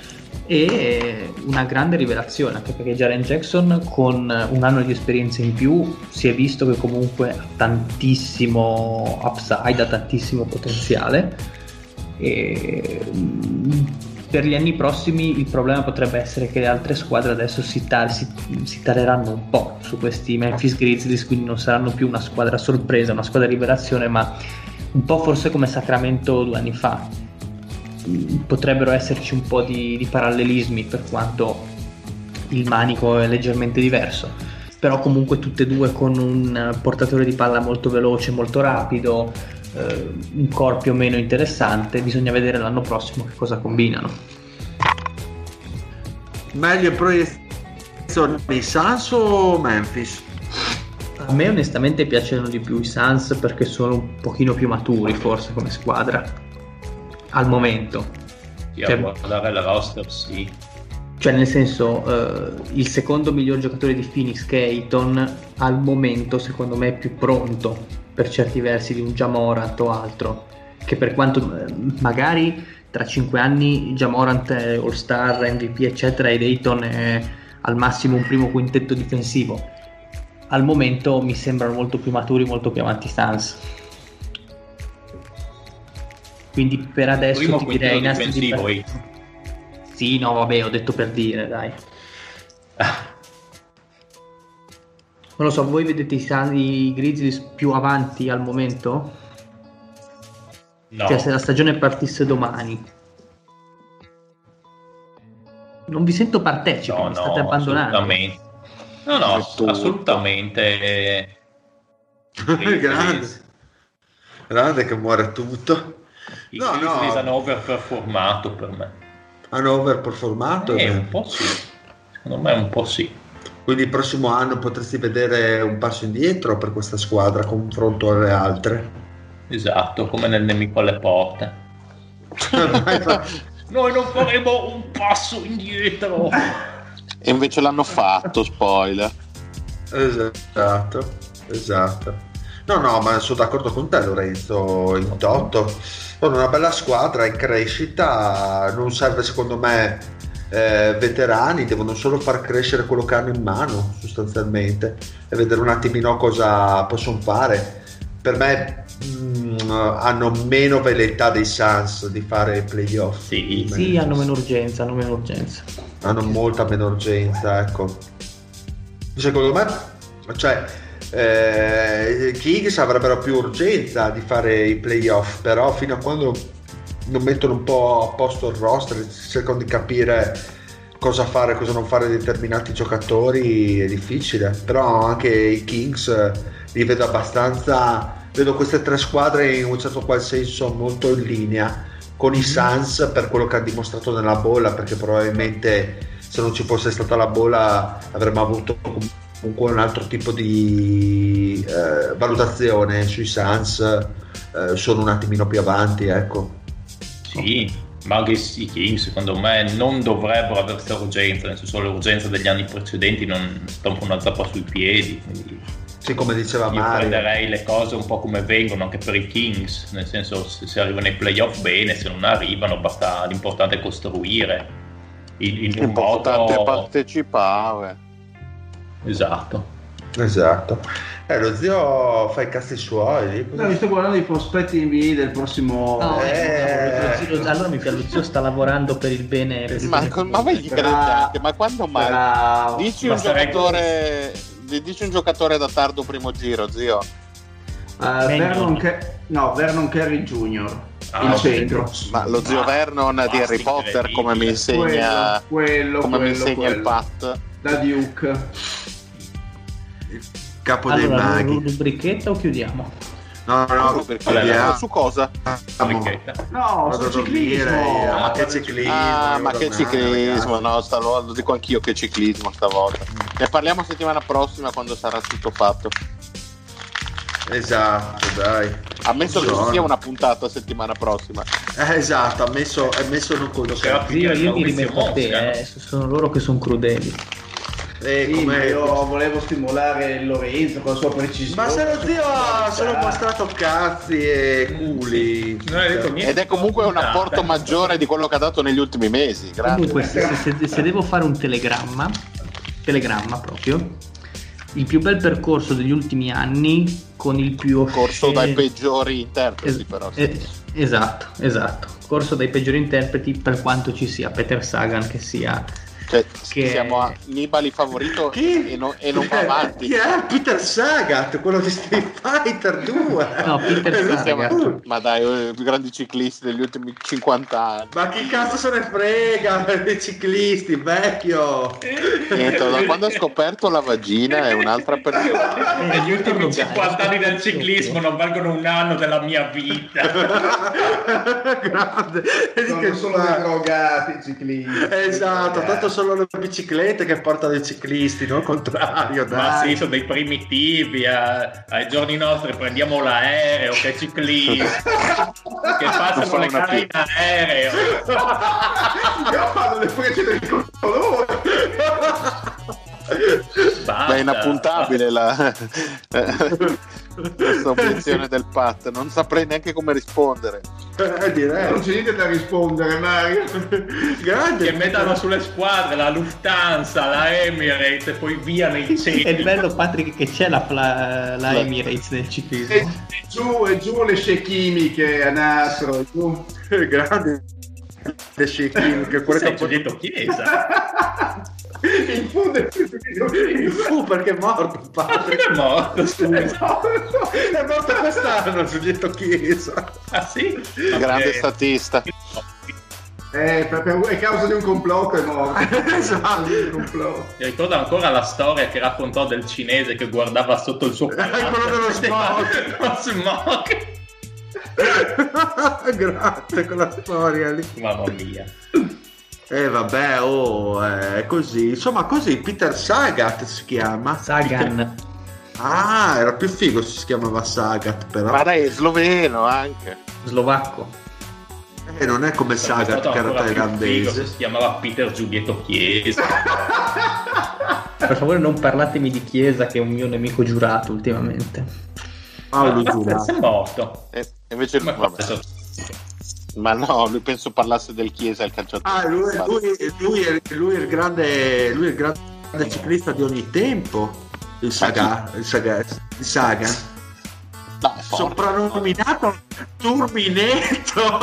e una grande rivelazione, anche perché Jaren Jackson con un anno di esperienza in più si è visto che comunque ha tantissimo upside, ha tantissimo potenziale, e per gli anni prossimi il problema potrebbe essere che le altre squadre adesso si tareranno un po' su questi Memphis Grizzlies, quindi non saranno più una squadra sorpresa, una squadra rivelazione, ma un po' forse come Sacramento 2 anni fa. Potrebbero esserci un po' di parallelismi, per quanto il manico è leggermente diverso, però comunque tutte e due con un portatore di palla molto veloce, molto rapido, un core più o meno interessante. Bisogna vedere l'anno prossimo che cosa combinano. Meglio in proiezione i Suns o Memphis? A me onestamente piacciono di più i Suns perché sono un pochino più maturi forse come squadra al momento. A guardare la roster, sì. Cioè nel senso, il secondo miglior giocatore di Phoenix, che è Ayton, al momento secondo me è più pronto per certi versi di un Ja Morant o altro, che per quanto magari tra 5 anni Ja Morant è All Star, MVP eccetera, ed Ayton è al massimo un primo quintetto difensivo, al momento mi sembrano molto più maturi, molto più avanti Suns. Quindi per adesso primo ti direi difensivo. Sì, no, vabbè, ho detto per dire, dai. Non lo so, voi vedete i Grizzlies più avanti al momento? No. Cioè, se la stagione partisse domani. Non vi sento partecipi, mi state abbandonando. Assolutamente. No, assolutamente. Grande che muore tutto. I Grizzlies hanno overperformato per me. Hanno overperformato? Un po' sì, secondo me un po' sì. Quindi il prossimo anno potresti vedere un passo indietro per questa squadra confronto alle altre. Esatto, come nel nemico alle porte. Noi non faremo un passo indietro. E invece l'hanno fatto, spoiler. Esatto. No, ma sono d'accordo con te, Lorenzo. In toto sono una bella squadra in crescita, non serve secondo me veterani, devono solo far crescere quello che hanno in mano sostanzialmente e vedere un attimino cosa possono fare. Per me hanno meno velleità dei Suns di fare i playoff. Sì, hanno meno urgenza. Hanno molta meno urgenza, ecco. Secondo me, cioè, Kings avrebbero più urgenza di fare i playoff, però fino a quando non mettono un po' a posto il roster, cercano di capire cosa fare, cosa non fare determinati giocatori, è difficile. Però anche i Kings li vedo abbastanza, vedo queste tre squadre in un certo qual senso molto in linea con i Suns per quello che ha dimostrato nella bolla, perché probabilmente se non ci fosse stata la bolla avremmo avuto comunque un altro tipo di valutazione sui Suns. Sono un attimino più avanti, ecco. Sì, ma anche i Kings secondo me non dovrebbero avere questa urgenza, nel senso l'urgenza degli anni precedenti non stampano una zappa sui piedi, quindi sì, come diceva io Mario, prenderei le cose un po' come vengono anche per i Kings, nel senso se arrivano ai playoff bene, se non arrivano basta, l'importante è costruire l'importante è partecipare. Esatto. Lo zio fa i cazzi suoi. No, mi sto guardando i prospetti NBA del prossimo. Allora mi piace, lo zio sta lavorando per il bene. Ma voi gli credete anche? Ma quando mai? Dici un giocatore da tardo primo giro, zio. Vernon Carey Jr. il centro. Ma lo zio Vernon di Harry Potter, come mi insegna il Pat da Duke. Capo dei maghi. Rubrichetta o chiudiamo? No, su cosa? No, sul ciclismo. Ma che ciclismo? Ma che ciclismo? No, lo dico anch'io che ciclismo stavolta. Ne parliamo settimana prossima quando sarà tutto fatto. Esatto, dai. Ammesso che ci sia una puntata settimana prossima. Esatto, ammesso non conto. Io mi rimetto a te, sono loro che sono crudeli. Io volevo stimolare Lorenzo con la sua precisione. Ma se lo zio ha solo mostrato cazzi e culi. Ed è comunque un apporto maggiore di quello che ha dato negli ultimi mesi. Grazie. Comunque se devo fare un telegramma proprio, il più bel percorso degli ultimi anni con il più corso dai peggiori interpreti, però esatto, corso dai peggiori interpreti, per quanto ci sia Peter Sagan che sia siamo a Nibali favorito e non va avanti. Chi è? Peter Sagat, quello di Street Fighter 2. No, Peter Sagat. Ma dai, grandi ciclisti degli ultimi 50 anni. Ma chi cazzo se ne frega dei ciclisti, vecchio? Niente, da quando ho scoperto la vagina è un'altra persona. Negli ultimi 50 anni del ciclismo non valgono un anno della mia vita. Grande. Sono solo dei drogati i ciclisti. Esatto, tanto sono le biciclette che portano i ciclisti, non il contrario, dai. Ma sì, sono dei primitivi. Ai giorni nostri prendiamo l'aereo, che ciclisti che passano le gare in aereo. Io fanno le frecce del colore. Ma è inappuntabile questa obiezione del Pat, non saprei neanche come rispondere. Direi. Non c'è niente da rispondere, Mario. Grande. Che mettano sulle squadre la Lufthansa, la Emirates e poi via nei cieli. È il bello, Patrick, che c'è la Emirates nel ciclismo. E giù le scie chimiche a nastro, giù. Grande. Le scie chimiche, quello che ho detto Chiesa. Il fu perché è morto, padre. È morto, scusa. È morto quest'anno, soggetto Chiesa. Ah sì? Grande statista. È causa di un complotto, è morto. Esatto, un complotto. Mi ricordo ancora la storia che raccontò del cinese che guardava sotto il suo palazzo. Quello dello smog. Lo smog. Grazie con la storia lì. Mamma mia. Vabbè, è così. Insomma, così Peter Sagat si chiama. Sagan. Ah, era più figo se si chiamava Sagat, però. Ma dai, è sloveno anche. Slovacco. Non è come Sagat che era thailandese. Si chiamava Peter Giulietto Chiesa. Per favore non parlatemi di Chiesa, che è un mio nemico giurato ultimamente. Paolo Giurato è morto. Invece vabbè. Ma no, lui penso parlasse del Chiesa, il calciatore. Lui è il grande ciclista di ogni tempo. Il Sagan. No, è forte, soprannominato Turbinetto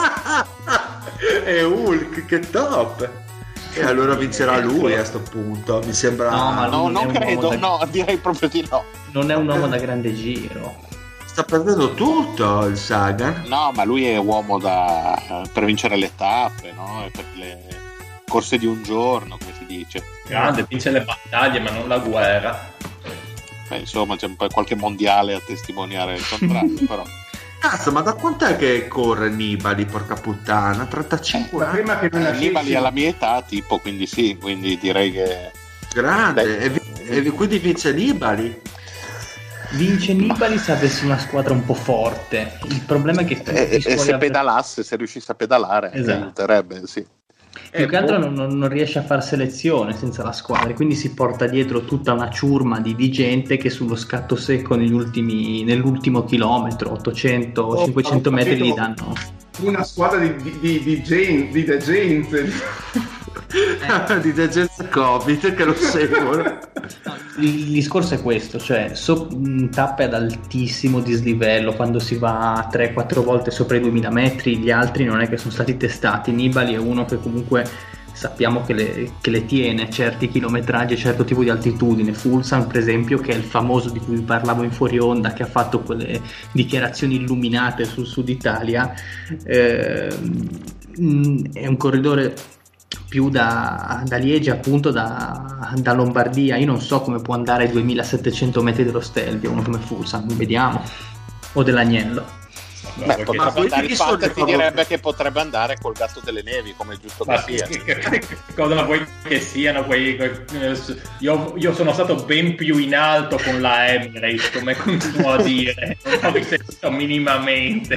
e Hulk, che top. E allora vincerà lui a sto punto, mi sembra. No, ma non credo, direi proprio di no. Non è un uomo da grande giro. Sta perdendo tutto il Sagan. No, ma lui è uomo per vincere le tappe, no? Per le corse di un giorno, come si dice. Grande, vince le battaglie, ma non la guerra. Insomma, c'è un po' qualche mondiale a testimoniare il contrario, però. Cazzo, ma da quant'è che corre Nibali, porca puttana? 35 anni? Prima che non Nibali alla mia età, tipo, quindi sì, quindi direi che... Grande, e quindi vince Nibali? Vince Nibali se avesse una squadra un po' forte. Il problema è che se pedalasse, se riuscisse a pedalare, aiuterebbe, sì. Più che altro non riesce a far selezione senza la squadra, quindi si porta dietro tutta una ciurma di gente che sullo scatto secco nell'ultimo chilometro, 800-500 metri gli danno una squadra di degenze di degenze Covid che lo seguono. Il discorso è questo, cioè tappe ad altissimo dislivello, quando si va 3-4 volte sopra i 2000 metri, gli altri non è che sono stati testati. Nibali è uno che comunque sappiamo che le tiene certi chilometraggi e certo tipo di altitudine. Fuglsang, per esempio, che è il famoso di cui parlavo in fuori onda, che ha fatto quelle dichiarazioni illuminate sul Sud Italia, è un corridore più da Liegi, appunto, da Lombardia. Io non so come può andare ai 2700 metri dello Stelvio uno come Fuglsang, vediamo, o dell'Agnello. Ma il fatto ti direbbe che potrebbe andare col gatto delle nevi, come è giusto che sia. Che cosa vuoi che siano io sono stato ben più in alto con la Emirates, come continuo a dire, non ho risentito minimamente.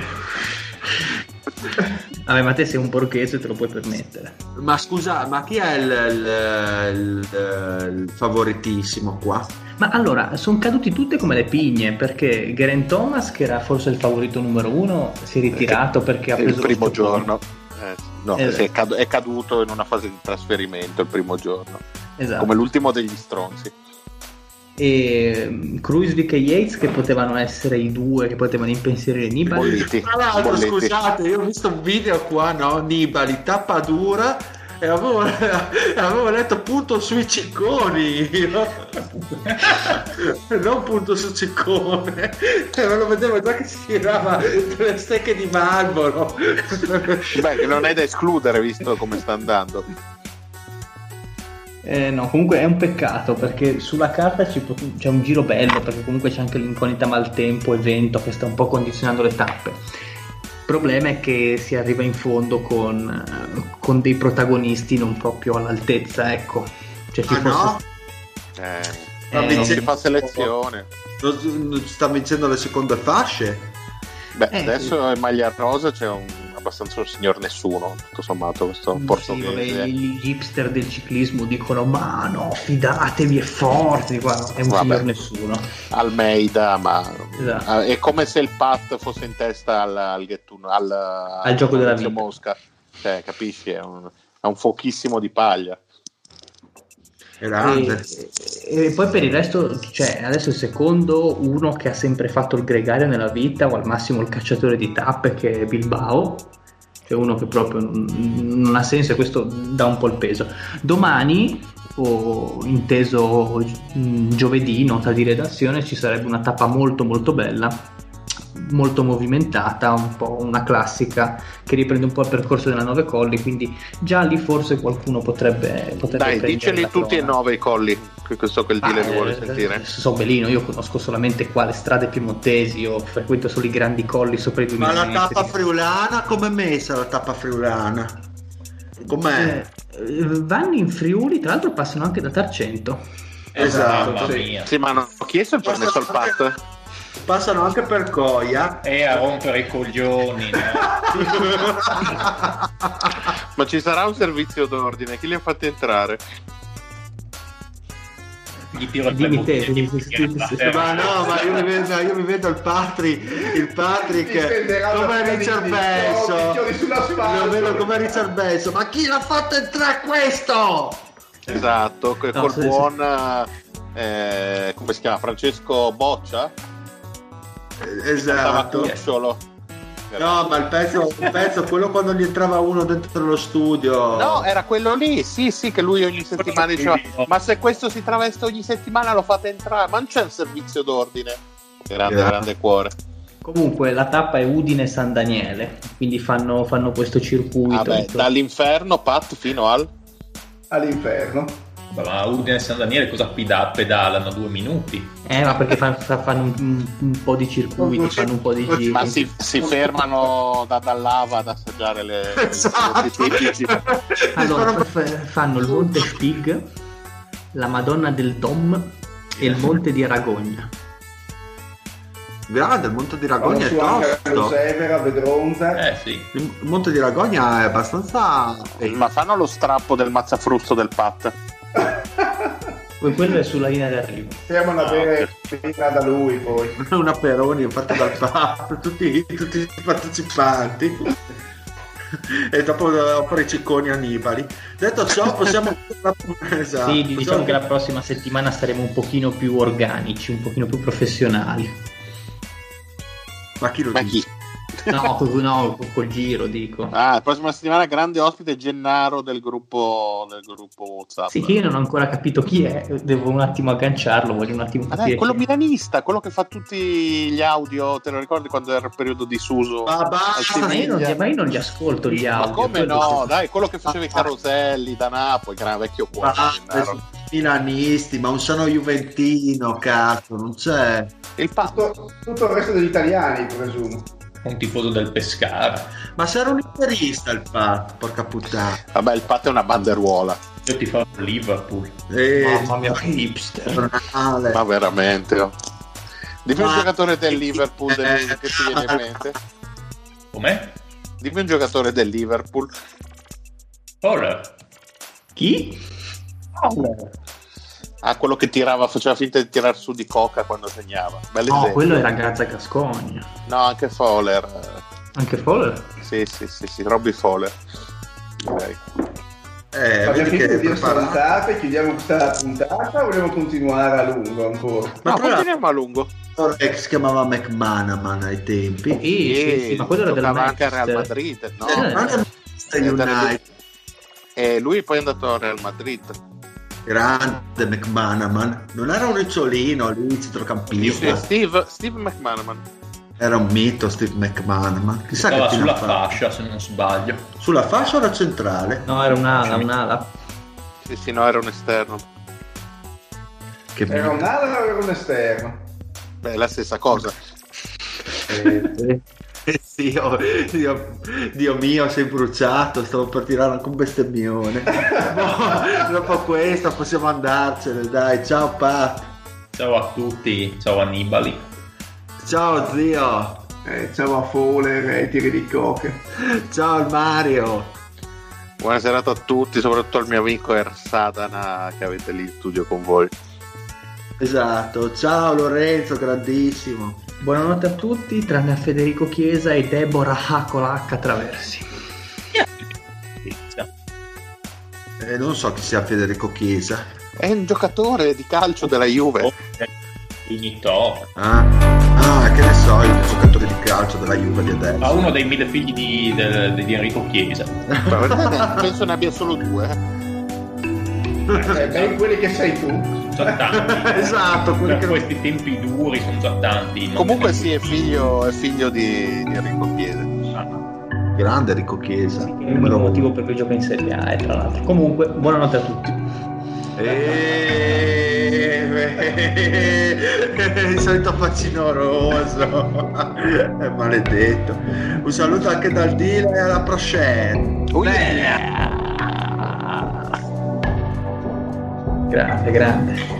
Vabbè, ma te sei un borghese, te lo puoi permettere. Ma scusa, ma chi è il favoritissimo qua? Ma allora, sono caduti tutte come le pigne, perché Geraint Thomas, che era forse il favorito numero uno, si è ritirato perché ha preso il primo giorno. Esatto. È caduto in una fase di trasferimento il primo giorno. Esatto. Come l'ultimo degli stronzi. E Kruijswijk e Yates, che potevano essere i due che potevano impensierire Nibali. Bolliti. Tra l'altro, scusate, io ho visto un video qua, no? Nibali tappa dura e avevo letto punto sui cicconi, no? Non punto su ciccone, me lo vedevo già che si tirava le stecche di Marlboro. Beh, non è da escludere visto come sta andando. No, comunque è un peccato, perché sulla carta c'è un giro bello, perché comunque c'è anche l'incognita maltempo e vento che sta un po' condizionando le tappe. Il problema è che si arriva in fondo con dei protagonisti non proprio all'altezza, ecco. Cioè, no? Non si fa selezione. Sta vincendo le seconde fasce. Beh, adesso in maglia rosa c'è abbastanza un signor nessuno, tutto sommato, questo portoghese. Gli hipster del ciclismo dicono: ma no, fidatevi, è forte, guarda, è un signor nessuno. Almeida, ma esatto. È come se il Pat fosse in testa al gioco della vita. Mosca, cioè, capisci? È un fuochissimo di paglia. E poi per il resto, cioè, adesso il secondo, uno che ha sempre fatto il gregario nella vita, o al massimo il cacciatore di tappe, che è Bilbao, cioè uno che proprio non ha senso, e questo dà un po' il peso. Domani, o inteso giovedì, nota di redazione, ci sarebbe una tappa molto molto bella molto movimentata, un po' una classica che riprende un po' il percorso della 9 Colli, quindi già lì forse qualcuno potrebbe dai, diceli tutti e 9 i colli, che so che il dealer vuole sentire. So benino, io conosco solamente qua le strade piemontesi, io frequento solo i grandi colli sopra i 2000 Ma metri. la tappa friulana com'è messa, la tappa friulana? Com'è? Vanno in Friuli, tra l'altro passano anche da Tarcento. Esatto, mamma sì. mia. Sì, ma hanno chiesto il permesso al PAT? Passano anche per Coia. E a rompere i coglioni, no? Ma ci sarà un servizio d'ordine? Chi li ha fatti entrare? Gli tiro il Dimmi te, Ma no, ma io mi vedo il Patrick come Richard Benson. Lo vedo come Richard Benson. Ma chi l'ha fatto entrare questo? Esatto, col buon come si chiama? Francesco Boccia? Esatto. Cucciolo. No, ma il pezzo, quello quando gli entrava uno dentro lo studio. No, era quello lì, sì, che lui ogni settimana diceva: ma se questo si traveste ogni settimana lo fate entrare, ma non c'è il servizio d'ordine. Grande cuore. Comunque la tappa è Udine-San Daniele, quindi fanno questo circuito. Vabbè, dall'inferno, Pat, fino all'inferno. Ma Udine e San Daniele cosa pedalano 2 minuti? Ma perché fanno un po' di circuiti, fanno un po' di giri. Ma si fermano dall'Ava ad assaggiare le tipici. Allora fanno il Monte Stig, la Madonna del Dom e il Monte di Aragogna. Grande, il Monte di Ragogna è tosto. Severa, Vedronza. Sì. Il Monte di Ragogna è abbastanza. Ma fanno lo strappo del mazzafrusto del Pat. Quello è sulla linea d'arrivo. Fermano a bere prima da lui poi. Una Peroni fatta dal Papa, tutti i partecipanti. E dopo i cicconi annibali. Detto ciò, possiamo. Esatto. Sì, diciamo che la prossima settimana saremo un pochino più organici, un pochino più professionali. Ma chi lo dice? No, col giro dico. La prossima settimana grande ospite Gennaro del gruppo WhatsApp. Sì, che io non ho ancora capito chi è, devo un attimo agganciarlo, voglio un attimo capire. Dai, quello milanista, quello che fa tutti gli audio, te lo ricordi quando era il periodo di Suso? Ma io non li ascolto gli audio. Ma come no? Dai, quello che faceva i caroselli da Napoli, che era vecchio cuore. Milanisti, ma un sono juventino, cazzo, non c'è. Tutto il resto degli italiani, presumo. Un tifoso del Pescara. Ma se era un interista il Pat, porca puttana. Vabbè, il Pat è una banderuola. Io ti fa Liverpool. Mamma mia, che hipster. Ma veramente. Oh. Dimmi un giocatore del Liverpool che ti viene in mente. Com'è? Dimmi un giocatore del Liverpool. Fowler. Chi? Quello che faceva finta di tirar su di coca quando segnava. No, quello è Ragazza Gascogna. No, anche Fowler. Anche Fowler? Sì, Robbie Fowler. Direi. Abbiamo finito di ascoltate, chiudiamo questa puntata o vogliamo continuare a lungo ancora? No, continuiamo a lungo. Si chiamava McManaman ai tempi. Sì, ma quello era del anche a Real Madrid, no? Anche United. E lui poi è andato a Real Madrid. Grande McManaman, non era un ricciolino lì, centrocampista. Steve McManaman. Era un mito Steve McManaman. Chissà stava che sulla fascia, se non sbaglio. Sulla fascia o era centrale? No, era un'ala. Sì, no, era un esterno. Era un'ala o era un esterno? Beh, è la stessa cosa. Dio mio, sei bruciato, stavo per tirare anche un bestemmione. Dopo questo possiamo andarcene, dai. Ciao Pat. Ciao a tutti, ciao Annibali. Ciao zio. Ciao a Fowler e tiri di coca. Ciao al Mario. Buona serata a tutti, soprattutto al mio amico Satana che avete lì in studio con voi. Esatto, ciao Lorenzo, grandissimo. Buonanotte a tutti, tranne a Federico Chiesa e Deborah H. Traversi. Non so chi sia Federico Chiesa. È un giocatore di calcio della Juve. Finito. Che ne so, il giocatore di calcio della Juve di adesso. Ha uno dei 1000 figli di Enrico Chiesa. Penso ne abbia solo 2. Ben quelli che sei tu. Sono tanti. Esatto, quelli Per che... questi tempi duri sono già tanti. Comunque sì, è figlio di Enrico Chiesa. Grande Enrico Chiesa. È l'unico motivo per cui gioca in Serie A, tra l'altro. Comunque, buonanotte a tutti. Il solito facinoroso. È maledetto. Un saluto anche dal Dile e alla prochaine. Grande.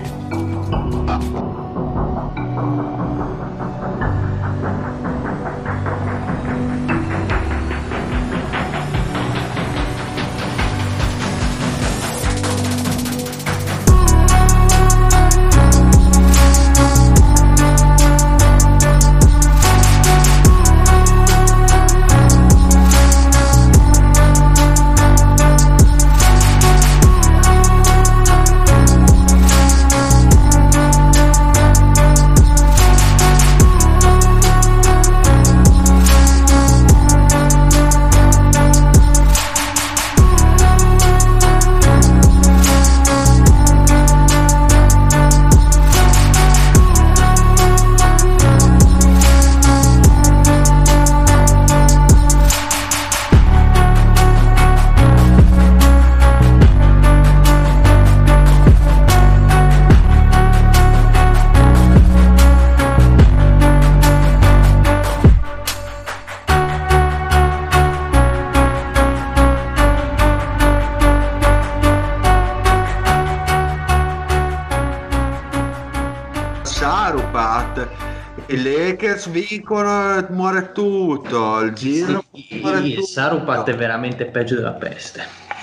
Sarupat, i Lakers vincono e muore tutto, il giro muore Il tutto. Sarupat è veramente peggio della peste.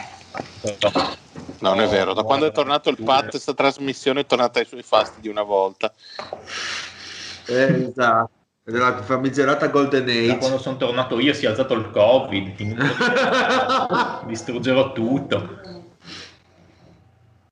Non è vero, da quando è tornato il Pat questa trasmissione è tornata ai suoi fasti di una volta. Esatto, della famigerata Golden Da Age. quando sono tornato io si è alzato il Covid. Distruggerò tutto.